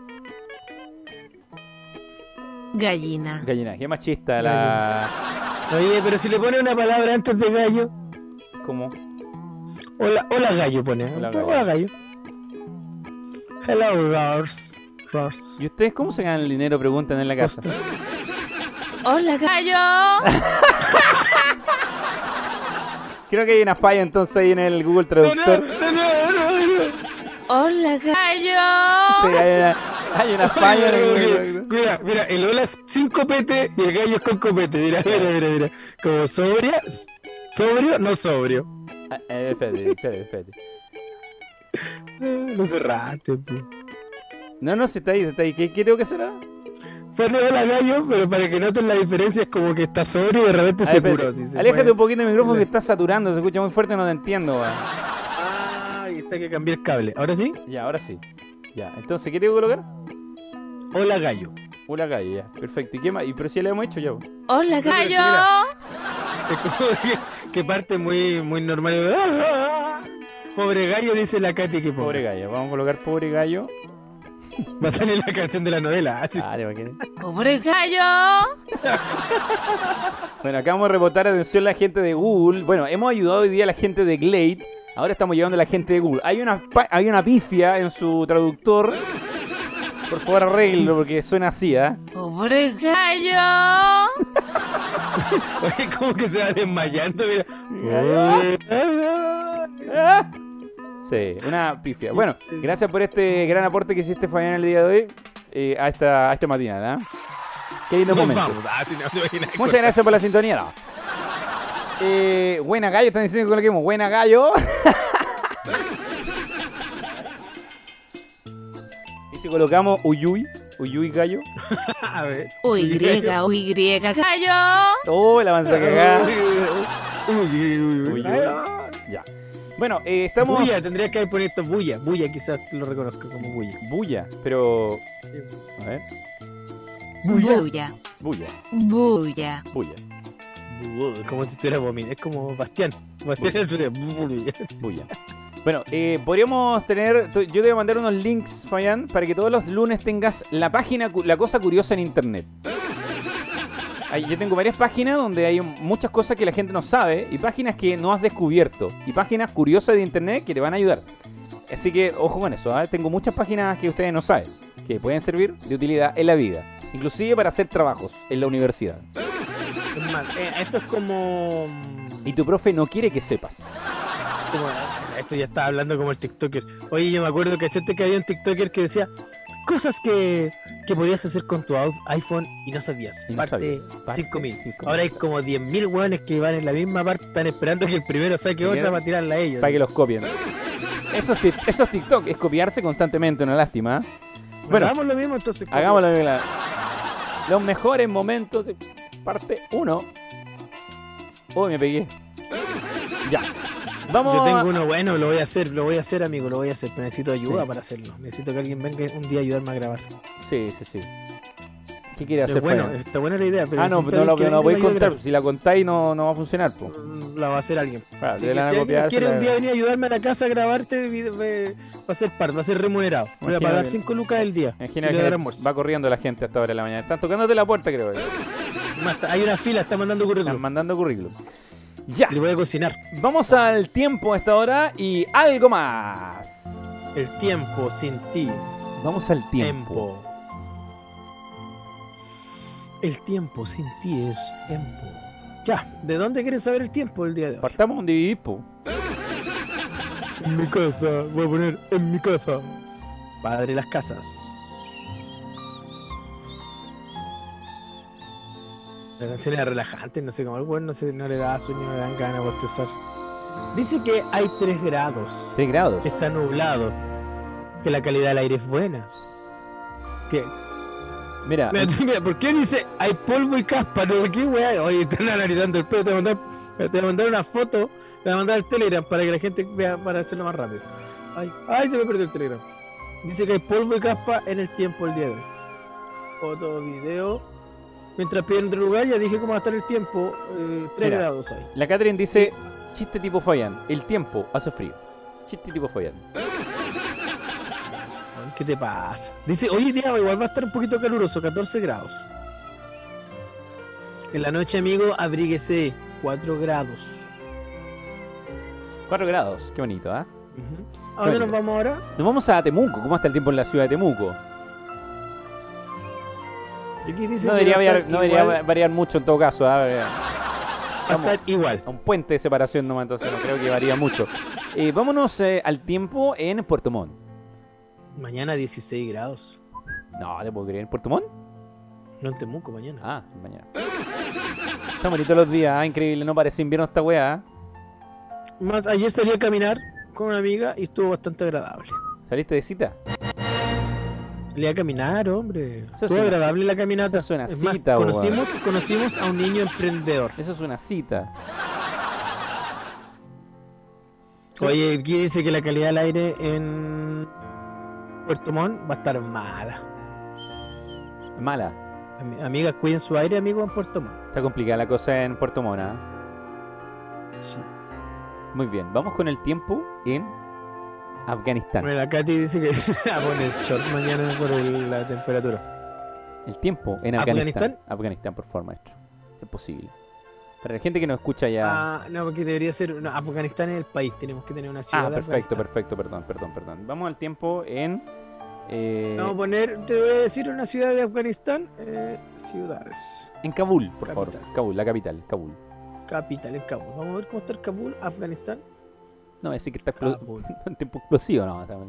Speaker 6: Gallina.
Speaker 2: Gallina, qué machista la...
Speaker 3: Oye, pero si le pone una palabra antes de gallo.
Speaker 2: ¿Cómo?
Speaker 3: Hola, hola gallo pone.
Speaker 2: Hola,
Speaker 3: Hola
Speaker 2: gallo.
Speaker 3: gallo. Hello Rose. Rose.
Speaker 2: ¿Y ustedes cómo se ganan el dinero? Preguntan en la casa.
Speaker 3: Costa.
Speaker 6: Hola, gallo.
Speaker 2: Creo que hay una falla entonces ahí en el Google
Speaker 3: No, no,
Speaker 2: Traductor.
Speaker 3: no, no, no, no.
Speaker 6: Hola, gallo.
Speaker 2: Sí, hay una, hay una falla en el Google
Speaker 3: Oye,
Speaker 2: Traductor.
Speaker 3: mira, mira, el hola es sin copete y el gallo es con copete. Mira, mira, mira, mira. Como sobria, sobrio, no sobrio.
Speaker 2: Ah, eh, espérate, espérate, espérate.
Speaker 3: Ah, lo cerraste, po.
Speaker 2: No, no, se está ahí, se está ahí. ¿Qué, qué tengo que hacer ahora?
Speaker 3: Pone hola gallo, pero para que noten la diferencia es como que está sobrio y de repente
Speaker 2: Ah,
Speaker 3: se
Speaker 2: espérate.
Speaker 3: curó. Si se
Speaker 2: Aléjate
Speaker 3: puede.
Speaker 2: un poquito del micrófono que está saturando, se escucha muy fuerte, no te entiendo, weón.
Speaker 3: Ah, y está que cambiar el cable. ¿Ahora sí?
Speaker 2: Ya, ahora sí. Ya, entonces, ¿qué tengo que colocar?
Speaker 3: Hola gallo.
Speaker 2: Una calle, ya. Perfecto. ¿Y qué más? ¿Y pero si ya lo hemos hecho ya? po.
Speaker 6: Hola,
Speaker 3: pero
Speaker 6: gallo.
Speaker 3: mira. Es como que, que parte muy, muy normal. Pobre gallo, dice la Katy que
Speaker 2: Pobre gallo. Vamos a colocar pobre gallo.
Speaker 3: Va a salir la canción de la novela. Así.
Speaker 2: Ah, ¿te imaginas?
Speaker 6: Pobre gallo.
Speaker 2: Bueno, acá vamos a rebotar atención la gente de Google. Bueno, hemos ayudado hoy día a la gente de Glade. Ahora estamos llevando a la gente de Google. Hay una, pa- hay una pifia en su traductor. Por favor, arréglelo porque suena así, ¿ah?
Speaker 6: Pobre gallo.
Speaker 3: Oye, como que se va desmayando. Mira.
Speaker 2: ¿Ah? Sí, una pifia. Bueno, gracias por este gran aporte que hiciste, Fabián, el día de hoy eh, a, esta, a este matinal, ¿ah? Qué lindo
Speaker 3: Nos
Speaker 2: momento.
Speaker 3: vamos. Ah, si no, no hay nada que
Speaker 2: Muchas gracias por la sintonía. No. Eh, buena gallo, están diciendo que coloquemos. Buena gallo. Y si colocamos Uyuy, Uyuy gallo.
Speaker 3: A ver.
Speaker 6: Uy, griega, uy, griega, gallo.
Speaker 2: Oh, la avanza cagada.
Speaker 3: Uy, uy, uy, uy.
Speaker 2: Uy, uy.
Speaker 3: Ah.
Speaker 2: Ya. Bueno, eh, estamos.
Speaker 3: Bulla, tendrías que haber puesto esto bulla. Bulla, quizás lo reconozca como bulla.
Speaker 2: Bulla, pero. A ver.
Speaker 6: Bulla.
Speaker 2: Bulla,
Speaker 6: Bulla.
Speaker 2: bulla,
Speaker 3: Como si estuviera vomitando. Es como Bastián. Bastián el otro día. Bulla.
Speaker 2: bulla. Bueno, eh, podríamos tener. Yo te voy a mandar unos links, Fabián, para que todos los lunes tengas la página, cu- la cosa curiosa en internet. Ahí, yo tengo varias páginas donde hay muchas cosas que la gente no sabe y páginas que no has descubierto y páginas curiosas de internet que te van a ayudar. Así que ojo con eso, ¿eh? Tengo muchas páginas que ustedes no saben que pueden servir de utilidad en la vida, inclusive para hacer trabajos en la universidad.
Speaker 3: Es más, eh, esto es como.
Speaker 2: Y tu profe no quiere que sepas.
Speaker 3: como- Esto ya estaba hablando como el TikToker. Oye, yo me acuerdo, ¿cachaste que había un TikToker que decía cosas que, que podías hacer con tu au- iPhone y no sabías?
Speaker 2: Y no
Speaker 3: parte
Speaker 2: sabías. Parte
Speaker 3: cinco mil.
Speaker 2: cinco mil.
Speaker 3: Ahora hay como diez mil hueones que van en la misma parte, están esperando que el primero saque otra para tirarla a ellos.
Speaker 2: Para que los copien. Esos, tic- esos TikTok es copiarse constantemente, una lástima. ¿eh? Bueno,
Speaker 3: Hagamos lo mismo entonces.
Speaker 2: hagámoslo. en la- Los mejores momentos de parte uno. Oh, me pegué. Ya. Vamos
Speaker 3: Yo tengo
Speaker 2: a...
Speaker 3: uno bueno, lo voy a hacer, lo voy a hacer, amigo, lo voy a hacer, pero necesito ayuda
Speaker 2: Sí.
Speaker 3: para hacerlo. Necesito que alguien venga un día a ayudarme a grabar.
Speaker 2: Sí, sí, sí. ¿Qué quiere hacer,
Speaker 3: Es bueno,
Speaker 2: Fabián?
Speaker 3: está buena la idea, pero
Speaker 2: Ah, no,
Speaker 3: necesito
Speaker 2: no, lo,
Speaker 3: alguien que
Speaker 2: no
Speaker 3: venga y
Speaker 2: podéis
Speaker 3: me ayude a
Speaker 2: contar.
Speaker 3: grabar.
Speaker 2: Si la contáis no, no va a funcionar, po.
Speaker 3: Mm, La va a hacer alguien.
Speaker 2: Ah,
Speaker 3: Así
Speaker 2: te
Speaker 3: que
Speaker 2: la van a
Speaker 3: si alguien
Speaker 2: copiar,
Speaker 3: quiere
Speaker 2: se la-
Speaker 3: un día venir a ayudarme a la casa a grabarte el video, eh, va a ser par, va a ser remunerado. Voy a
Speaker 2: Imagina
Speaker 3: pagar
Speaker 2: que-
Speaker 3: cinco lucas el día.
Speaker 2: Imagina
Speaker 3: y le
Speaker 2: que
Speaker 3: voy a dar almuerzo.
Speaker 2: va corriendo la gente hasta ahora de la mañana. Están tocándote la puerta, creo. eh.
Speaker 3: Más, Hay una fila, está mandando
Speaker 2: Están
Speaker 3: currículum.
Speaker 2: mandando currículum. Ya.
Speaker 3: Y le voy a cocinar.
Speaker 2: Vamos al tiempo a esta hora y algo más.
Speaker 3: El tiempo sin ti.
Speaker 2: Vamos al tiempo.
Speaker 3: Tiempo. El tiempo sin ti es tiempo. Ya, ¿de dónde quieren saber el tiempo el día de hoy?
Speaker 2: Partamos donde vivís, po.
Speaker 3: En mi casa, voy a poner en mi casa. Padre de las casas. La canción era relajante, no sé cómo el bueno no, sé, no le da sueño, no le dan ganas de bostezar. Dice que hay tres grados.
Speaker 2: tres grados.
Speaker 3: Que está nublado. Que la calidad del aire es buena. Que.
Speaker 2: Mira,
Speaker 3: Mira, mira, ¿por qué dice hay polvo y caspa? ¿No? ¿Qué weá? Oye, están analizando el pedo. Te voy a mandar, te voy a mandar una foto. Te voy a mandar el Telegram para que la gente vea, para hacerlo más rápido. Ay, ay, se me perdió el Telegram. Dice que hay polvo y caspa en el tiempo el día de hoy. Foto, video. Mientras piden otro lugar, ya dije cómo va a estar el tiempo. Eh, tres
Speaker 2: Mira.
Speaker 3: grados hay.
Speaker 2: la Catherine dice, chiste tipo Fabián, el tiempo hace frío. Chiste tipo Fabián.
Speaker 3: Ay, ¿qué te pasa? Dice, hoy día igual va a estar un poquito caluroso, catorce grados. En la noche, amigo, abríguese, cuatro grados.
Speaker 2: cuatro grados, qué bonito, ¿ah?
Speaker 3: ¿A dónde nos vamos ahora?
Speaker 2: Nos vamos a Temuco. ¿Cómo está el tiempo en la ciudad de Temuco?
Speaker 3: Y aquí dice
Speaker 2: No
Speaker 3: que
Speaker 2: debería,
Speaker 3: va a
Speaker 2: variar,
Speaker 3: estar
Speaker 2: no debería
Speaker 3: igual,
Speaker 2: variar mucho en todo caso, ¿ah?
Speaker 3: va a estar igual.
Speaker 2: A un puente de separación nomás, entonces no creo que varía mucho. Eh, vámonos eh, al tiempo en Puerto Montt.
Speaker 3: Mañana dieciséis grados.
Speaker 2: No, ¿te puedo creer? ¿En Puerto Montt?
Speaker 3: No en Temuco, mañana.
Speaker 2: Ah, mañana. Está bonito los días, ¿ah? Increíble, no parece invierno esta weá. ¿Ah?
Speaker 3: Más, ayer salí a caminar con una amiga y estuvo bastante agradable.
Speaker 2: ¿Saliste de cita?
Speaker 3: Salí a caminar, hombre.
Speaker 2: Eso es
Speaker 3: Estuvo
Speaker 2: una
Speaker 3: agradable la caminata.
Speaker 2: eso es una
Speaker 3: Es más,
Speaker 2: cita,
Speaker 3: conocimos, conocimos a un niño emprendedor.
Speaker 2: Eso es una cita.
Speaker 3: Oye, aquí dice que la calidad del aire en Puerto Montt va a estar mala.
Speaker 2: Mala.
Speaker 3: Ami- Amigas, cuiden su aire, amigos, en Puerto Montt.
Speaker 2: Está complicada la cosa en Puerto Montt, ¿ah?
Speaker 3: Sí.
Speaker 2: Muy bien, vamos con el tiempo en Afganistán.
Speaker 3: Bueno, la Katy dice que se va a poner short mañana por el- la temperatura.
Speaker 2: El tiempo en Afganistán.
Speaker 3: ¿Afganistán?
Speaker 2: Afganistán, por favor, maestro. Si es posible. Para la gente que nos escucha ya.
Speaker 3: Ah, no, porque debería ser. No, Afganistán es el país, tenemos que tener una ciudad.
Speaker 2: Ah,
Speaker 3: de
Speaker 2: perfecto,
Speaker 3: Afganistán.
Speaker 2: perfecto, perdón, perdón, perdón. Vamos al tiempo en. eh,
Speaker 3: Vamos a poner, te voy a decir una ciudad de Afganistán. Eh, ciudades.
Speaker 2: en Kabul, por
Speaker 3: Capital.
Speaker 2: favor. Kabul, la capital, Kabul.
Speaker 3: Capital, en Kabul. Vamos a ver cómo está el Kabul, Afganistán.
Speaker 2: No, es decir que está explo-
Speaker 3: Kabul.
Speaker 2: en tiempo explosivo, no. Está...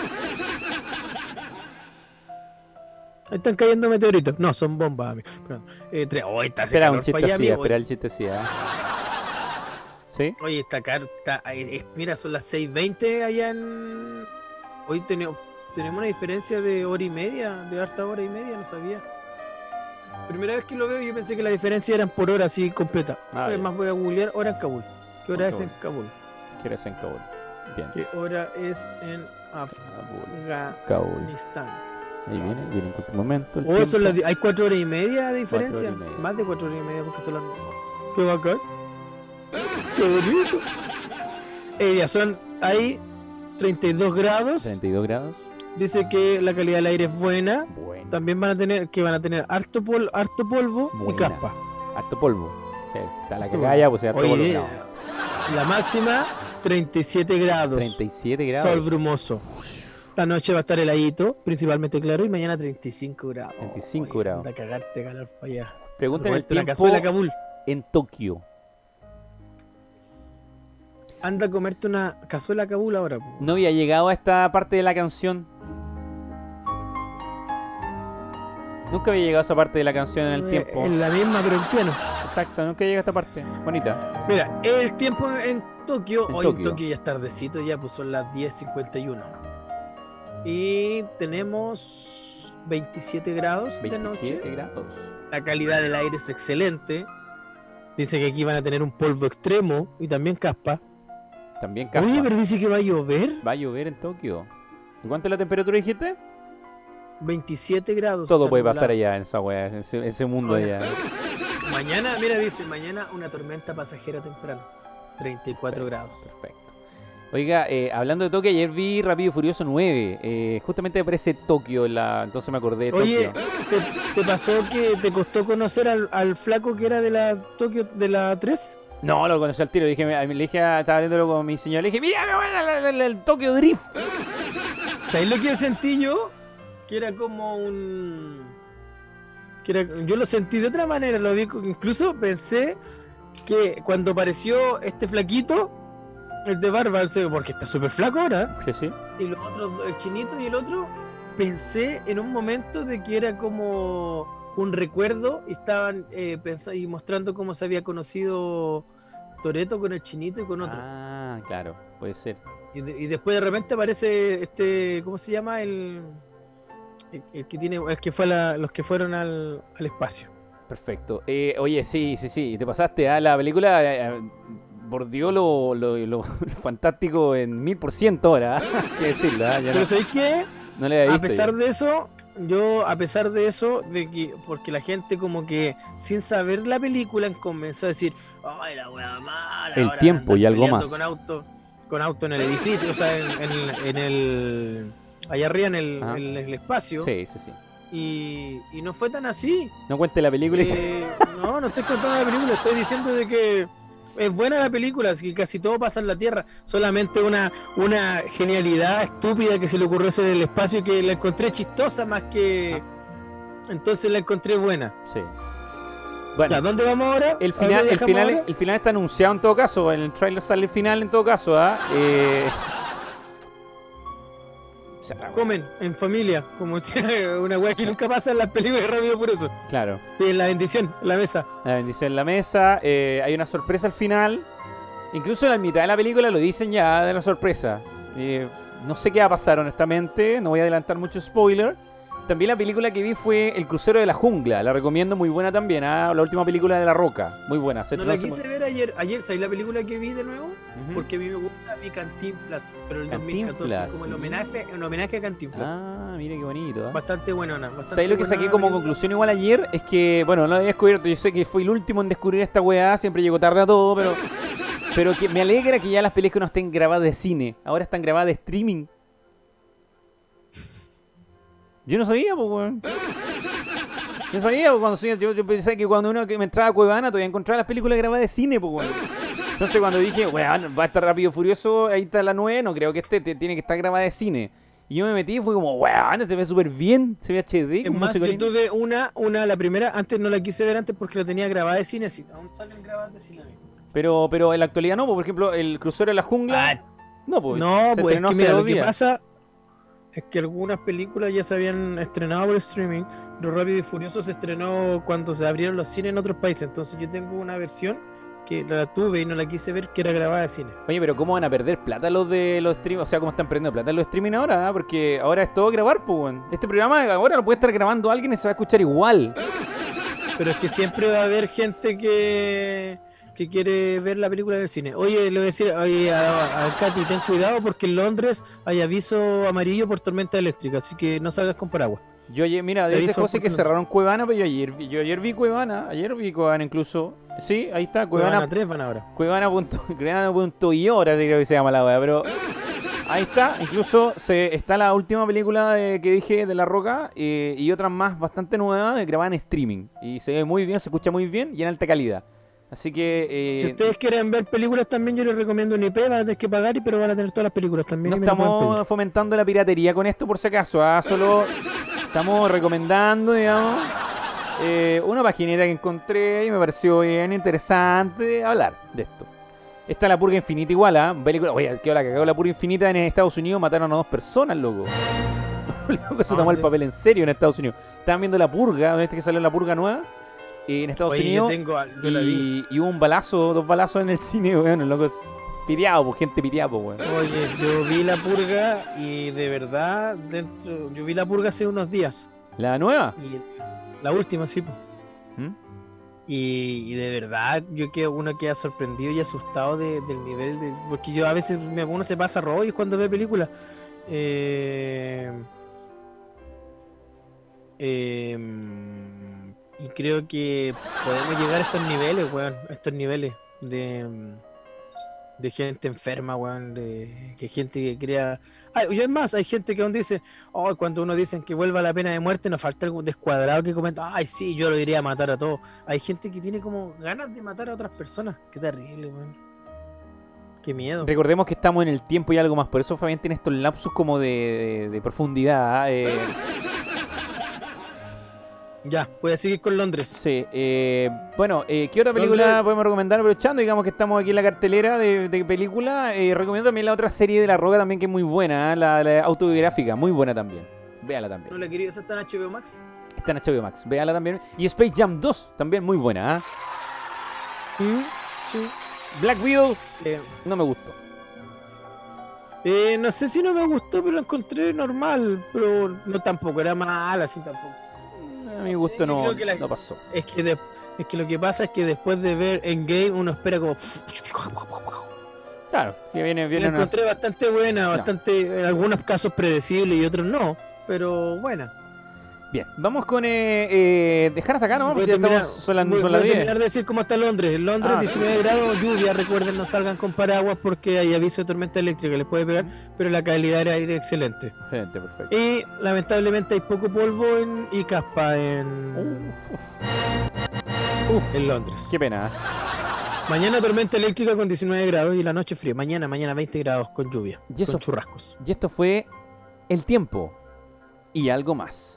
Speaker 3: Ahí están cayendo meteoritos. No, son bombas, amigo. Perdón. Eh, tre- oh, está hace
Speaker 2: Espera un
Speaker 3: calor
Speaker 2: chiste
Speaker 3: pa' allá,
Speaker 2: así,
Speaker 3: amigo.
Speaker 2: espera el chiste así, ¿ah? ¿Sí?
Speaker 3: Oye, está caro. Está, eh, eh, mira, son las seis veinte allá en. Hoy tenemos, tenemos una diferencia de hora y media, de harta hora y media, no sabía. Primera vez que lo veo, yo pensé que la diferencia eran por hora así completa.
Speaker 2: Ah,
Speaker 3: Además,
Speaker 2: bien.
Speaker 3: voy a googlear hora en Kabul. ¿Qué hora
Speaker 2: En
Speaker 3: es en Kabul?
Speaker 2: ¿Qué hora es en Kabul? Bien.
Speaker 3: ¿Qué hora es en
Speaker 2: Kabul.
Speaker 3: Afganistán?
Speaker 2: Kabul. Ahí viene, viene en cualquier momento. El
Speaker 3: Oh, son
Speaker 2: tiempo.
Speaker 3: las di- hay cuatro horas y media de diferencia.
Speaker 2: horas y media.
Speaker 3: Más de cuatro horas y media porque son las. Qué bacán. Qué bonito. Eh, ya son ahí treinta y dos grados.
Speaker 2: treinta y dos grados.
Speaker 3: Dice que la calidad del aire es buena.
Speaker 2: Bueno.
Speaker 3: También van a tener que van a tener harto, pol, harto polvo y
Speaker 2: Buena.
Speaker 3: caspa.
Speaker 2: Harto polvo. Sí, está la
Speaker 3: Harto
Speaker 2: cagalla, pues harto polvo.
Speaker 3: Oye,
Speaker 2: No.
Speaker 3: la máxima treinta y siete grados.
Speaker 2: treinta y siete grados.
Speaker 3: Sol brumoso. La noche va a estar heladito, principalmente claro, y mañana treinta y cinco grados.
Speaker 2: treinta y cinco
Speaker 3: Oye,
Speaker 2: grados.
Speaker 3: anda a cagarte calor para allá.
Speaker 2: Pregúntale el
Speaker 3: Roberto, la
Speaker 2: tiempo
Speaker 3: cazuela Kabul.
Speaker 2: en Tokio.
Speaker 3: Anda a comerte una cazuela Kabul ahora. po.
Speaker 2: No había llegado a esta parte de la canción. Nunca había llegado a esa parte de la canción en el
Speaker 3: Eh,
Speaker 2: tiempo.
Speaker 3: En la misma, pero en piano.
Speaker 2: Exacto, nunca llega a esta parte. Bonita.
Speaker 3: Mira, el tiempo en Tokio.
Speaker 2: En
Speaker 3: Hoy en
Speaker 2: Tokio.
Speaker 3: Tokio ya es tardecito, ya pues son las diez cincuenta y uno. Y tenemos veintisiete grados de
Speaker 2: veintisiete
Speaker 3: noche.
Speaker 2: grados.
Speaker 3: La calidad del aire es excelente. Dice que aquí van a tener un polvo extremo y también caspa.
Speaker 2: También caspa.
Speaker 3: Oye, pero dice que va a llover.
Speaker 2: Va a llover en Tokio. ¿Y cuánto es la temperatura, dijiste?
Speaker 3: veintisiete grados.
Speaker 2: Todo
Speaker 3: está
Speaker 2: puede pasar
Speaker 3: nublado.
Speaker 2: allá en esa wea, en ese, ese mundo
Speaker 3: Oye.
Speaker 2: allá.
Speaker 3: Mañana, mira, dice, mañana una tormenta pasajera temprano. treinta y cuatro grados.
Speaker 2: Perfecto. Oiga, eh, hablando de Tokio, ayer vi Rápido y Furioso nueve. Eh, justamente aparece Tokio, en la... entonces me acordé de
Speaker 3: Oye,
Speaker 2: Tokio.
Speaker 3: ¿te, te pasó que te costó conocer al, al flaco que era de la Tokio, de la tres?
Speaker 2: No, lo conocí al tiro. Le dije, me- le dije a- estaba viéndolo con mi señora. Le dije, mira, qué buena la- la- la- el Tokyo Drift.
Speaker 3: ¿Sabéis lo que sentí yo? Que era como un... Que era- yo lo sentí de otra manera, lo vi, co- incluso pensé que cuando apareció este flaquito, el de barba, el- porque está súper flaco ahora,
Speaker 2: Sí, sí.
Speaker 3: y los otros, dos, el chinito y el otro, pensé en un momento de que era como un recuerdo y estaban eh, pensa- y mostrando cómo se había conocido Toretto con el chinito y con otro.
Speaker 2: Ah, claro, puede ser.
Speaker 3: Y, de- y después de repente aparece este, ¿cómo se llama? El, el, el que tiene, el que fue a la- los que fueron al, al espacio.
Speaker 2: Perfecto. Eh, oye, sí, sí, sí. Te pasaste a la película. Eh, eh, bordeó lo, lo, lo fantástico en mil por ciento ahora. ¿eh? Hay que decirlo. ¿eh? Ya
Speaker 3: Pero
Speaker 2: no,
Speaker 3: ¿sabéis qué?
Speaker 2: no le había
Speaker 3: A
Speaker 2: visto
Speaker 3: pesar
Speaker 2: yo.
Speaker 3: de eso, yo, a pesar de eso, de que, porque la gente como que sin saber la película comenzó a decir, ay, la wea mala.
Speaker 2: El
Speaker 3: ahora
Speaker 2: tiempo
Speaker 3: andan
Speaker 2: y algo
Speaker 3: peleando
Speaker 2: más.
Speaker 3: Con auto, con auto en el edificio, o sea, en, en- en el, allá arriba en el,
Speaker 2: Ajá.
Speaker 3: en el espacio.
Speaker 2: Sí, sí, sí.
Speaker 3: Y, y no fue tan así.
Speaker 2: No cuente la película y se-
Speaker 3: Eh, no, no estoy contando la película, estoy diciendo de que es buena la película, así que casi todo pasa en la Tierra, solamente una, una genialidad estúpida que se le ocurrió hacer en el espacio y que la encontré chistosa más que... Entonces la encontré buena.
Speaker 2: Sí. Bueno,
Speaker 3: Ya, ¿dónde vamos ahora?
Speaker 2: el
Speaker 3: ¿A
Speaker 2: final,
Speaker 3: dónde
Speaker 2: el
Speaker 3: viajamos
Speaker 2: final,
Speaker 3: ahora?
Speaker 2: el final está anunciado en todo caso. En el trailer sale el final en todo caso. ¿ah? Eh... o sea,
Speaker 3: Comen en familia, como si una wea que nunca pasa en las películas de Rápido y Furioso.
Speaker 2: claro.
Speaker 3: Piden la bendición en la mesa.
Speaker 2: La bendición en la mesa. eh, hay una sorpresa al final. Incluso en la mitad de la película lo dicen ya de la sorpresa. Eh, no sé qué va a pasar, honestamente. No voy a adelantar mucho spoiler. También la película que vi fue El crucero de la jungla. La recomiendo, muy buena también. ¿ah? La última película de La Roca. Muy buena. Se
Speaker 3: No la
Speaker 2: estrenó hace-
Speaker 3: quise ver ayer, ayer, ¿sabes la película que vi de nuevo?
Speaker 2: Ujú.
Speaker 3: Porque a mí me gusta mi Cantinflas, pero el dos mil catorce,
Speaker 2: Cantinflas,
Speaker 3: como el
Speaker 2: sí.
Speaker 3: homenaje, un homenaje a Cantinflas.
Speaker 2: Ah, mire qué bonito. ¿ah?
Speaker 3: Bastante buenona. Bastante
Speaker 2: ¿Sabes lo que
Speaker 3: buena
Speaker 2: saqué como
Speaker 3: película.
Speaker 2: conclusión igual ayer? Es que, bueno, no lo había descubierto. Yo sé que fui el último en descubrir esta weá. Siempre llego tarde a todo, pero... Pero que me alegra que ya las películas no estén grabadas de cine. Ahora están grabadas de streaming. Yo no sabía, pues, weón. Yo sabía, pues, cuando soy- yo, yo pensé que cuando uno que me entraba a Cuevana todavía encontraba las películas grabadas de cine, pues, weón. Entonces cuando dije, weón, va a estar Rápido y Furioso, ahí está la nueve, no creo que este te- tiene que estar grabada de cine. Y yo me metí y fue como, weón, se ve súper bien, se ve H D.
Speaker 3: Es
Speaker 2: con
Speaker 3: más,
Speaker 2: música
Speaker 3: yo
Speaker 2: linda.
Speaker 3: tuve una, una, la primera, antes no la quise ver antes porque la tenía grabada de cine, así, aún salen grabadas de cine. amigo.
Speaker 2: Pero, pero en la actualidad no, pues, por ejemplo, el crucero de la jungla.
Speaker 3: Ah,
Speaker 2: no, pues.
Speaker 3: no,
Speaker 2: se
Speaker 3: pues es
Speaker 2: estrenó
Speaker 3: que
Speaker 2: hace
Speaker 3: mira,
Speaker 2: dos
Speaker 3: lo que
Speaker 2: días.
Speaker 3: pasa es que algunas películas ya se habían estrenado por streaming, pero Rápido y Furioso se estrenó cuando se abrieron los cines en otros países, entonces yo tengo una versión que la tuve y no la quise ver, que era grabada de cine.
Speaker 2: Oye, pero ¿cómo van a perder plata los de los streaming? O sea, ¿cómo están perdiendo plata los streaming ahora? ah? Porque ahora es todo grabar, pues, weón. Este programa ahora lo puede estar grabando alguien y se va a escuchar igual.
Speaker 3: Pero es que siempre va a haber gente que, que quiere ver la película en el cine. Oye, le voy a decir oye, a, a Katy, ten cuidado porque en Londres hay aviso amarillo por tormenta eléctrica, así que no salgas con paraguas.
Speaker 2: Yo ayer, mira,
Speaker 3: Te
Speaker 2: dice
Speaker 3: aviso
Speaker 2: José que
Speaker 3: oportuno.
Speaker 2: cerraron Cuevana, pero yo ayer, vi- yo ayer vi Cuevana, ayer vi Cuevana incluso. Sí, ahí está,
Speaker 3: Cuevana
Speaker 2: Cuevana.
Speaker 3: tres van ahora.
Speaker 2: Cuevana punto- Cuevana punto i o, ahora sí creo que se llama la wea, pero ahí está, incluso se, está la última película de- que dije de La Roca eh, y otras más bastante nuevas eh, grabadas en streaming. Y se ve muy bien, se escucha muy bien y en alta calidad. Así que... eh,
Speaker 3: Si ustedes quieren ver películas también, yo les recomiendo un I P, van a tener que pagar, y pero van a tener todas las películas también.
Speaker 2: no
Speaker 3: y me lo pueden
Speaker 2: estamos
Speaker 3: pedir.
Speaker 2: fomentando la piratería con esto por si acaso, ¿ah? Solo estamos recomendando, digamos, eh, una paginita que encontré y me pareció bien interesante hablar de esto. Está La Purga Infinita igual, ¿ah? Película, oye, ¿qué hora cagó La Purga Infinita en Estados Unidos? Mataron a dos personas, loco. Loco, se tomó el
Speaker 3: ¿Dónde?
Speaker 2: papel en serio en Estados Unidos. Estaban viendo La Purga, ¿viste que salió La Purga nueva? Y en Estados
Speaker 3: Oye, yo
Speaker 2: Unidos...
Speaker 3: tengo, yo la vi.
Speaker 2: Y, y hubo un balazo, dos balazos en el cine, weón. El loco es piteado, pues, gente piteada, pues, weón.
Speaker 3: Oye, yo vi La Purga y de verdad, dentro, yo vi La Purga hace unos días.
Speaker 2: ¿La nueva?
Speaker 3: Y la última, sí. po.
Speaker 2: ¿Mm?
Speaker 3: Y, y de verdad, yo quedo, uno queda sorprendido y asustado de- del nivel de. Porque yo a veces me- uno se pasa rollos cuando ve películas. Eh, eh, y creo que podemos llegar a estos niveles, weón. A estos niveles de, de gente enferma, weón. De que gente que crea. Ah, y es más, hay gente que aún dice, oh, cuando uno dice que vuelva la pena de muerte, nos falta algún descuadrado que comenta, ay, sí, yo lo iría a matar a todos. Hay gente que tiene como ganas de matar a otras personas. Qué terrible, weón. Qué miedo.
Speaker 2: Recordemos que estamos en el tiempo y algo más. Por eso Fabián tiene estos lapsus como de, de- de profundidad. ¿ah? Eh,
Speaker 3: Ya, voy a seguir con Londres.
Speaker 2: Sí, eh, bueno, eh, ¿qué otra película
Speaker 3: Londres.
Speaker 2: podemos recomendar? Aprovechando, digamos que estamos aquí en la cartelera de, de película, eh, recomiendo también la otra serie de La Roca también que es muy buena, ¿eh? la, la autobiográfica, muy buena también. Véala
Speaker 3: ¿No
Speaker 2: también.
Speaker 3: la quería? ¿Esa está en H B O Max?
Speaker 2: Está en H B O Max, véala también. Y Space Jam dos, también muy buena. ¿eh?
Speaker 3: Mm, sí.
Speaker 2: Black Widow,
Speaker 3: Eh,
Speaker 2: no me gustó.
Speaker 3: eh, no sé si no me gustó, pero la encontré normal. Pero no tampoco, era mala, así tampoco.
Speaker 2: A mi gusto
Speaker 3: Yo
Speaker 2: no,
Speaker 3: creo que la-
Speaker 2: no pasó.
Speaker 3: Es que, de- es que lo que pasa es que después de ver Endgame uno espera como...
Speaker 2: Claro, que viene,
Speaker 3: La
Speaker 2: viene una...
Speaker 3: encontré bastante buena, bastante, en algunos casos predecible y otros no, pero buena.
Speaker 2: Bien, vamos con eh, eh, dejar hasta acá, ¿no?
Speaker 3: Voy
Speaker 2: Porque
Speaker 3: a
Speaker 2: ya
Speaker 3: terminar,
Speaker 2: estamos, son las,
Speaker 3: voy-
Speaker 2: son
Speaker 3: voy
Speaker 2: las
Speaker 3: a
Speaker 2: diez.
Speaker 3: terminar de decir cómo está Londres. Londres,
Speaker 2: Ah,
Speaker 3: diecinueve grados, lluvia, recuerden, no salgan con paraguas porque hay aviso de tormenta eléctrica, les puede pegar, pero la calidad del aire es excelente.
Speaker 2: Excelente, perfecto.
Speaker 3: Y lamentablemente hay poco polvo en- y caspa en,
Speaker 2: Uf,
Speaker 3: en Londres.
Speaker 2: qué pena. ¿eh?
Speaker 3: Mañana tormenta eléctrica con diecinueve grados y la noche frío. Mañana, mañana veinte grados con lluvia,
Speaker 2: Y eso
Speaker 3: con
Speaker 2: fue-
Speaker 3: churrascos.
Speaker 2: Y esto fue El Tiempo y algo más.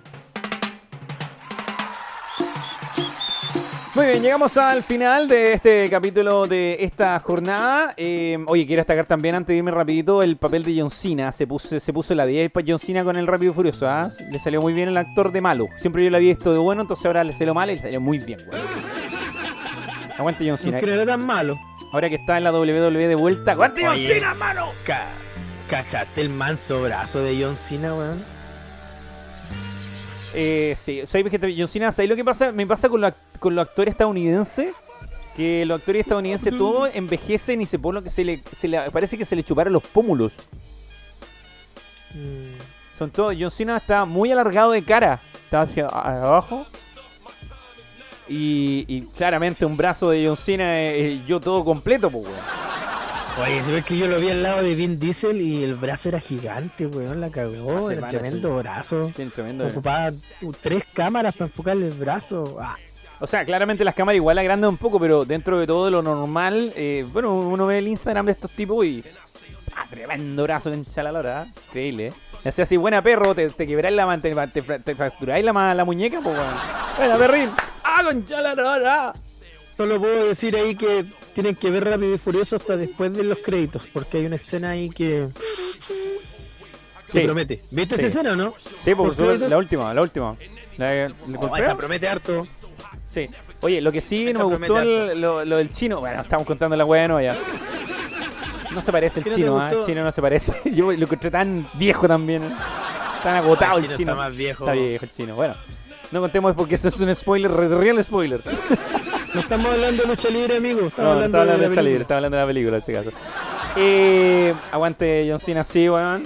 Speaker 2: Muy bien, llegamos al final de este capítulo de esta jornada. Eh, oye, quiero destacar también, antes de irme rapidito, el papel de John Cena. Se puso, se puso la diez para John Cena con el Rápido y Furioso. ¿Ah? Le salió muy bien el actor de malo. Siempre yo le había visto de bueno, entonces ahora le salió mal y le salió muy bien, güey. Aguante John Cena.
Speaker 3: No creo que era tan malo.
Speaker 2: Ahora que está en la doble u doble u E de vuelta. ¡Aguante John
Speaker 3: Oye.
Speaker 2: Cena, mano!
Speaker 3: Ca ¿Cachaste el manso brazo de John Cena, weón?
Speaker 2: Eh, sí, ¿sabes que John Cena, ¿sabes lo que pasa? Me pasa con, la, con los actores estadounidenses, que los actores estadounidenses todos envejecen y se pone lo que se le, se le parece que se le chuparon los pómulos. Son todos, John Cena está muy alargado de cara, está hacia abajo. Y, y claramente un brazo de John Cena es yo todo completo, pues, weón.
Speaker 3: Oye, se ve que yo lo vi al lado de Vin Diesel y el brazo era gigante, weón, la cagó,
Speaker 2: Hace
Speaker 3: era
Speaker 2: mal,
Speaker 3: tremendo brazo.
Speaker 2: Sí, tremendo.
Speaker 3: Ocupaba uh, tres cámaras para enfocarle el brazo. Ah,
Speaker 2: O sea, claramente las cámaras igual agrandan un poco, pero dentro de todo lo normal, eh, bueno, uno ve el Instagram de estos tipos y... ¡Ah, tremendo brazo en chalalora! ¿Eh? Increíble, ¿eh? Le hacía así, buena perro, te, te quebráis la mano, te, te, te fracturáis la, la muñeca, pues, weón. ¡Buena, perrín! ¡Ah, con chalalora!
Speaker 3: solo puedo decir ahí que tienen que ver Rápido y Furioso hasta después de los créditos, porque hay una escena ahí que... que
Speaker 2: Sí.
Speaker 3: promete. ¿Viste
Speaker 2: Sí.
Speaker 3: esa escena o no?
Speaker 2: Sí, por
Speaker 3: ¿Los
Speaker 2: supuesto,
Speaker 3: créditos?
Speaker 2: la última, la última. La, ¿le
Speaker 3: Oh,
Speaker 2: compré?
Speaker 3: esa promete harto.
Speaker 2: Sí. Oye, lo que sí
Speaker 3: Esa
Speaker 2: no me gustó
Speaker 3: promete
Speaker 2: el- lo, lo del chino. Bueno, estamos contando la weá, no, ya. No se parece el
Speaker 3: ¿Qué no te
Speaker 2: chino, ¿ah? El
Speaker 3: gustó?
Speaker 2: chino no se parece. Yo lo encontré tan viejo también. ¿eh? Tan agotado
Speaker 3: El
Speaker 2: el
Speaker 3: chino
Speaker 2: chino.
Speaker 3: está más viejo.
Speaker 2: Está viejo el chino. Bueno, no contemos porque eso es un spoiler, re- real spoiler.
Speaker 3: No estamos hablando de lucha libre, amigo. Estamos
Speaker 2: No,
Speaker 3: hablando,
Speaker 2: estaba hablando
Speaker 3: de
Speaker 2: de
Speaker 3: la
Speaker 2: lucha libre,
Speaker 3: película.
Speaker 2: estaba hablando de la película en ese caso. Eh, aguante John Cena, sí, weón.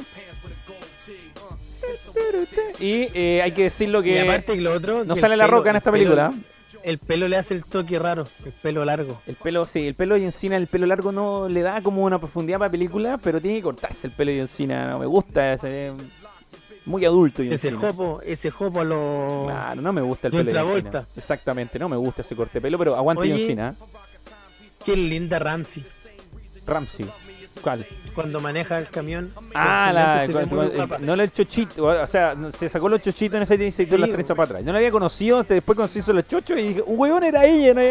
Speaker 2: Y eh, hay que decirlo
Speaker 3: Y
Speaker 2: que
Speaker 3: aparte que lo otro...
Speaker 2: no
Speaker 3: que
Speaker 2: sale
Speaker 3: el
Speaker 2: la
Speaker 3: pelo-
Speaker 2: roca en
Speaker 3: el
Speaker 2: esta
Speaker 3: pelo-
Speaker 2: película.
Speaker 3: El pelo le hace el toque raro, el pelo largo.
Speaker 2: El pelo, sí, el pelo de John Cena, el pelo largo no le da como una profundidad para la película, pero tiene que cortarse el pelo de John Cena, no me gusta, se ve muy adulto John
Speaker 3: Ese
Speaker 2: Cena.
Speaker 3: jopo, ese jopo a lo...
Speaker 2: Claro, no me gusta el
Speaker 3: John
Speaker 2: pelo de John Cena.
Speaker 3: Travolta.
Speaker 2: Exactamente, no me gusta ese corte de pelo, pero aguante
Speaker 3: Oye,
Speaker 2: John Cena.
Speaker 3: Qué linda Ramsey.
Speaker 2: Ramsey. ¿Cuál?
Speaker 3: Cuando maneja el camión.
Speaker 2: Ah,
Speaker 3: con su
Speaker 2: la,
Speaker 3: lente se ve
Speaker 2: cu-
Speaker 3: muy
Speaker 2: cu-
Speaker 3: guapa.
Speaker 2: no el chochito, o sea, se sacó los chochitos en ese día y se hizo
Speaker 3: Sí,
Speaker 2: las trenzas para atrás. Yo no la había conocido, hasta después conocí solo los chochos y dije, un huevón era ella, ¿no?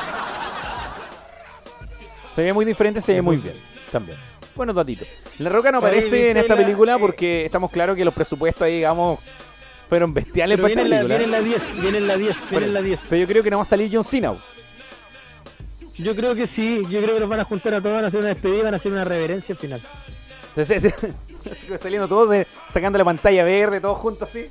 Speaker 2: Se ve muy diferente, se ve muy bien, también. Buenos datitos. La Roca no
Speaker 3: Oye,
Speaker 2: aparece
Speaker 3: ¿viste
Speaker 2: en esta
Speaker 3: la-
Speaker 2: película
Speaker 3: eh,
Speaker 2: porque estamos claros que los presupuestos ahí, digamos, fueron bestiales
Speaker 3: Pero
Speaker 2: para esta
Speaker 3: viene en la,
Speaker 2: película.
Speaker 3: viene en la diez, viene en la diez, viene en la diez.
Speaker 2: Pero yo creo que no va a salir John Cena.
Speaker 3: Yo creo que sí, yo creo que los van a juntar a todos, van a hacer una despedida, van a hacer una reverencia al final.
Speaker 2: Entonces, saliendo todos, de- sacando la pantalla verde, todos juntos así.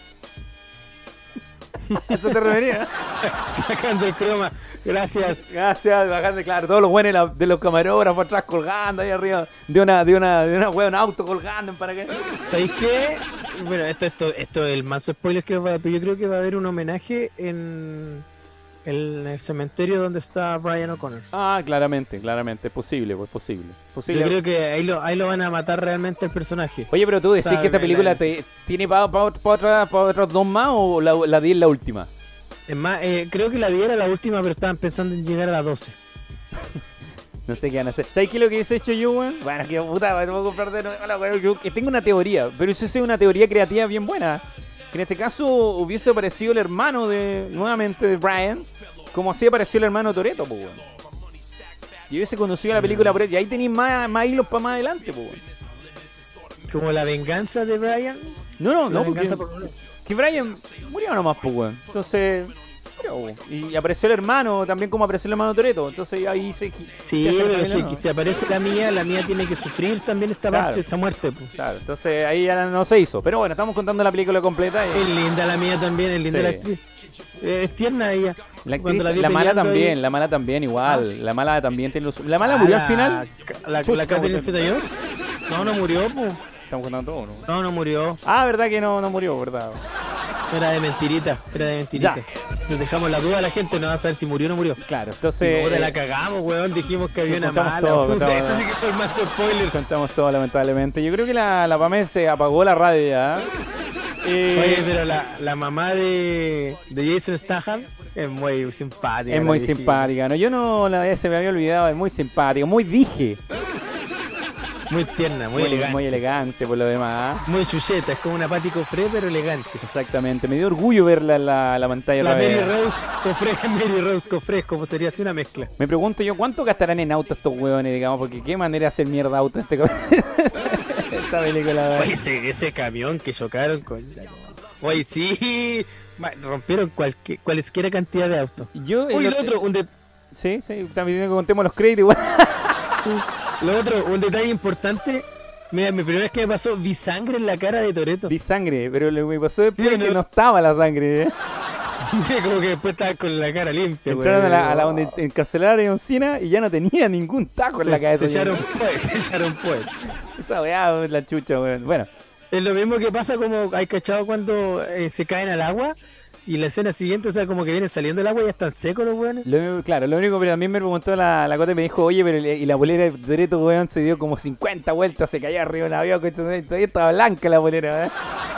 Speaker 2: Eso te refería.
Speaker 3: Sacando el croma. Gracias.
Speaker 2: Gracias, bajando, claro, todos los buenos de, la- de los camarógrafos atrás colgando ahí arriba, de una, de una, de una wea, un auto colgando en paracaídas.
Speaker 3: ¿Sabéis qué? Bueno, esto, esto, esto es el manso spoiler que va a pero yo creo que va a haber un homenaje en, en el cementerio donde está Brian O'Connor.
Speaker 2: Ah, claramente, claramente, es posible, pues posible. posible.
Speaker 3: Yo creo que ahí lo, ahí lo van a matar realmente el personaje.
Speaker 2: Oye, pero tú decís
Speaker 3: O sea,
Speaker 2: que esta
Speaker 3: la-
Speaker 2: película
Speaker 3: la-
Speaker 2: te, tiene para pa, pa otra- pa otros dos más o la, la diez es la última.
Speaker 3: Es más, eh, creo que la diez era la última, pero estaban pensando en llegar a la doce.
Speaker 2: No sé qué van a hacer. ¿Sabes qué es lo que hubiese hecho yo, weón? Bueno, que puta, me voy a comprar de nuevo la weá, yo- que tengo una teoría, pero eso es una teoría creativa bien buena. que en este caso hubiese aparecido el hermano de, nuevamente, de Brian, como así apareció el hermano Toretto, pues, weón. Y hubiese conducido la película por él, y ahí tenéis más, más hilos para más adelante, pues, weón.
Speaker 3: Como la venganza de Brian.
Speaker 2: No, no,
Speaker 3: La
Speaker 2: no, porque
Speaker 3: venganza por-
Speaker 2: que Brian murió nomás, pues, weón. Entonces, murió, weón. Y apareció el hermano, también como apareció el hermano Toretto. Entonces ahí se...
Speaker 3: Sí,
Speaker 2: se hace
Speaker 3: pero
Speaker 2: la
Speaker 3: es
Speaker 2: familia,
Speaker 3: que
Speaker 2: ¿no?
Speaker 3: si aparece la mía, la mía tiene que sufrir también esta
Speaker 2: Claro.
Speaker 3: parte, esta muerte. Pues.
Speaker 2: Claro, entonces ahí ya no se hizo. Pero bueno, estamos contando la película completa. Y
Speaker 3: Es linda la mía también, es linda
Speaker 2: Sí.
Speaker 3: la actriz. Eh, Es tierna ella.
Speaker 2: la, actriz-
Speaker 3: Cuando la vi
Speaker 2: la mala
Speaker 3: peleando
Speaker 2: también,
Speaker 3: ahí-
Speaker 2: la mala también igual. La mala también tiene los... ¿La mala
Speaker 3: Ah,
Speaker 2: murió
Speaker 3: la-
Speaker 2: al final?
Speaker 3: La,
Speaker 2: Chucha,
Speaker 3: la Catherine
Speaker 2: estamos-
Speaker 3: Zeta-Jones. No, no murió, pues.
Speaker 2: Estamos contando todo, ¿no?
Speaker 3: No, no murió.
Speaker 2: Ah, verdad que no, no murió, verdad.
Speaker 3: Era de mentirita, era de mentirita. Si dejamos la duda a la gente, no va a saber si murió o no murió.
Speaker 2: Claro,
Speaker 3: Sí,
Speaker 2: entonces...
Speaker 3: puta, la cagamos, weón. Dijimos que había una
Speaker 2: contamos
Speaker 3: mala.
Speaker 2: todo,
Speaker 3: puta,
Speaker 2: contamos-
Speaker 3: eso sí que fue el más spoiler.
Speaker 2: Contamos todo, lamentablemente. Yo creo que la, la Pamela se apagó la radio ya. Eh,
Speaker 3: Oye, pero la, la mamá de, de Jason Statham es muy simpática.
Speaker 2: es
Speaker 3: la
Speaker 2: muy
Speaker 3: viejita.
Speaker 2: simpática, ¿no? Yo no la se me había olvidado, es muy simpática, muy dije.
Speaker 3: Muy tierna, muy, elegante.
Speaker 2: Muy elegante por lo demás.
Speaker 3: Muy chucheta, es como una Patty Cofré, pero elegante.
Speaker 2: Exactamente, me dio orgullo verla en la, la pantalla.
Speaker 3: La
Speaker 2: otra
Speaker 3: Mary
Speaker 2: vez.
Speaker 3: Rose Cofré, Mary Rose Cofré, como sería así una mezcla.
Speaker 2: Me pregunto yo, ¿cuánto gastarán en auto estos hueones, digamos? Porque qué manera de hacer mierda auto en este co- esta película. ¿verdad?
Speaker 3: Oye, ese, ese camión que chocaron con... Oye, sí, ma- rompieron cualquier, cualesquiera cantidad de autos.
Speaker 2: Yo, el
Speaker 3: Oye, lo
Speaker 2: otro-
Speaker 3: otro, un, de-
Speaker 2: Sí, sí, también que contemos los créditos igual.
Speaker 3: lo otro, un detalle importante. Mira, mi primera vez que me pasó, vi sangre en la cara de Toretto.
Speaker 2: Vi sangre, pero lo que me pasó después
Speaker 3: Sí,
Speaker 2: es que
Speaker 3: no-
Speaker 2: no estaba la sangre. ¿eh?
Speaker 3: Como que después estaba con la cara limpia.
Speaker 2: Entraron a la, a la
Speaker 3: weón.
Speaker 2: donde encarcelaron a Oncina y ya no tenía ningún taco en la
Speaker 3: Se,
Speaker 2: cabeza.
Speaker 3: se echaron pues, se echaron pues.
Speaker 2: Esa weá, la chucha, weón. Bueno,
Speaker 3: Es lo mismo que pasa como hay cachado cuando eh, se caen al agua y la escena siguiente, o sea, como que vienen saliendo del agua y ya están secos los weones.
Speaker 2: lo, claro, lo único que también me preguntó la, la Cota y me dijo, oye, pero y la polera de Toretto, weón, se dio como cincuenta vueltas, se caía arriba del avión, que todavía estaba blanca la polera, ¿eh?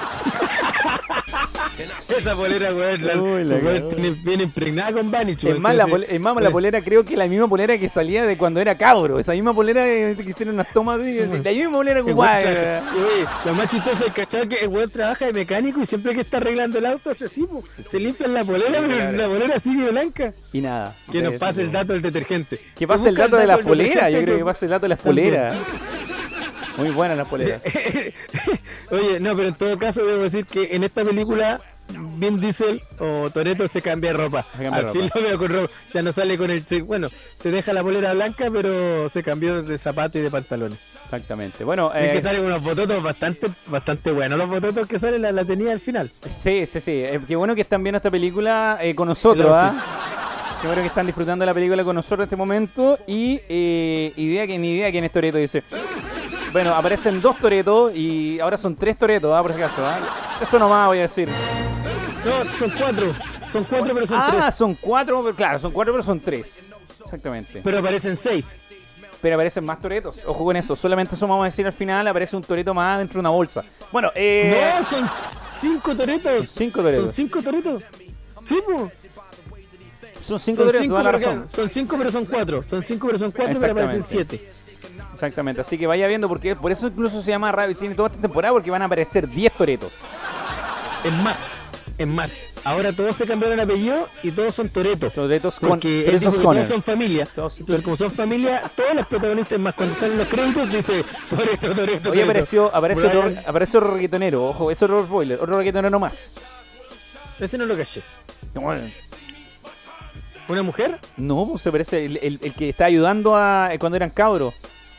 Speaker 3: Esa polera, weón, la,
Speaker 2: Uy, la
Speaker 3: weón,
Speaker 2: cagó.
Speaker 3: tiene- viene impregnada con Vanish.
Speaker 2: Es más, la, pole- es más, la polera creo que es la misma polera que salía de cuando era cabro. Esa misma polera que que hicieron unas tomas de, de la misma polera que guay.
Speaker 3: Lo más chistoso es cachado que el weón trabaja de mecánico y siempre que está arreglando el auto hace así, po. Se limpia la polera, pero
Speaker 2: claro.
Speaker 3: la polera sigue blanca.
Speaker 2: Y nada.
Speaker 3: Que nos
Speaker 2: Eso,
Speaker 3: pase el
Speaker 2: weón.
Speaker 3: dato del detergente.
Speaker 2: Que
Speaker 3: Se
Speaker 2: pase el
Speaker 3: busca
Speaker 2: dato de las
Speaker 3: del
Speaker 2: poleras. Yo
Speaker 3: detergente
Speaker 2: creo que
Speaker 3: con-
Speaker 2: pase el dato de las
Speaker 3: También.
Speaker 2: poleras. Muy buenas las poleras.
Speaker 3: Oye, no, pero en todo caso debo decir que en esta película Vin Diesel o Toretto se cambia de ropa.
Speaker 2: Se cambia de
Speaker 3: Al fin
Speaker 2: ropa.
Speaker 3: lo veo con ropa. Ya no sale con el... se- Bueno, se deja la polera blanca, pero se cambió de zapato y de pantalones.
Speaker 2: Exactamente. Bueno,
Speaker 3: Es que
Speaker 2: eh,
Speaker 3: salen unos bototos bastante bastante buenos. Los bototos que salen la, la tenía al final.
Speaker 2: sí, sí, sí. Eh, qué bueno que están viendo esta película eh, con nosotros,
Speaker 3: El
Speaker 2: ¿ah? Qué bueno que están disfrutando de la película con nosotros en este momento. Y eh, idea que ni idea quién es Toretto, dice. Bueno, aparecen dos Torettos y ahora son tres Torettos, ¿ah? Por si acaso, ¿ah? Eso nomás voy a decir.
Speaker 3: No, son cuatro. Son cuatro, pero son
Speaker 2: ah,
Speaker 3: tres.
Speaker 2: son cuatro, pero- claro, son cuatro, pero son tres. Exactamente.
Speaker 3: Pero aparecen seis.
Speaker 2: Pero aparecen más Torettos. Ojo con eso. Solamente eso vamos a decir al final. Aparece un Toretto más dentro de una bolsa. Bueno, eh.
Speaker 3: No, son cinco toretos.
Speaker 2: Cinco Torettos.
Speaker 3: Son cinco toretos. Sí, po.
Speaker 2: Son cinco
Speaker 3: Son
Speaker 2: Torettos,
Speaker 3: cinco,
Speaker 2: toda la
Speaker 3: pero,
Speaker 2: razón.
Speaker 3: son cinco, pero son cuatro. Son cinco, pero son cuatro, pero aparecen
Speaker 2: Exactamente.
Speaker 3: siete.
Speaker 2: Exactamente. Así que vaya viendo porque por eso incluso se llama Rabbit. Tiene toda esta temporada porque van a aparecer diez Torettos.
Speaker 3: Es más, es más. Ahora todos se cambiaron apellido y todos son Toretto.
Speaker 2: Torettos con.
Speaker 3: Porque él
Speaker 2: Torettos
Speaker 3: dijo que
Speaker 2: con
Speaker 3: todos son familia.
Speaker 2: Todos-
Speaker 3: Entonces, como son familia, todos los protagonistas, más cuando salen los créditos, dice Toretto, Toretto.
Speaker 2: Hoy apareció, aparece otro,
Speaker 3: Brian-
Speaker 2: aparece otro reggaetonero. Ojo, es otro spoiler. Otro reggaetonero más.
Speaker 3: Ese no lo caché.
Speaker 2: No,
Speaker 3: ¿Una mujer?
Speaker 2: no pues se parece el, el- el que está ayudando a cuando eran cabros.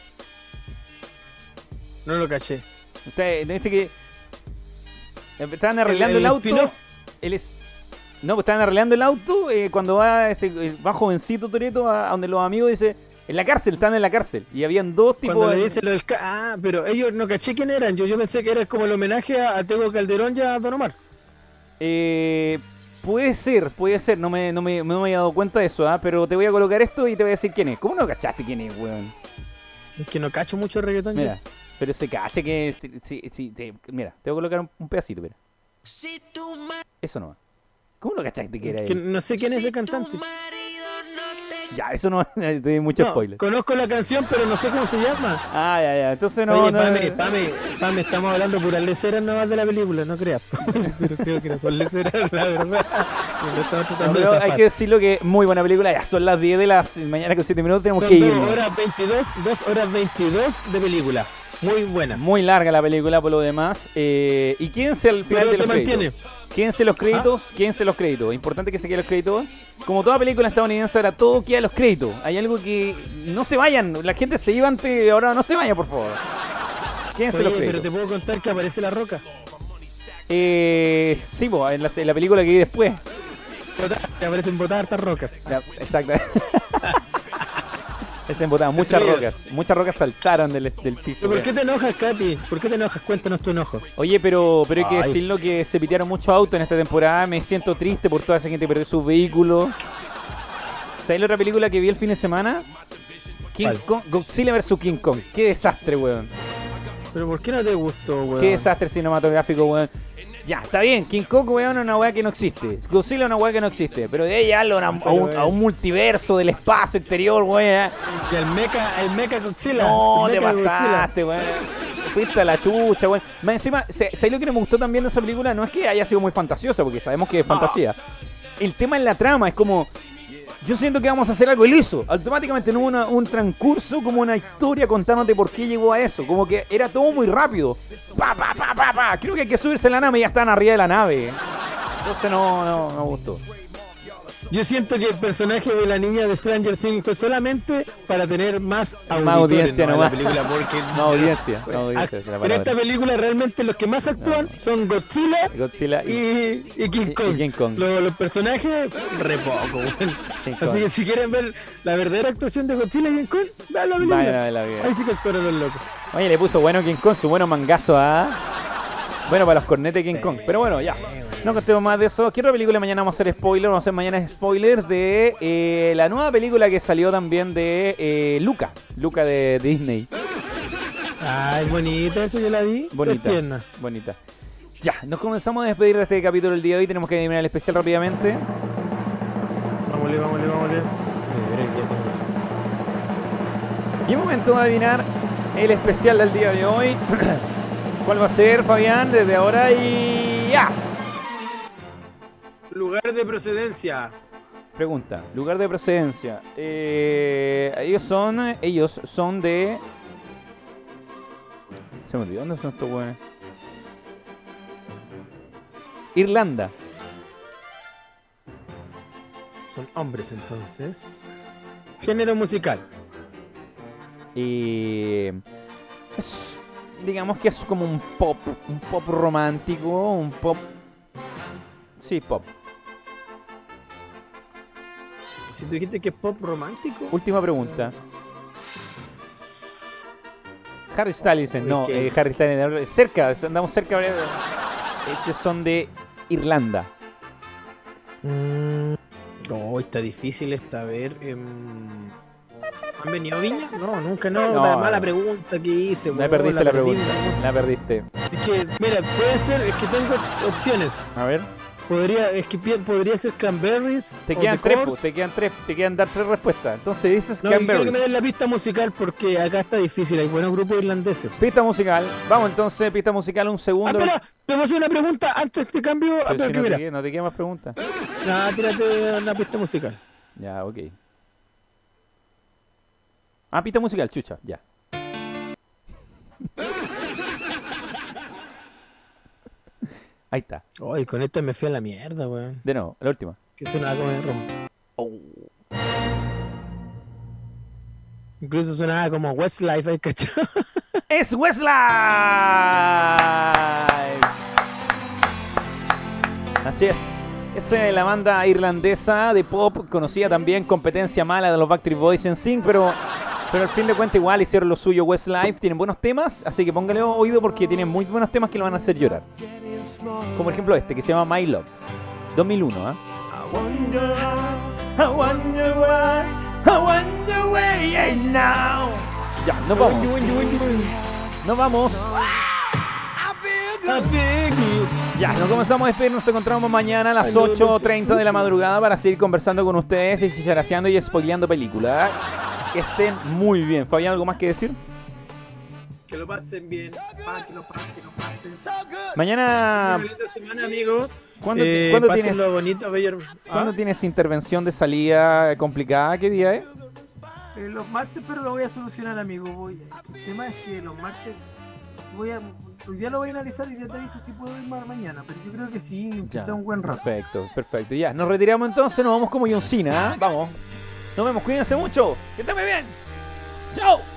Speaker 3: No lo caché.
Speaker 2: Usted, este que estaban arreglando el,
Speaker 3: el
Speaker 2: auto.
Speaker 3: spin-off.
Speaker 2: Él es no, pues estaban arreglando el auto eh, cuando va este eh, va jovencito Toretto a, a donde los amigos dice en la cárcel, están en la cárcel y habían dos tipos.
Speaker 3: Cuando le dicen lo del... ca- Ah, pero ellos no caché quién eran. Yo, yo pensé que era como el homenaje a, a Tego Calderón y a Don Omar.
Speaker 2: Eh, puede ser, puede ser. No me, no me, no me había dado cuenta de eso, ¿ah? Pero te voy a colocar esto y te voy a decir quién es. ¿Cómo no cachaste quién es, weón?
Speaker 3: Es que no cacho mucho reggaetón. yo.
Speaker 2: Mira, pero se cacha que sí, sí, sí, te- mira, te voy a colocar un, un pedacito, mira. Eso no va. ¿Cómo no cachaste que era
Speaker 3: Que
Speaker 2: él?
Speaker 3: no sé quién es ese cantante.
Speaker 2: Ya, eso no tiene mucho
Speaker 3: No,
Speaker 2: spoiler.
Speaker 3: conozco la canción, pero no sé cómo se llama.
Speaker 2: Ah, ya, ya. Entonces no.
Speaker 3: Oye,
Speaker 2: no
Speaker 3: Pame, Pame, Pame, estamos hablando puras leceras nomás de la película, no creas. Pero creo que no son leceras, la verdad. Lo estamos
Speaker 2: No,
Speaker 3: tratando de
Speaker 2: pero hay
Speaker 3: zafar.
Speaker 2: que decirlo que muy buena película. Ya son las diez de la mañana con siete minutos. Tenemos
Speaker 3: Son
Speaker 2: que
Speaker 3: dos
Speaker 2: irnos.
Speaker 3: horas veintidós, dos horas veintidós de película. Muy buena.
Speaker 2: Muy larga la película por lo demás. Eh, y quédense al final
Speaker 3: Pero
Speaker 2: de los
Speaker 3: te
Speaker 2: créditos.
Speaker 3: mantiene.
Speaker 2: Quédense los créditos, quédense los créditos. Importante que se queden los créditos. Como toda película estadounidense, ahora todo queda en los créditos. Hay algo que no se vayan. La gente se iba antes, ahora no se vaya, por favor. Quédense los
Speaker 3: Oye, pero
Speaker 2: créditos.
Speaker 3: te puedo contar que aparece La Roca.
Speaker 2: Eh, sí, po, en, la, en la película que vi después.
Speaker 3: Botar- Que aparecen botadas hartas rocas.
Speaker 2: Ya, exacto. Es embotado. Muchas
Speaker 3: Ríos.
Speaker 2: rocas. Muchas rocas saltaron del, del piso.
Speaker 3: ¿Pero ¿Por
Speaker 2: weón.
Speaker 3: qué te enojas, Katy? ¿Por qué te enojas? Cuéntanos tu enojo.
Speaker 2: Oye, pero, pero hay que
Speaker 3: Ay.
Speaker 2: decirlo que se pitearon muchos autos en esta temporada. Me siento triste por toda esa gente que perdió sus vehículos. ¿Sabes la otra película que vi el fin de semana? King
Speaker 3: ¿Cuál?
Speaker 2: Kong, Godzilla versus King Kong. Qué desastre, weón.
Speaker 3: ¿Pero por qué no te gustó, weón?
Speaker 2: Qué desastre cinematográfico, weón. Ya, está bien. King Kong, weón, es una weá que no existe. Godzilla es una weá que no existe. Pero de ahí a, lo- a, un, a un multiverso del espacio exterior, weón.
Speaker 3: Y el mecha, el mecha Godzilla.
Speaker 2: No,
Speaker 3: el
Speaker 2: te
Speaker 3: mecha Godzilla.
Speaker 2: pasaste, weón. Fuiste a la chucha, weón. Más encima, ¿sabes lo que no me gustó también de esa película? No es que haya sido muy fantasiosa, porque sabemos que es fantasía. El tema en la trama es como... Yo siento que vamos a hacer algo liso. Automáticamente no hubo una- un transcurso, como una historia contándote por qué llegó a eso. Como que era todo muy rápido. Pa, pa, pa, pa, pa. Creo que hay que subirse a la nave y ya están arriba de la nave. Entonces no, no, no gustó.
Speaker 3: Yo siento que el personaje de la niña de Stranger Things fue solamente para tener más auditores,
Speaker 2: audiencia
Speaker 3: ¿no? en
Speaker 2: nomás.
Speaker 3: la película, porque
Speaker 2: No audiencia, no audiencia,
Speaker 3: Ah,
Speaker 2: es la
Speaker 3: en
Speaker 2: palabra.
Speaker 3: esta película realmente los que más actúan son Godzilla
Speaker 2: Godzilla y...
Speaker 3: y, y King
Speaker 2: y- y
Speaker 3: Kong.
Speaker 2: King Kong.
Speaker 3: Los, los personajes, re poco, weón.
Speaker 2: King
Speaker 3: Así
Speaker 2: Kong.
Speaker 3: que si quieren ver la verdadera actuación de Godzilla y King Kong, vean la película.
Speaker 2: Vayan a ver la vida.
Speaker 3: Ahí sí que actuaron los locos.
Speaker 2: Oye, le puso bueno King Kong, su bueno mangazo a... Bueno, para los cornetes de King Kong. Pero bueno, ya. No contemos más de eso. ¿Qué otra película mañana vamos a hacer spoiler? Vamos a hacer mañana spoiler de eh, la nueva película que salió también de eh, Luca. Luca de Disney.
Speaker 3: Ay, bonita, eso yo la vi.
Speaker 2: Bonita.
Speaker 3: Es tierna.
Speaker 2: Bonita. Ya, nos comenzamos a despedir de este capítulo del día de hoy. Tenemos que eliminar el especial rápidamente.
Speaker 3: Vámonos, vámonos, vámonos. Eh, break, ya tengo eso.
Speaker 2: Y es momento de adivinar el especial del día de hoy. ¿Cuál va a ser, Fabián? Desde ahora y ya.
Speaker 3: Lugar de procedencia.
Speaker 2: Pregunta, lugar de procedencia. Eh, ellos son, ellos son de... Se me olvidó, ¿dónde son estos buenos? Irlanda.
Speaker 3: Son hombres entonces. Género musical.
Speaker 2: Y es, digamos que es como un pop, un pop romántico, un pop... Sí, pop.
Speaker 3: Si tú dijiste que es pop romántico.
Speaker 2: Última pregunta. Harry Styles, no,
Speaker 3: Ok.
Speaker 2: eh, Harry Styles, cerca, andamos cerca. Estos son de Irlanda.
Speaker 3: Mm, oh, está difícil esta. A ver. em, ¿Han venido a Viña? No, nunca, no.
Speaker 2: No,
Speaker 3: la mala
Speaker 2: no.
Speaker 3: pregunta que hice.
Speaker 2: Me
Speaker 3: weón,
Speaker 2: perdiste la,
Speaker 3: perdí,
Speaker 2: pregunta.
Speaker 3: weón.
Speaker 2: La perdiste.
Speaker 3: Es que, mira, puede ser, es que tengo opciones.
Speaker 2: A ver.
Speaker 3: Podría, es que pi- podría ser Cranberries.
Speaker 2: Te
Speaker 3: o
Speaker 2: quedan
Speaker 3: The
Speaker 2: tres,
Speaker 3: Course.
Speaker 2: pues, te quedan tres, te quedan dar tres respuestas. Entonces dices
Speaker 3: No, yo quiero que me
Speaker 2: Cranberries.
Speaker 3: den la pista musical porque acá está difícil. Hay buenos grupos irlandeses.
Speaker 2: Pista musical. Vamos entonces, pista musical, un
Speaker 3: Ah,
Speaker 2: segundo.
Speaker 3: espera, te voy a hacer una pregunta antes que cambio. Ah,
Speaker 2: Pero
Speaker 3: pero
Speaker 2: si
Speaker 3: que
Speaker 2: no, te
Speaker 3: mira.
Speaker 2: queda, no te queda más preguntas.
Speaker 3: Nada, tírate una pista musical.
Speaker 2: Ya, ok. Ah, pista musical, chucha, ya. Ahí está.
Speaker 3: Ay, con esta me fui a la mierda, weón.
Speaker 2: De nuevo, la última.
Speaker 3: Que suena como de rom.
Speaker 2: Oh.
Speaker 3: Incluso sonaba como Westlife, ¿hay cachado?
Speaker 2: ¡Es Westlife! Así es. Es eh, la banda irlandesa de pop, conocida también competencia mala de los Backstreet Boys en Sync, pero, pero al fin de cuentas igual hicieron lo suyo Westlife. Tienen buenos temas, así que póngale oído porque tienen muy buenos temas que lo van a hacer llorar. Como por ejemplo este, que se llama My Love. dos mil uno, ¿ah? I wonder why, I wonder why ain't now. Ya, nos vamos. Nos vamos.
Speaker 3: I think you
Speaker 2: Ya, nos comenzamos a despedir, nos encontramos mañana a las ocho treinta de la madrugada para seguir conversando con ustedes y cizareando y spoileando películas. Que estén muy bien. Fabián, ¿algo más que decir?
Speaker 3: Que lo pasen bien. Ah, que lo pasen, que lo pasen.
Speaker 2: Mañana...
Speaker 3: Una linda semana, amigo.
Speaker 2: ¿Cuándo,
Speaker 3: eh,
Speaker 2: ¿cuándo
Speaker 3: pasen
Speaker 2: tienes,
Speaker 3: lo bonito, bello.
Speaker 2: ¿cuándo
Speaker 3: ¿Ah?
Speaker 2: tienes intervención de salida complicada? ¿Qué día es?
Speaker 7: Eh, los martes, pero lo voy a solucionar, amigo. Voy, el tema es que los martes voy a, hoy día lo voy a analizar y ya te aviso si puedo ir más mañana, pero yo creo que sí, que
Speaker 2: Ya,
Speaker 7: sea un buen rato.
Speaker 2: Perfecto, perfecto. Ya, nos retiramos entonces, nos vamos como John Cena, ¿eh? Vamos. Nos vemos, cuídense mucho. Que estén muy bien. Chao.